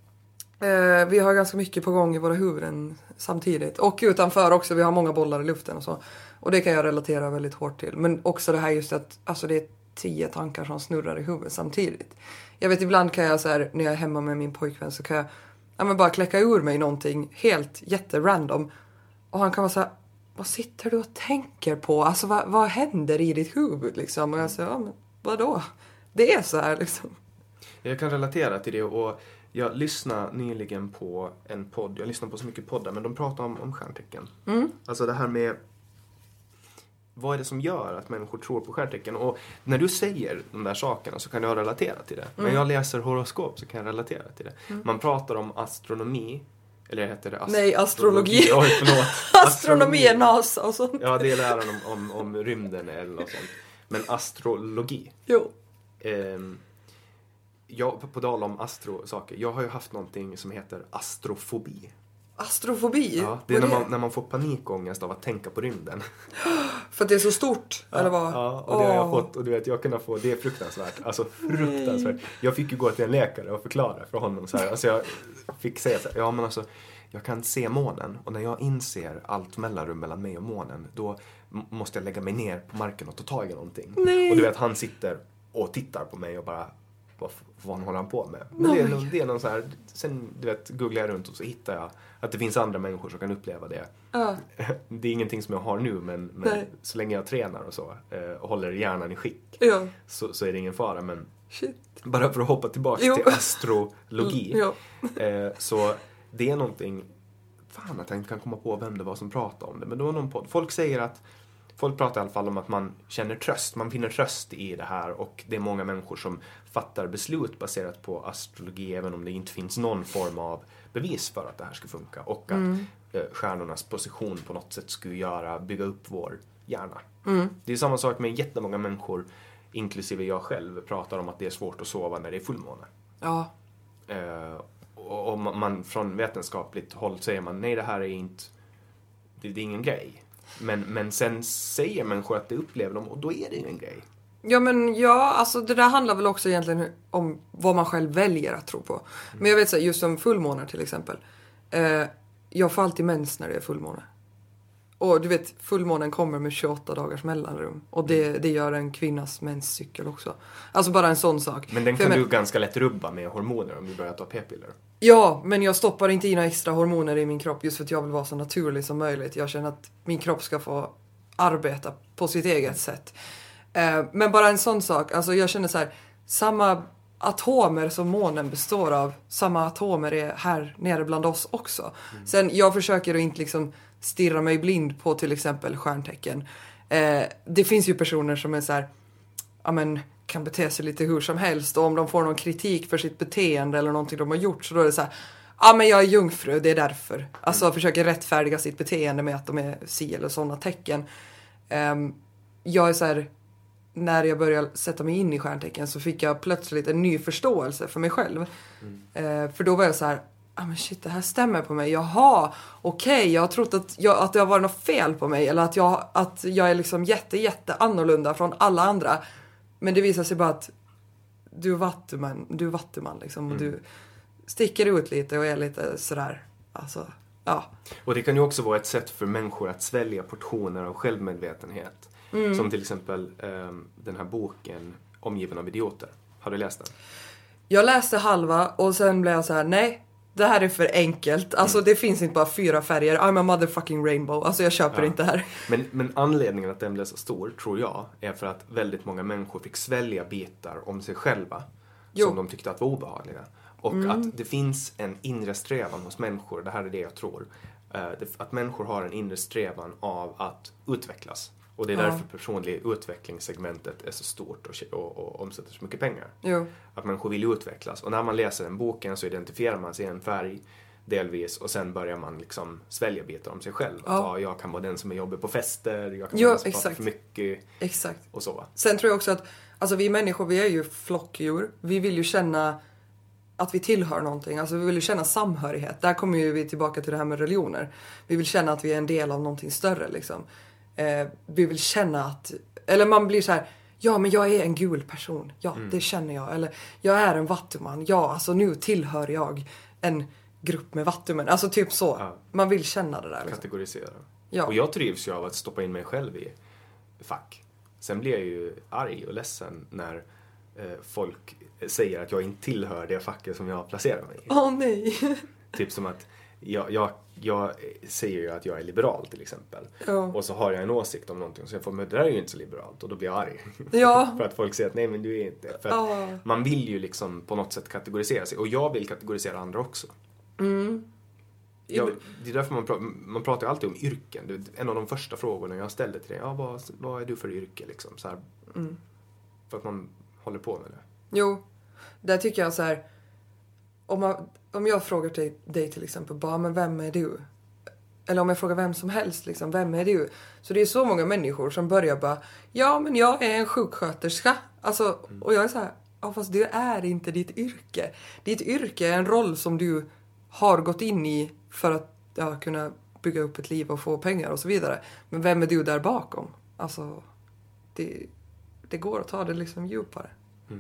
Uh, vi har ganska mycket på gång i våra huvuden samtidigt. Och utanför också, vi har många bollar i luften och så. Och det kan jag relatera väldigt hårt till. Men också det här just att alltså det är tio tankar som snurrar i huvudet samtidigt. Jag vet, ibland kan jag så här, när jag är hemma med min pojkvän så kan jag ja, men bara kläcka ur mig någonting helt jätterandom. Och han kan vara så här, vad sitter du och tänker på? Alltså vad, vad händer i ditt huvud liksom? Och jag säger, ja men vadå? Det är så här liksom. Jag kan relatera till det och jag lyssnade nyligen på en podd. Jag lyssnar på så mycket poddar men de pratar om, om stjärntecken. Mm. Alltså det här med vad är det som gör att människor tror på stjärntecken? Och när du säger de där sakerna så kan jag relatera till det. Mm. När jag läser horoskop så kan jag relatera till det. Mm. Man pratar om astronomi. Eller heter det astrologi? Nej, astrologi. Oj, förlåt. Astronomi är NASA och sånt. Ja, det är läran om, om, om rymden eller något sånt. Men astrologi. Jo. Ehm, jag, på tal om astro-saker. Jag har ju haft någonting som heter astrofobi. Astrofobi? Ja, det är när man, när man får panikångest av att tänka på rymden. För att det är så stort, ja, eller vad? Ja, och det har jag fått. Och du vet, jag kunde få, det är fruktansvärt. Alltså fruktansvärt. Nej. Jag fick ju gå till en läkare och förklara för honom så här. Alltså jag fick säga så här, ja men alltså, jag kan se månen. Och när jag inser allt mellanrum mellan mig och månen, då måste jag lägga mig ner på marken och ta tag i någonting. Nej. Och du vet, han sitter och tittar på mig och bara... Vad, vad håller han på med? Men det är, någon, det är någon så här... Sen, du vet, googlar jag runt och så hittar jag att det finns andra människor som kan uppleva det. Uh. Det är ingenting som jag har nu, men, men så länge jag tränar och så eh, och håller hjärnan i skick ja. så, så är det ingen fara. Men Shit. bara för att hoppa tillbaka jo. till astrologi. ja. eh, så det är någonting... Fan, att jag inte kan komma på vem det var som pratade om det. Men då var någon podd. Folk säger att... Folk pratar i alla fall om att man känner tröst. Man finner tröst i det här. Och det är många människor som fattar beslut baserat på astrologi. Även om det inte finns någon form av bevis för att det här ska funka. Och att mm. stjärnornas position på något sätt skulle göra, bygga upp vår hjärna. Mm. Det är samma sak med jättemånga människor, inklusive jag själv, pratar om att det är svårt att sova när det är fullmåne. Ja. Uh, och, och man från vetenskapligt håll säger man nej, det här är inte, det, det är ingen grej. Men, men sen säger människor att det upplever dem och då är det ju en grej. Ja, men ja, alltså det där handlar väl också egentligen om vad man själv väljer att tro på. Mm. Men jag vet så här, just som fullmånar till exempel. Eh, jag får alltid mens när det är fullmåne. Och du vet, fullmånen kommer med tjugoåtta dagars mellanrum. Och det, det gör en kvinnas menscykel också. Alltså bara en sån sak. Men den kan För du men, ganska lätt rubba med hormoner om du börjar ta p-piller. Ja, men jag stoppar inte in några extra hormoner i min kropp just för att jag vill vara så naturlig som möjligt. Jag känner att min kropp ska få arbeta på sitt eget sätt. Eh, men bara en sån sak. Alltså jag känner så här, samma atomer som månen består av, samma atomer är här nere bland oss också. Mm. Sen jag försöker att inte liksom stirra mig blind på till exempel stjärntecken. Eh, det finns ju personer som är så här, ja men kan bete sig lite hur som helst, och om de får någon kritik för sitt beteende eller någonting de har gjort, så då är det så här, ja men jag är jungfru, det är därför. Alltså mm. försöker rättfärdiga sitt beteende med att de är si eller sådana tecken. Eh, jag är så här, när jag började sätta mig in i stjärntecken så fick jag plötsligt en ny förståelse för mig själv. Mm. Eh, för då var jag så här, ah men shit, det här stämmer på mig. Jaha, okej, okay, jag har trott att, jag, att det har varit något fel på mig. Eller att jag, att jag är liksom jätte, jätte annorlunda från alla andra. Men det visar sig bara att du är vattuman, du är vattuman liksom. Mm. Och du sticker ut lite och är lite sådär, alltså, ja. Och det kan ju också vara ett sätt för människor att svälja portioner av självmedvetenhet. Mm. Som till exempel um, den här boken Omgiven av idioter. Har du läst den? Jag läste halva och sen blev jag så här: nej, det här är för enkelt. Alltså mm. det finns inte bara fyra färger. I'm a motherfucking rainbow. Alltså jag köper ja. inte här. Men, men anledningen att den blev så stor, tror jag, är för att väldigt många människor fick svälja bitar om sig själva. Jo. Som de tyckte att var obehagliga. Och mm. att det finns en inre strävan hos människor, det här är det jag tror. Att människor har en inre strävan av att utvecklas. Och det är därför ja. personlig utvecklingssegmentet är så stort och, och, och omsätter så mycket pengar. Jo. Att människor vill utvecklas. Och när man läser den boken så identifierar man sig i en färg delvis. Och sen börjar man liksom svälja bitar om sig själv. Ja. Att, ja, jag kan vara den som är jobbig på fester. Jag kan jo, vara den som exakt. pratar för mycket. Exakt. Och så. Sen tror jag också att alltså, vi människor, vi är ju flockdjur. Vi vill ju känna att vi tillhör någonting. Alltså vi vill ju känna samhörighet. Där kommer ju vi tillbaka till det här med religioner. Vi vill känna att vi är en del av någonting större liksom. Eh, vi vill känna att, eller man blir så här, ja men jag är en gul person, ja mm. det känner jag, eller jag är en vattuman, ja alltså nu tillhör jag en grupp med vattumän, alltså typ så, ja. man vill känna det där liksom. Kategorisera. Ja. Och jag trivs ju av att stoppa in mig själv i fack. Sen blir jag ju arg och ledsen när eh, folk säger att jag inte tillhör det facket som jag placerar mig i. Åh oh, nej. Typ som att jag, jag, jag säger ju att jag är liberal till exempel. Ja. Och så har jag en åsikt om någonting. Så jag får, men det där är ju inte så liberalt. Och då blir jag arg. Ja. För att folk säger att nej men du är inte. För att ja. man vill ju liksom på något sätt kategorisera sig. Och jag vill kategorisera andra också. Mm. Jag, det är därför man, pratar, man pratar ju alltid om yrken. En av de första frågorna jag ställde till dig. Ja, vad, vad är du för yrke liksom? Så här, mm. För att man håller på med det. Jo, där tycker jag så här. Om, man, om jag frågar till dig till exempel, bara, men vem är du? Eller om jag frågar vem som helst, liksom, vem är du? Så det är så många människor som börjar bara, ja men jag är en sjuksköterska. Alltså, mm. Och jag är så här, ja fast det är inte ditt yrke. Ditt yrke är en roll som du har gått in i för att ja, kunna bygga upp ett liv och få pengar och så vidare. Men vem är du där bakom? Alltså, det, det går att ta det liksom djupare. Mm.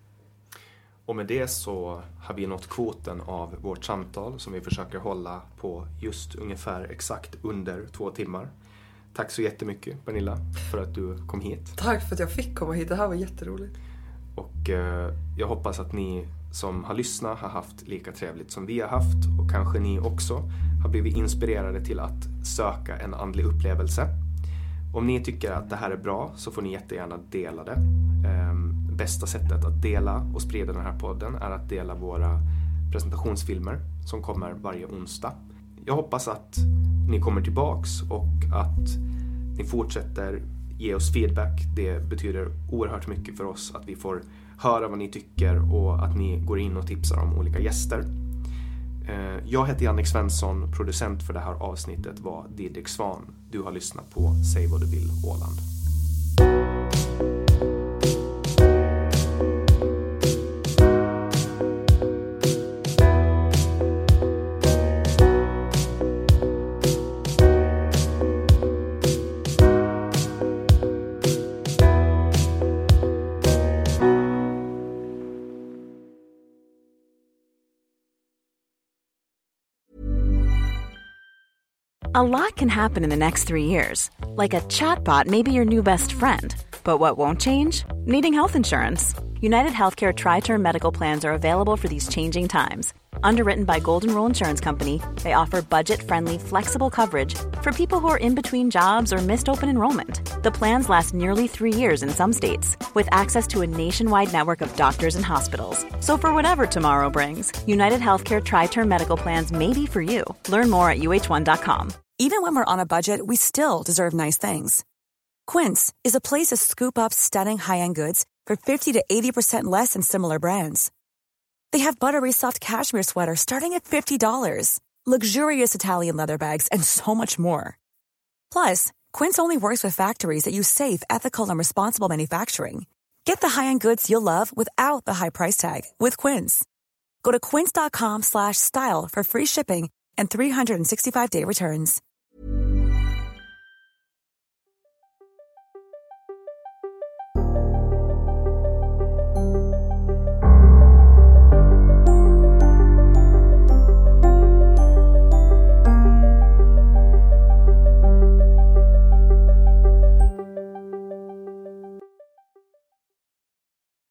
Och med det så har vi nått kvoten av vårt samtal som vi försöker hålla på just ungefär exakt under två timmar. Tack så jättemycket Pernilla för att du kom hit. Tack för att jag fick komma hit, det här var jätteroligt. Och eh, jag hoppas att ni som har lyssnat har haft lika trevligt som vi har haft. Och kanske ni också har blivit inspirerade till att söka en andlig upplevelse. Om ni tycker att det här är bra så får ni jättegärna dela det. Ehm, bästa sättet att dela och sprida den här podden är att dela våra presentationsfilmer som kommer varje onsdag. Jag hoppas att ni kommer tillbaks och att ni fortsätter ge oss feedback. Det betyder oerhört mycket för oss att vi får höra vad ni tycker och att ni går in och tipsar om olika gäster. Jag heter Jannik Svensson, producent för det här avsnittet var Didrik Svan. Du har lyssnat på Säg vad du vill Åland. A lot can happen in the next three years. Like a chatbot may be your new best friend. But what won't change? Needing health insurance. United Healthcare Tri-Term Medical Plans are available for these changing times. Underwritten by Golden Rule Insurance Company, they offer budget-friendly, flexible coverage for people who are in between jobs or missed open enrollment. The plans last nearly three years in some states, with access to a nationwide network of doctors and hospitals. So for whatever tomorrow brings, United Healthcare Tri-Term Medical Plans may be for you. Learn more at U H one dot com. Even when we're on a budget, we still deserve nice things. Quince is a place to scoop up stunning high-end goods for fifty to eighty percent less than similar brands. They have buttery soft cashmere sweaters starting at fifty dollars, luxurious Italian leather bags, and so much more. Plus, Quince only works with factories that use safe, ethical, and responsible manufacturing. Get the high-end goods you'll love without the high price tag with Quince. Go to quince dot com slash style for free shipping and three sixty-five day returns.